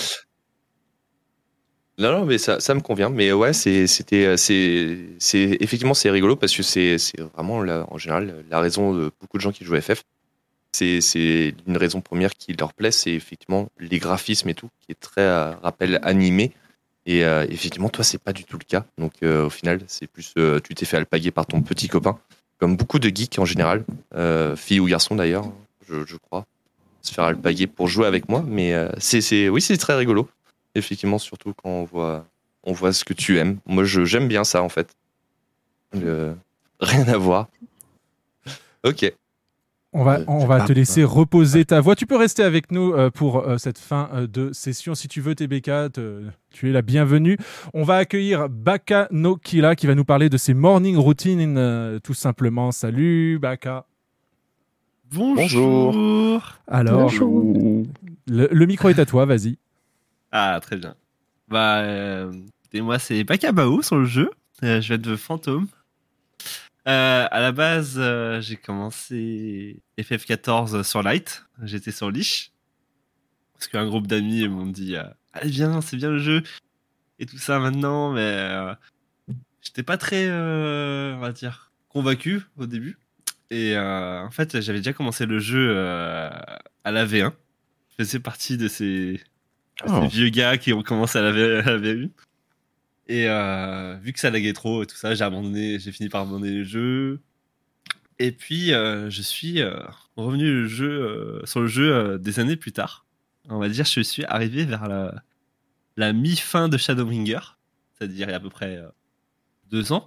Speaker 12: Non, non, mais ça, ça me convient. Mais ouais, c'est, c'était, c'est, c'est, effectivement, c'est rigolo parce que c'est, c'est vraiment, la, en général, la raison de beaucoup de gens qui jouent à F F. C'est, c'est une raison première qui leur plaît, c'est effectivement les graphismes et tout, qui est très, euh, rappel animé. Et euh, effectivement, toi, c'est pas du tout le cas. Donc, euh, au final, c'est plus, euh, tu t'es fait alpaguer par ton petit copain, comme beaucoup de geeks en général, euh, filles ou garçons d'ailleurs, je, je crois, se faire alpaguer pour jouer avec moi. Mais euh, c'est, c'est, oui, c'est très rigolo. Effectivement, surtout quand on voit, on voit ce que tu aimes. Moi, je, j'aime bien ça en fait. Euh, rien à voir. Ok.
Speaker 8: On va, on va te laisser reposer ta voix. Tu peux rester avec nous euh, pour euh, cette fin euh, de session. Si tu veux, T B K, te, tu es la bienvenue. On va accueillir Baka no Kila qui va nous parler de ses morning routines, euh, tout simplement. Salut, Baka.
Speaker 17: Bonjour.
Speaker 8: Bonjour. Alors,
Speaker 17: Bonjour.
Speaker 8: Le, le micro est à toi, vas-y.
Speaker 17: Ah, très bien. Bah, euh, et moi, c'est Baka Bao sur le jeu. Euh, je vais être de fantôme. Euh, à la base, euh, j'ai commencé F F quatorze sur Light. J'étais sur Lich. Parce qu'un groupe d'amis m'ont dit euh, allez, viens, c'est bien le jeu. Et tout ça maintenant, mais euh, j'étais pas très, euh, on va dire, convaincu au début. Et euh, en fait, j'avais déjà commencé le jeu euh, à la V un. Je faisais partie de ces, oh. ces vieux gars qui ont commencé à la, v- à la V un. Et euh, vu que ça laguait trop et tout ça, j'ai abandonné, j'ai fini par abandonner le jeu. Et puis euh, je suis euh, revenu le jeu, euh, sur le jeu euh, des années plus tard. On va dire, je suis arrivé vers la, la mi-fin de Shadowbringer, c'est-à-dire il y a à peu près euh, deux ans.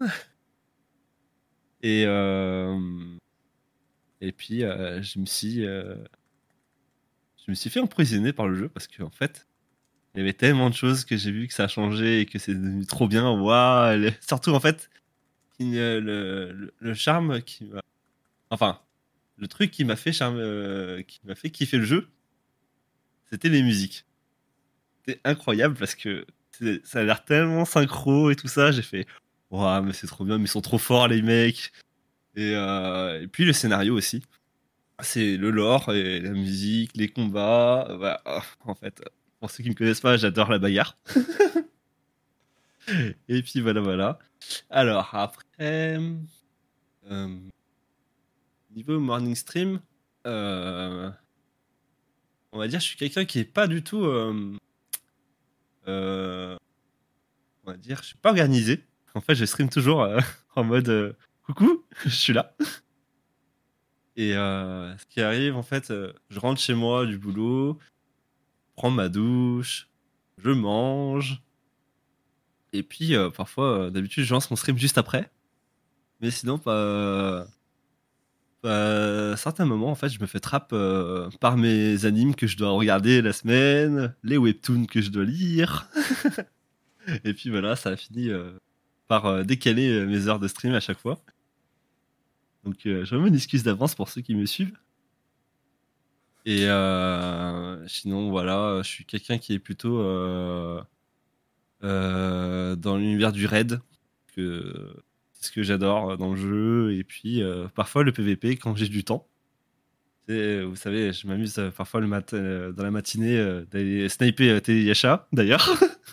Speaker 17: Et euh, et puis euh, je me suis euh, je me suis fait emprisonner par le jeu parce qu'en fait il y avait tellement de choses que j'ai vu que ça a changé et que c'est devenu trop bien. Waouh, elle est- surtout en fait, il- le, le, le charme qui m'a, enfin, le truc qui m'a fait charme, euh, qui m'a fait kiffer le jeu, c'était les musiques. C'était incroyable parce que c'est- ça a l'air tellement synchro et tout ça. J'ai fait, waouh, mais c'est trop bien, mais ils sont trop forts les mecs. Et, euh, et puis le scénario aussi. C'est le lore et la musique, les combats. euh, Voilà. En fait, pour ceux qui me connaissent pas, j'adore la bagarre. Et puis voilà, voilà. Alors après, euh, niveau morning stream, euh, on va dire, je suis quelqu'un qui est pas du tout, euh, euh, on va dire, je suis pas organisé. En fait, je stream toujours euh, en mode euh, coucou, je suis là. Et euh, ce qui arrive, en fait, euh, je rentre chez moi du boulot, prends ma douche, je mange. Et puis, euh, parfois, euh, d'habitude, je lance mon stream juste après. Mais sinon, pas. À certains moments, en fait, je me fais trappe euh, par mes animes que je dois regarder la semaine, les webtoons que je dois lire. Et puis voilà, ça a fini euh, par euh, décaler euh, mes heures de stream à chaque fois. Donc, euh, je remets une excuse d'avance pour ceux qui me suivent. Et euh, sinon, voilà, je suis quelqu'un qui est plutôt euh, euh, dans l'univers du raid, que c'est ce que j'adore dans le jeu. Et puis, euh, parfois, le P V P quand j'ai du temps. C'est, vous savez, je m'amuse euh, parfois le mat- euh, dans la matinée euh, d'aller sniper euh, Téléyacha, d'ailleurs,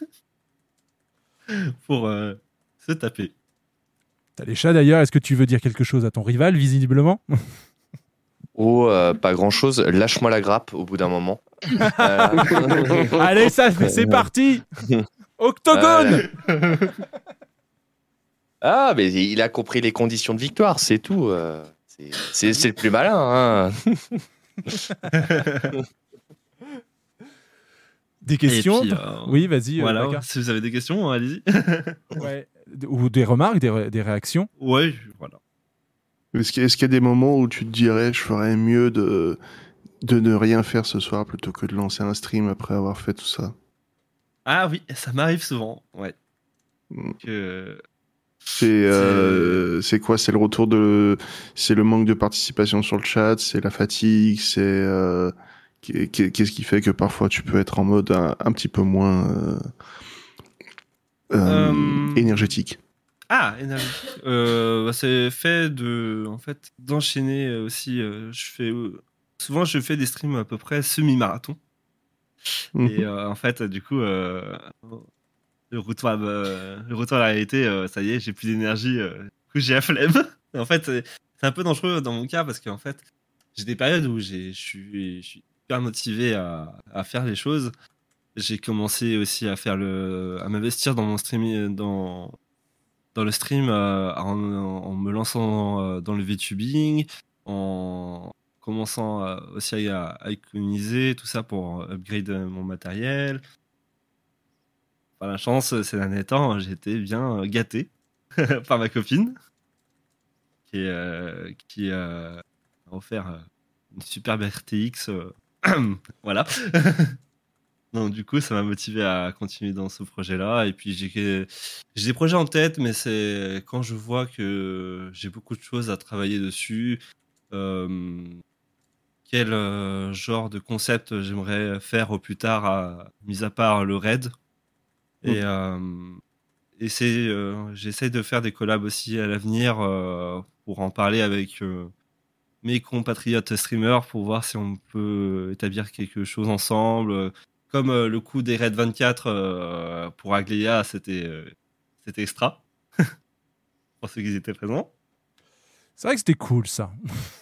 Speaker 17: pour euh, se taper.
Speaker 8: T'as les chats d'ailleurs, est-ce que tu veux dire quelque chose à ton rival, visiblement?
Speaker 2: Oh, euh, pas grand-chose. Lâche-moi la grappe au bout d'un moment. Euh...
Speaker 8: Allez, ça, c'est parti. Octogone.
Speaker 2: Euh... Ah, mais il a compris les conditions de victoire, c'est tout. euh, C'est, c'est, c'est le plus malin. Hein.
Speaker 8: Des questions?
Speaker 17: Et puis, euh,
Speaker 8: Oui, vas-y.
Speaker 17: Voilà,
Speaker 8: euh,
Speaker 17: si vous avez des questions, allez-y.
Speaker 8: Ouais. Ou des remarques, des, ré- des réactions?
Speaker 17: Ouais, voilà.
Speaker 9: Est-ce qu'il y a, est-ce qu'il y a des moments où tu te dirais je ferais mieux de, de ne rien faire ce soir plutôt que de lancer un stream après avoir fait tout ça?
Speaker 17: Ah oui, ça m'arrive souvent, ouais. Que...
Speaker 9: C'est, euh, c'est quoi? C'est le retour de, c'est le manque de participation sur le chat, c'est la fatigue, c'est euh, qu'est-ce qui fait que parfois tu peux être en mode un, un petit peu moins euh, euh,
Speaker 17: Euh,
Speaker 9: énergétique.
Speaker 17: Ah, énergétique. Euh, bah, c'est fait de, en fait, d'enchaîner euh, aussi. euh, je fais euh, souvent, je fais des streams à peu près semi-marathon.
Speaker 9: Mhm.
Speaker 17: Et euh, en fait, du coup, euh, le retour, à, euh, le retour à la réalité, euh, ça y est, j'ai plus d'énergie. euh, du coup, j'ai la flemme. En fait, c'est c'est un peu dangereux dans mon cas parce qu'en fait, j'ai des périodes où j'ai, je suis, je suis hyper motivé à, à faire les choses. j'ai commencé aussi à faire le, à m'investir dans mon stream, dans dans le stream, euh, en, en me lançant euh, dans le VTubing, en commençant à, aussi à, à économiser tout ça pour upgrade mon matériel. Par la chance, ces derniers temps, j'ai été bien gâté par ma copine qui, euh, qui euh, a offert une superbe R T X. Euh, voilà. Donc du coup, ça m'a motivé à continuer dans ce projet-là. Et puis j'ai, j'ai des projets en tête, mais c'est quand je vois que j'ai beaucoup de choses à travailler dessus, euh, quel euh, genre de concept j'aimerais faire au plus tard, à, mis à part le raid. Et, euh, et c'est, euh, j'essaie de faire des collabs aussi à l'avenir euh, pour en parler avec euh, mes compatriotes streamers pour voir si on peut établir quelque chose ensemble. Comme euh, le coup des Raid vingt-quatre euh, pour Agléa, c'était, euh, c'était extra. Pour ceux qui étaient présents.
Speaker 8: C'est vrai que c'était cool, ça.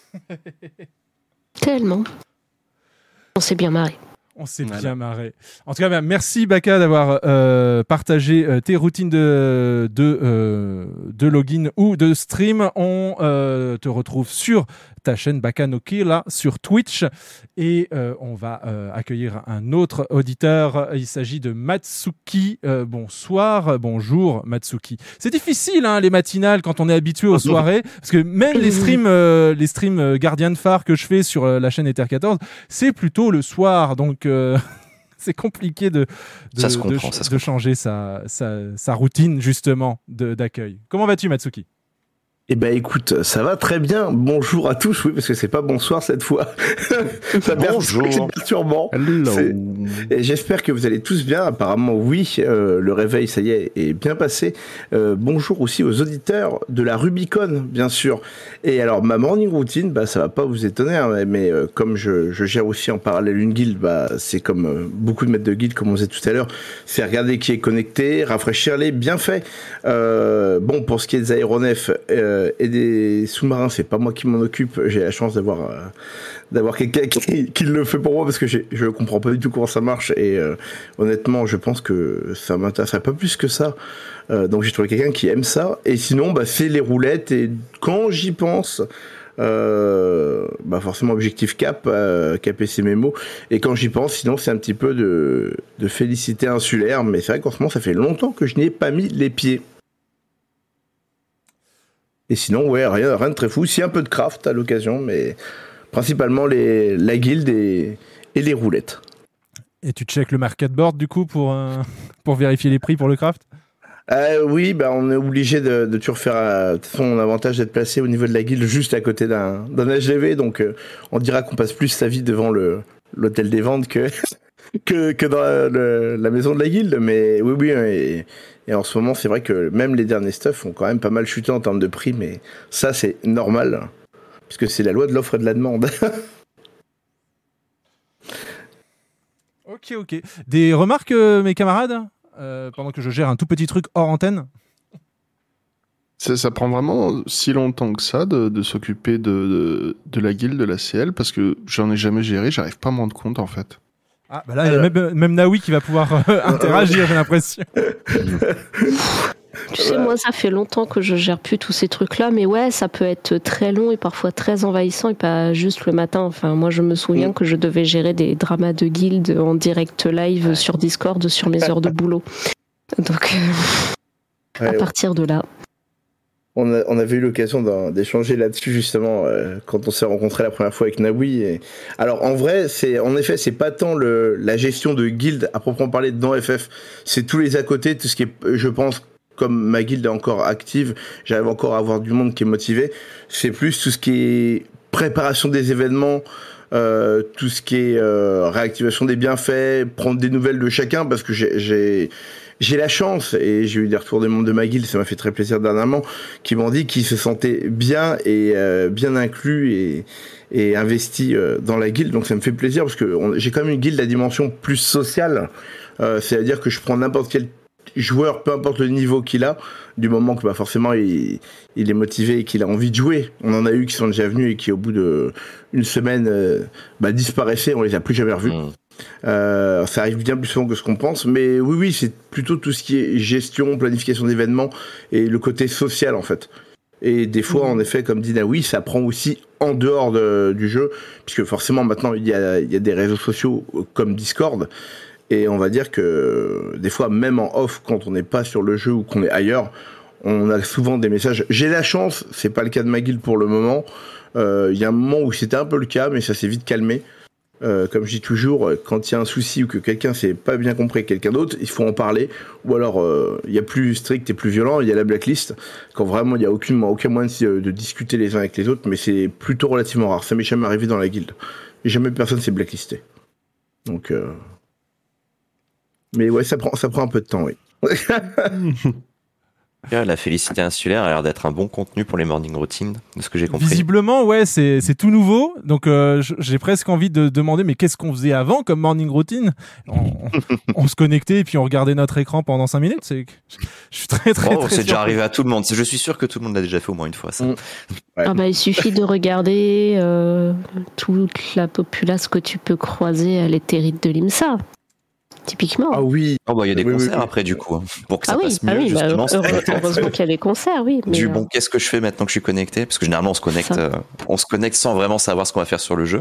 Speaker 4: Tellement. On s'est bien marré.
Speaker 8: On s'est voilà. bien marré. En tout cas, merci Baka d'avoir euh, partagé euh, tes routines de, de, euh, de login ou de stream. On euh, te retrouve sur ta chaîne Baka no Kill, là, sur Twitch. Et euh, on va euh, accueillir un autre auditeur. Il s'agit de Matsuki. Euh, bonsoir, bonjour Matsuki. C'est difficile, hein, les matinales, quand on est habitué aux soirées. Parce que même les streams, euh, les streams euh, Gardien de Phare que je fais sur euh, la chaîne Ether quatorze, c'est plutôt le soir. Donc, euh, c'est compliqué de, de,
Speaker 2: ça se comprend,
Speaker 8: de,
Speaker 2: ça se
Speaker 8: de changer sa, sa, sa routine, justement, de, d'accueil. Comment vas-tu, Matsuki ?
Speaker 18: Eh ben écoute, ça va très bien. Bonjour à tous, oui, parce que c'est pas bonsoir cette fois. ça
Speaker 2: Bonjour.
Speaker 18: C'est perturbant. C'est... Et j'espère que vous allez tous bien. Apparemment, oui, euh, le réveil, ça y est, est bien passé. Euh, bonjour aussi aux auditeurs de la Rubicon, bien sûr. Et alors, ma morning routine, bah, ça va pas vous étonner, hein, mais euh, comme je, je gère aussi en parallèle une guilde, bah, c'est comme euh, beaucoup de maîtres de guilde, comme on disait tout à l'heure, c'est regarder qui est connecté, rafraîchir les bienfaits. Euh, bon, pour ce qui est des aéronefs, euh, et des sous-marins, c'est pas moi qui m'en occupe. J'ai la chance d'avoir euh, d'avoir quelqu'un qui, qui le fait pour moi parce que j'ai, je comprends pas du tout comment ça marche et euh, honnêtement, je pense que ça m'intéresserait pas plus que ça. Euh, donc j'ai trouvé quelqu'un qui aime ça. Et sinon, bah c'est les roulettes et quand j'y pense. Euh, bah forcément objectif cap, euh, cap et ses mémos. Et quand j'y pense, sinon c'est un petit peu de, de félicité insulaire. Mais c'est vrai qu'en ce moment, ça fait longtemps que je n'y ai pas mis les pieds. Et sinon, ouais, rien, rien de très fou. Si un peu de craft à l'occasion, mais principalement les, la guilde et, et les roulettes.
Speaker 8: Et tu checkes le market board du coup pour, euh, pour vérifier les prix pour le craft ?
Speaker 18: euh, Oui, bah, on est obligé de, de toujours faire. Euh, de toute façon, on a l'avantage d'être placé au niveau de la guilde juste à côté d'un, d'un H G V. Donc, euh, on dira qu'on passe plus sa vie devant le, l'hôtel des ventes que, que, que dans la, le, la maison de la guilde. Mais oui, oui. Et, Et en ce moment, c'est vrai que même les derniers stuffs ont quand même pas mal chuté en termes de prix, mais ça, c'est normal, puisque c'est la loi de l'offre et de la demande.
Speaker 8: Ok, ok. Des remarques, euh, mes camarades, euh, pendant que je gère un tout petit truc hors antenne ?
Speaker 9: Ça, ça prend vraiment si longtemps que ça de, de s'occuper de, de, de la guilde, de la C L, parce que j'en ai jamais géré, j'arrive pas à me rendre compte, en fait.
Speaker 8: Ah, bah là, il y a même, même Naoui qui va pouvoir euh, interagir, j'ai l'impression.
Speaker 4: Tu sais, moi, ça fait longtemps que je gère plus tous ces trucs-là, mais ouais, ça peut être très long et parfois très envahissant et pas juste le matin. Enfin, moi, je me souviens que je devais gérer des dramas de guilde en direct live sur Discord sur mes heures de boulot. Donc, euh, à partir de là.
Speaker 18: On, a, on avait eu l'occasion d'échanger là-dessus justement euh, quand on s'est rencontré la première fois avec Naoui. Et... Alors en vrai, c'est en effet, c'est pas tant le, la gestion de guilde à proprement parler dans F F, c'est tous les à côté, tout ce qui est, je pense, comme ma guilde est encore active, j'arrive encore à avoir du monde qui est motivé. C'est plus tout ce qui est préparation des événements, euh, tout ce qui est euh, réactivation des bienfaits, prendre des nouvelles de chacun, parce que j'ai, j'ai J'ai la chance, et j'ai eu des retours des membres de ma guilde, ça m'a fait très plaisir dernièrement, qui m'ont dit qu'ils se sentaient bien et euh, bien inclus et, et investis euh, dans la guilde. Donc ça me fait plaisir parce que on, j'ai quand même une guilde à dimension plus sociale, euh, c'est-à-dire que je prends n'importe quel joueur, peu importe le niveau qu'il a, du moment que bah, forcément il, il est motivé et qu'il a envie de jouer. On en a eu qui sont déjà venus et qui au bout de une semaine euh, bah, disparaissaient, on les a plus jamais revus. Mmh. Euh, ça arrive bien plus souvent que ce qu'on pense, mais oui, oui, c'est plutôt tout ce qui est gestion, planification d'événements et le côté social en fait. Et des fois, mmh. en effet, comme dit Naoui, ça prend aussi en dehors de, du jeu, puisque forcément maintenant il y a, il y a des réseaux sociaux comme Discord, et on va dire que des fois, même en off, quand on n'est pas sur le jeu ou qu'on est ailleurs, on a souvent des messages. J'ai la chance, c'est pas le cas de ma guilde pour le moment. Euh, il y a un moment où c'était un peu le cas, mais ça s'est vite calmé. Euh, comme je dis toujours, quand il y a un souci ou que quelqu'un s'est pas bien compris avec quelqu'un d'autre, il faut en parler. Ou alors, euh, il y a plus strict et plus violent, il y a la blacklist, quand vraiment il y a aucune, aucun moyen de, de discuter les uns avec les autres, mais c'est plutôt relativement rare. Ça m'est jamais arrivé dans la guilde. Et jamais personne s'est blacklisté. Donc, euh... mais ouais, ça prend, ça prend un peu de temps, oui.
Speaker 2: La félicité insulaire a l'air d'être un bon contenu pour les morning routines, de ce que j'ai compris.
Speaker 8: Visiblement, ouais, c'est, c'est tout nouveau. Donc, euh, j'ai presque envie de demander, mais qu'est-ce qu'on faisait avant comme morning routine ? on, on se connectait et puis on regardait notre écran pendant cinq minutes. C'est... Je suis très, très,
Speaker 2: oh,
Speaker 8: très
Speaker 2: c'est
Speaker 8: sûr.
Speaker 2: déjà arrivé à tout le monde. Je suis sûr que tout le monde l'a déjà fait au moins une fois, ça.
Speaker 18: Mmh. Ouais.
Speaker 4: Ah bah, il suffit de regarder euh, toute la populace que tu peux croiser à l'éthérite de l'IMSA. Typiquement.
Speaker 18: Ah oui.
Speaker 2: Oh bah il y a des
Speaker 18: oui,
Speaker 2: concerts
Speaker 18: oui, oui.
Speaker 2: après du coup pour que ça
Speaker 4: ah
Speaker 2: passe
Speaker 4: oui,
Speaker 2: mieux
Speaker 4: ah oui,
Speaker 2: justement.
Speaker 4: Bah, heureux, heureusement qu'il y a des concerts, oui. Mais
Speaker 2: du
Speaker 4: euh...
Speaker 2: bon, qu'est-ce que je fais maintenant que je suis connecté ? Parce que généralement on se connecte, euh, on se connecte sans vraiment savoir ce qu'on va faire sur le jeu.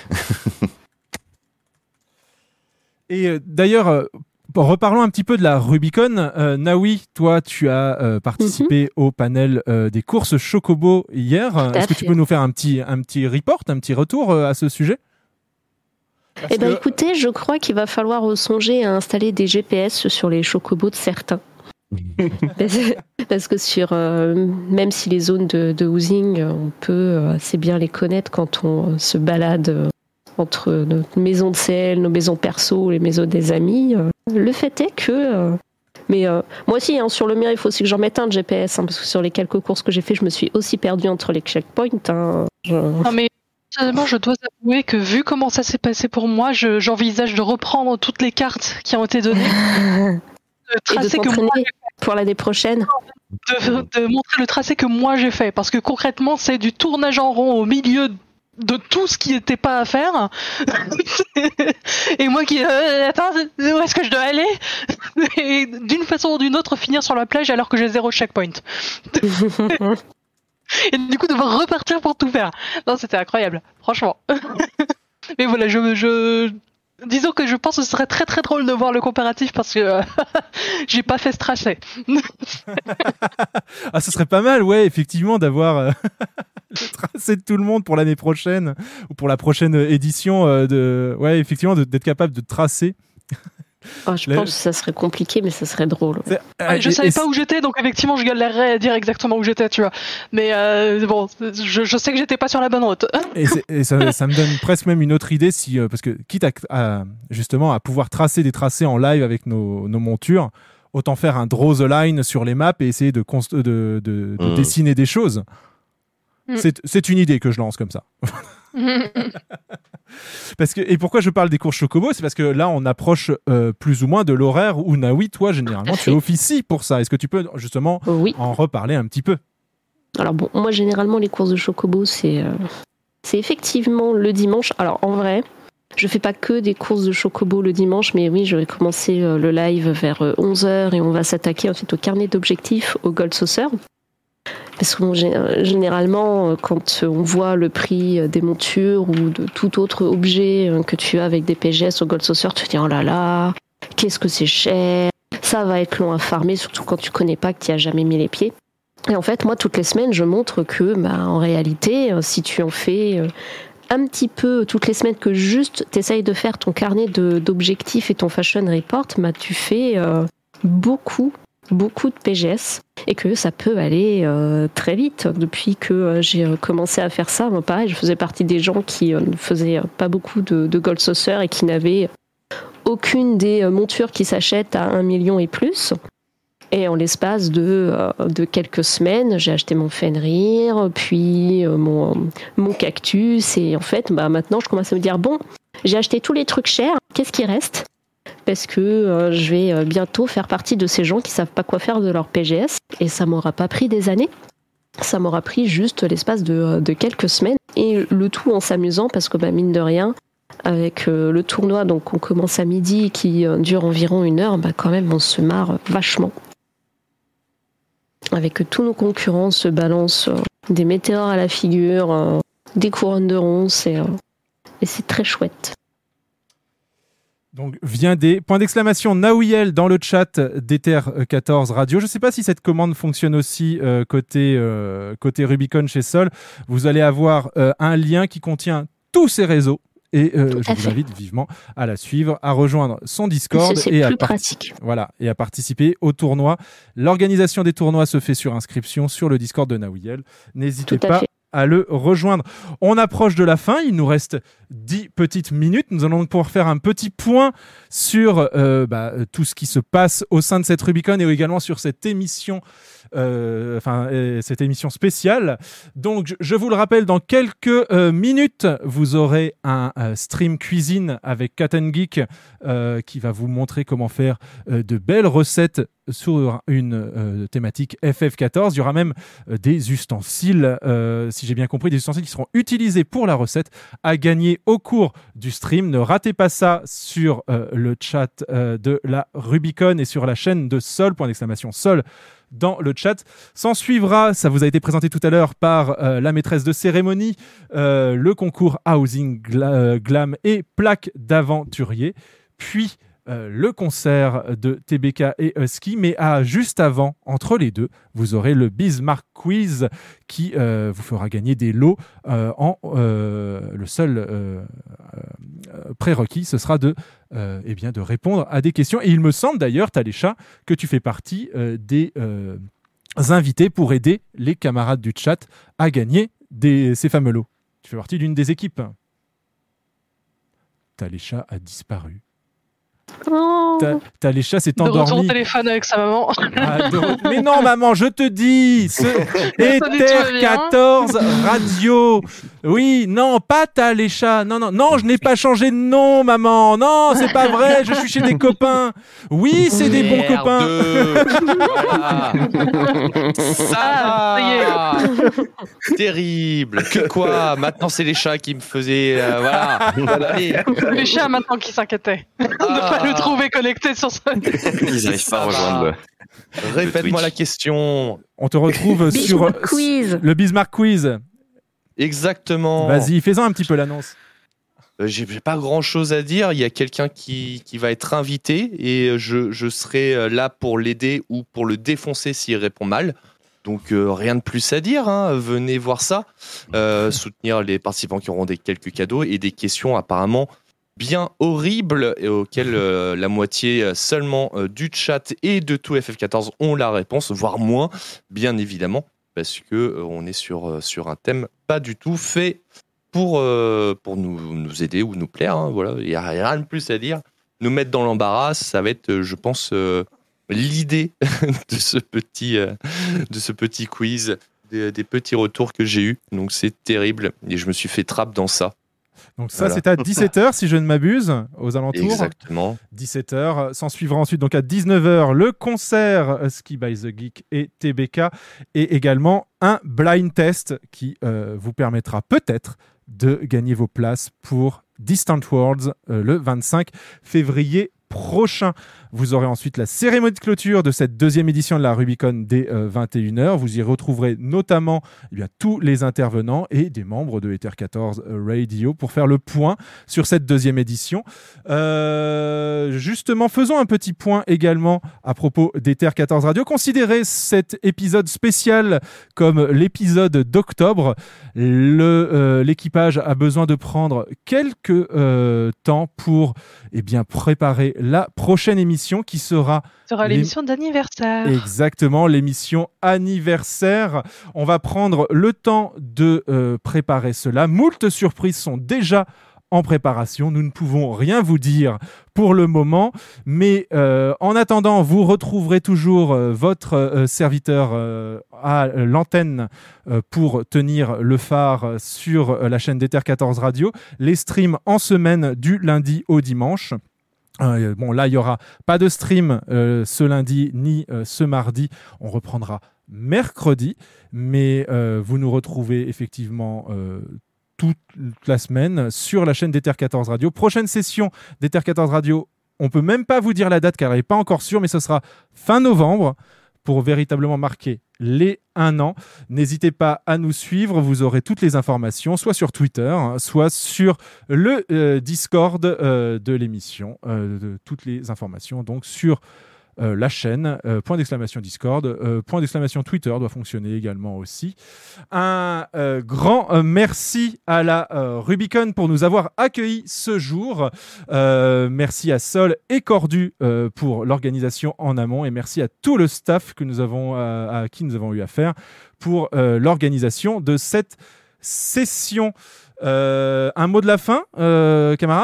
Speaker 8: Et euh, d'ailleurs. Euh... Reparlons un petit peu de la Rubicon. Euh, Naoui, toi, tu as euh, participé mm-hmm. au panel euh, des courses Chocobo hier. Est-ce que tu peux nous faire un petit, un petit report, un petit retour euh, à ce sujet ?
Speaker 4: Parce eh ben, que... écoutez, je crois qu'il va falloir songer à installer des G P S sur les Chocobos de certains. Parce que sur, euh, même si les zones de, de housing, on peut assez bien les connaître quand on se balade euh, entre notre maison de C L, nos maisons perso, les maisons des amis. Euh, le fait est que... Euh, mais euh, moi aussi, hein, sur le mien, il faut aussi que j'en mette un de G P S, hein, parce que sur les quelques courses que j'ai fait, je me suis aussi perdue entre les checkpoints. Hein, je...
Speaker 10: Non mais personnellement, je dois avouer que vu comment ça s'est passé pour moi, je, j'envisage de reprendre toutes les cartes qui ont été données. De tracer que moi
Speaker 4: pour l'année prochaine.
Speaker 10: De, de montrer le tracé que moi j'ai fait, parce que concrètement, c'est du tournage en rond au milieu de de tout ce qui n'était pas à faire. Et moi qui euh, attends, où est-ce que je dois aller? Et d'une façon ou d'une autre finir sur la plage alors que j'ai zéro checkpoint. Et du coup devoir repartir pour tout faire. Non, c'était incroyable, franchement. Mais voilà, je, je disons que je pense que ce serait très très drôle de voir le comparatif parce que euh, j'ai pas fait ce tracé.
Speaker 8: Ah, ce serait pas mal, ouais, effectivement, d'avoir euh, le tracé de tout le monde pour l'année prochaine ou pour la prochaine édition. Euh, de, ouais, effectivement, de, d'être capable de tracer.
Speaker 4: Oh, je le... pense que ça serait compliqué, mais ça serait drôle.
Speaker 10: Ouais, je et, savais et pas où j'étais, donc effectivement, je galérerais à dire exactement où j'étais, tu vois. Mais euh, bon, je, je sais que j'étais pas sur la bonne route.
Speaker 8: Et, et ça, ça me donne presque même une autre idée, si, euh, parce que quitte à, à justement à pouvoir tracer des tracés en live avec nos, nos montures, autant faire un draw the line sur les maps et essayer de, const- de, de, de mmh. dessiner des choses. Mmh. C'est, c'est une idée que je lance comme ça. Parce que, et pourquoi je parle des courses Chocobo, c'est parce que là on approche euh, plus ou moins de l'horaire où Naoui, toi généralement tu officies pour ça. Est-ce que tu peux justement
Speaker 4: oui.
Speaker 8: en reparler un petit peu?
Speaker 4: Alors bon, moi généralement les courses de Chocobo c'est, euh, c'est effectivement le dimanche. Alors en vrai, je fais pas que des courses de Chocobo le dimanche, mais oui, je vais commencer euh, le live vers euh, onze heures et on va s'attaquer ensuite au carnet d'objectifs au Gold Saucer. Parce que généralement, quand on voit le prix des montures ou de tout autre objet que tu as avec des P G S au Gold Saucer, tu te dis oh là là, qu'est-ce que c'est cher, ça va être long à farmer, surtout quand tu connais pas, que tu n'y as jamais mis les pieds. Et en fait, moi, toutes les semaines, je montre que, bah, en réalité, si tu en fais un petit peu toutes les semaines, que juste tu essayes de faire ton carnet de, d'objectifs et ton fashion report, bah, tu fais euh, beaucoup. beaucoup de P G S et que ça peut aller euh, très vite. Depuis que euh, j'ai commencé à faire ça, moi pareil, je faisais partie des gens qui euh, ne faisaient pas beaucoup de, de Gold Saucer et qui n'avaient aucune des euh, montures qui s'achètent à un million et plus. Et en l'espace de, euh, de quelques semaines, j'ai acheté mon Fenrir, puis euh, mon, mon cactus et en fait, bah, maintenant je commence à me dire bon, j'ai acheté tous les trucs chers, qu'est-ce qui reste ? Parce que euh, je vais euh, bientôt faire partie de ces gens qui savent pas quoi faire de leur P G S et ça m'aura pas pris des années, ça m'aura pris juste l'espace de, de quelques semaines et le tout en s'amusant parce que bah, mine de rien, avec euh, le tournoi, donc on commence à midi, qui euh, dure environ une heure, bah, quand même on se marre vachement. Avec que tous nos concurrents se balancent euh, des météores à la figure, euh, des couronnes de ronces, et, euh, et c'est très chouette.
Speaker 8: Donc vient des points d'exclamation Naouiel dans le chat d'Ether quatorze Radio. Je ne sais pas si cette commande fonctionne aussi euh, côté, euh, côté Rubicon chez Sol. Vous allez avoir euh, un lien qui contient tous ces réseaux. Et euh, je vous invite vivement à la suivre, à rejoindre son Discord
Speaker 4: c'est, c'est
Speaker 8: et, à
Speaker 4: plus
Speaker 8: part-
Speaker 4: pratique.
Speaker 8: voilà, et à participer au tournoi. L'organisation des tournois se fait sur inscription sur le Discord de Naouiel. N'hésitez
Speaker 4: Tout à
Speaker 8: pas
Speaker 4: fait.
Speaker 8: à le rejoindre. On approche de la fin, il nous reste dix petites minutes. Nous allons donc pouvoir faire un petit point sur euh, bah, tout ce qui se passe au sein de cette Rubicon et également sur cette émission, euh, enfin euh, cette émission spéciale. Donc je, je vous le rappelle, dans quelques euh, minutes, vous aurez un euh, stream cuisine avec Cat and Geek euh, qui va vous montrer comment faire euh, de belles recettes sur une euh, thématique F F quatorze. Il y aura même euh, des ustensiles, euh, si j'ai bien compris, des ustensiles qui seront utilisés pour la recette à gagner au cours du stream. Ne ratez pas ça sur euh, le chat euh, de la Rubicon et sur la chaîne de Sol, point d'exclamation Sol dans le chat. S'en suivra, ça vous a été présenté tout à l'heure par euh, la maîtresse de cérémonie, euh, le concours Housing Gla- euh, Glam et plaque d'aventurier. Puis Euh, le concert de T B K et Husky, mais à, juste avant, entre les deux, vous aurez le Bismarck Quiz qui euh, vous fera gagner des lots euh, en euh, le seul euh, euh, prérequis, ce sera de, euh, eh bien, de répondre à des questions. Et il me semble d'ailleurs, Talécha, que tu fais partie euh, des euh, invités pour aider les camarades du chat à gagner des, ces fameux lots. Tu fais partie d'une des équipes. Talécha a disparu.
Speaker 4: Oh.
Speaker 8: Ta, ta les chats s'est
Speaker 10: De retour au
Speaker 8: endormi.
Speaker 10: téléphone avec sa maman.
Speaker 8: Ah, de- Mais non, maman, je te dis, ce Ether quatorze Radio. Oui, non, pas ta les chats. Non, non, non, je n'ai pas changé de nom, maman. Non, c'est pas vrai. Je suis chez des copains. Oui, c'est des bons
Speaker 12: Merde.
Speaker 8: copains.
Speaker 12: Voilà. Ça va. Terrible. Que quoi? Maintenant, c'est les chats qui me faisaient. euh, voilà. Allez.
Speaker 10: Les chats maintenant qui s'inquiétaient de pas le trouver connecté sur son.
Speaker 2: Ils n'arrivent pas à rejoindre le-
Speaker 12: Répète-moi
Speaker 2: Twitch.
Speaker 12: la question.
Speaker 8: On te retrouve sur
Speaker 4: Bismarck Quiz.
Speaker 8: le Bismarck Quiz.
Speaker 12: Exactement.
Speaker 8: Vas-y, fais-en un petit peu l'annonce.
Speaker 12: Euh, J'ai j'ai pas grand chose à dire. Il y a quelqu'un qui, qui va être invité et je, je serai euh, là pour l'aider ou pour le défoncer s'il répond mal. Donc euh, rien de plus à dire. Hein. Venez voir ça. Euh, soutenir les participants qui auront des quelques cadeaux et des questions apparemment bien horribles et auxquelles euh, la moitié seulement euh, du chat et de tout F F quatorze ont la réponse, voire moins, bien évidemment, parce que euh, on est sur, euh, sur un thème pas du tout fait pour, euh, pour nous, nous aider ou nous plaire. Hein, voilà, il n'y a rien de plus à dire. Nous mettre dans l'embarras, ça va être, euh, je pense, euh, l'idée de ce petit, euh, de ce petit quiz, des, des petits retours que j'ai eus. Donc c'est terrible et je me suis fait trappe dans ça.
Speaker 8: Donc ça,
Speaker 12: Voilà.
Speaker 8: c'est à dix-sept heures, si je ne m'abuse, aux alentours.
Speaker 12: Exactement.
Speaker 8: dix-sept heures. S'en suivra ensuite, donc à dix-neuf heures, le concert Ski by the Geek et T B K, et également un blind test qui euh, vous permettra peut-être de gagner vos places pour Distant Worlds euh, le vingt-cinq février prochain. Vous aurez ensuite la cérémonie de clôture de cette deuxième édition de la Rubicon dès euh, vingt et une heures. Vous y retrouverez notamment eh bien, tous les intervenants et des membres de Ether quatorze Radio pour faire le point sur cette deuxième édition. Euh, justement, faisons un petit point également à propos d'Ether quatorze Radio. Considérez cet épisode spécial comme l'épisode d'octobre. Le, euh, l'équipage a besoin de prendre quelques euh, temps pour eh bien, préparer la prochaine émission qui sera
Speaker 10: Ce sera
Speaker 8: l'ém-
Speaker 10: l'émission d'anniversaire.
Speaker 8: Exactement, l'émission anniversaire. On va prendre le temps de euh, préparer cela. Moult surprises sont déjà en préparation. Nous ne pouvons rien vous dire pour le moment, mais euh, en attendant, vous retrouverez toujours euh, votre euh, serviteur euh, à l'antenne euh, pour tenir le phare sur euh, la chaîne d'Ether quatorze Radio. Les streams en semaine du lundi au dimanche. Euh, bon, là, il n'y aura pas de stream euh, ce lundi ni euh, ce mardi. On reprendra mercredi, mais euh, vous nous retrouvez effectivement euh, toute la semaine sur la chaîne d'Ether quatorze Radio. Prochaine session d'Ether quatorze Radio, on peut même pas vous dire la date car elle n'est pas encore sûre, mais ce sera fin novembre pour véritablement marquer les un an. N'hésitez pas à nous suivre, vous aurez toutes les informations, soit sur Twitter, soit sur le euh, Discord euh, de l'émission, euh, de, toutes les informations donc sur Euh, la chaîne, euh, point d'exclamation Discord, euh, point d'exclamation Twitter doit fonctionner également aussi. Un euh, grand euh, merci à la euh, Rubicon pour nous avoir accueillis ce jour. Euh, merci à Sol et Cordu euh, pour l'organisation en amont et merci à tout le staff que nous avons, euh, à qui nous avons eu affaire pour euh, l'organisation de cette session. Euh, un mot de la fin, euh, camarades ?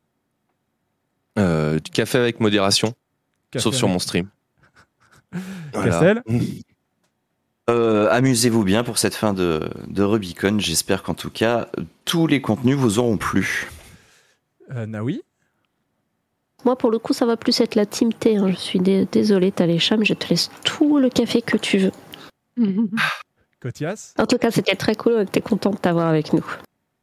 Speaker 2: Euh, du café avec modération.
Speaker 8: Café
Speaker 2: Sauf
Speaker 8: avec...
Speaker 2: sur mon stream.
Speaker 8: Castel
Speaker 2: euh, Amusez-vous bien pour cette fin de, de Rubicon. J'espère qu'en tout cas, tous les contenus vous auront plu.
Speaker 8: Euh, Naoui ?
Speaker 4: Moi, pour le coup, ça va plus être la team thé. Hein. Je suis dé- désolée, t'as les chats, mais je te laisse tout le café que tu veux.
Speaker 8: Cotias ?
Speaker 4: En tout cas, c'était très cool. On était content de t'avoir avec nous.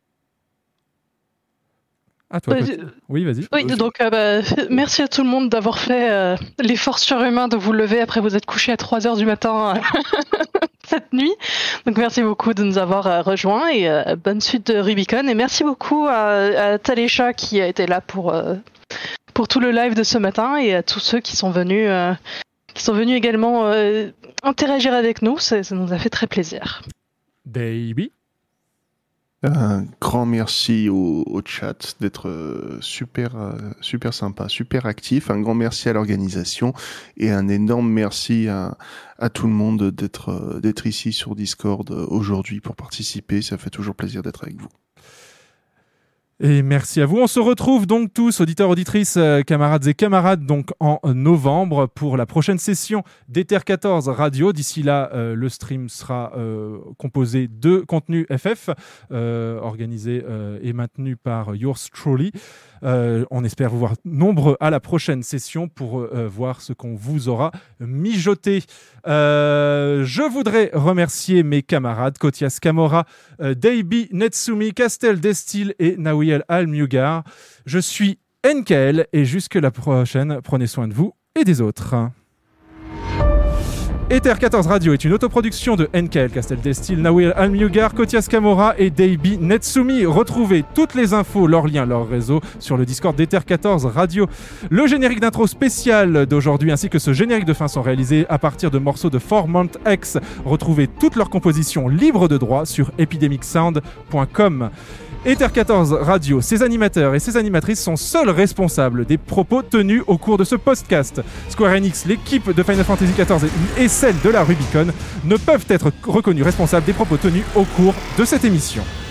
Speaker 8: À toi,
Speaker 10: Euh,
Speaker 8: Cotias. Oui, vas-y.
Speaker 10: Oui, donc euh, bah, merci à tout le monde d'avoir fait euh, l'effort surhumain de vous lever après vous être couché à trois heures du matin cette nuit. Donc merci beaucoup de nous avoir euh, rejoints et euh, bonne suite de Rubicon. Et merci beaucoup à, à Talécha qui a été là pour, euh, pour tout le live de ce matin et à tous ceux qui sont venus, euh, qui sont venus également euh, interagir avec nous. Ça, ça nous a fait très plaisir.
Speaker 8: Baby.
Speaker 9: Un grand merci au, au chat d'être euh, super, euh, super sympa, super actif. Un grand merci à l'organisation et un énorme merci à, à tout le monde d'être, euh, d'être ici sur Discord euh, aujourd'hui pour participer. Ça fait toujours plaisir d'être avec vous.
Speaker 8: Et merci à vous. On se retrouve donc tous, auditeurs, auditrices, euh, camarades et camarades, donc en novembre pour la prochaine session d'Ether quatorze Radio. D'ici là, euh, le stream sera euh, composé de contenu F F, euh, organisé euh, et maintenu par yours truly. Euh, on espère vous voir nombreux à la prochaine session pour euh, voir ce qu'on vous aura mijoté. Euh, je voudrais remercier mes camarades Kotias Kamora, euh, Deibi Netsumi, Castel Destil et Nawiel Almugar. Je suis N K L et jusque la prochaine, prenez soin de vous et des autres. Ether quatorze Radio est une autoproduction de N K L, Castel Destil, Nawiel Almugar, Kotias Kamora et Deibi Netsumi. Retrouvez toutes les infos, leurs liens, leurs réseaux sur le Discord d'Ether quatorze Radio. Le générique d'intro spécial d'aujourd'hui ainsi que ce générique de fin sont réalisés à partir de morceaux de Four Month X. Retrouvez toutes leurs compositions libres de droit sur epidemic sound point com. Ether quatorze Radio, ses animateurs et ses animatrices sont seuls responsables des propos tenus au cours de ce podcast. Square Enix, l'équipe de Final Fantasy quatorze et, et celle de la Rubicon ne peuvent être reconnus responsables des propos tenus au cours de cette émission.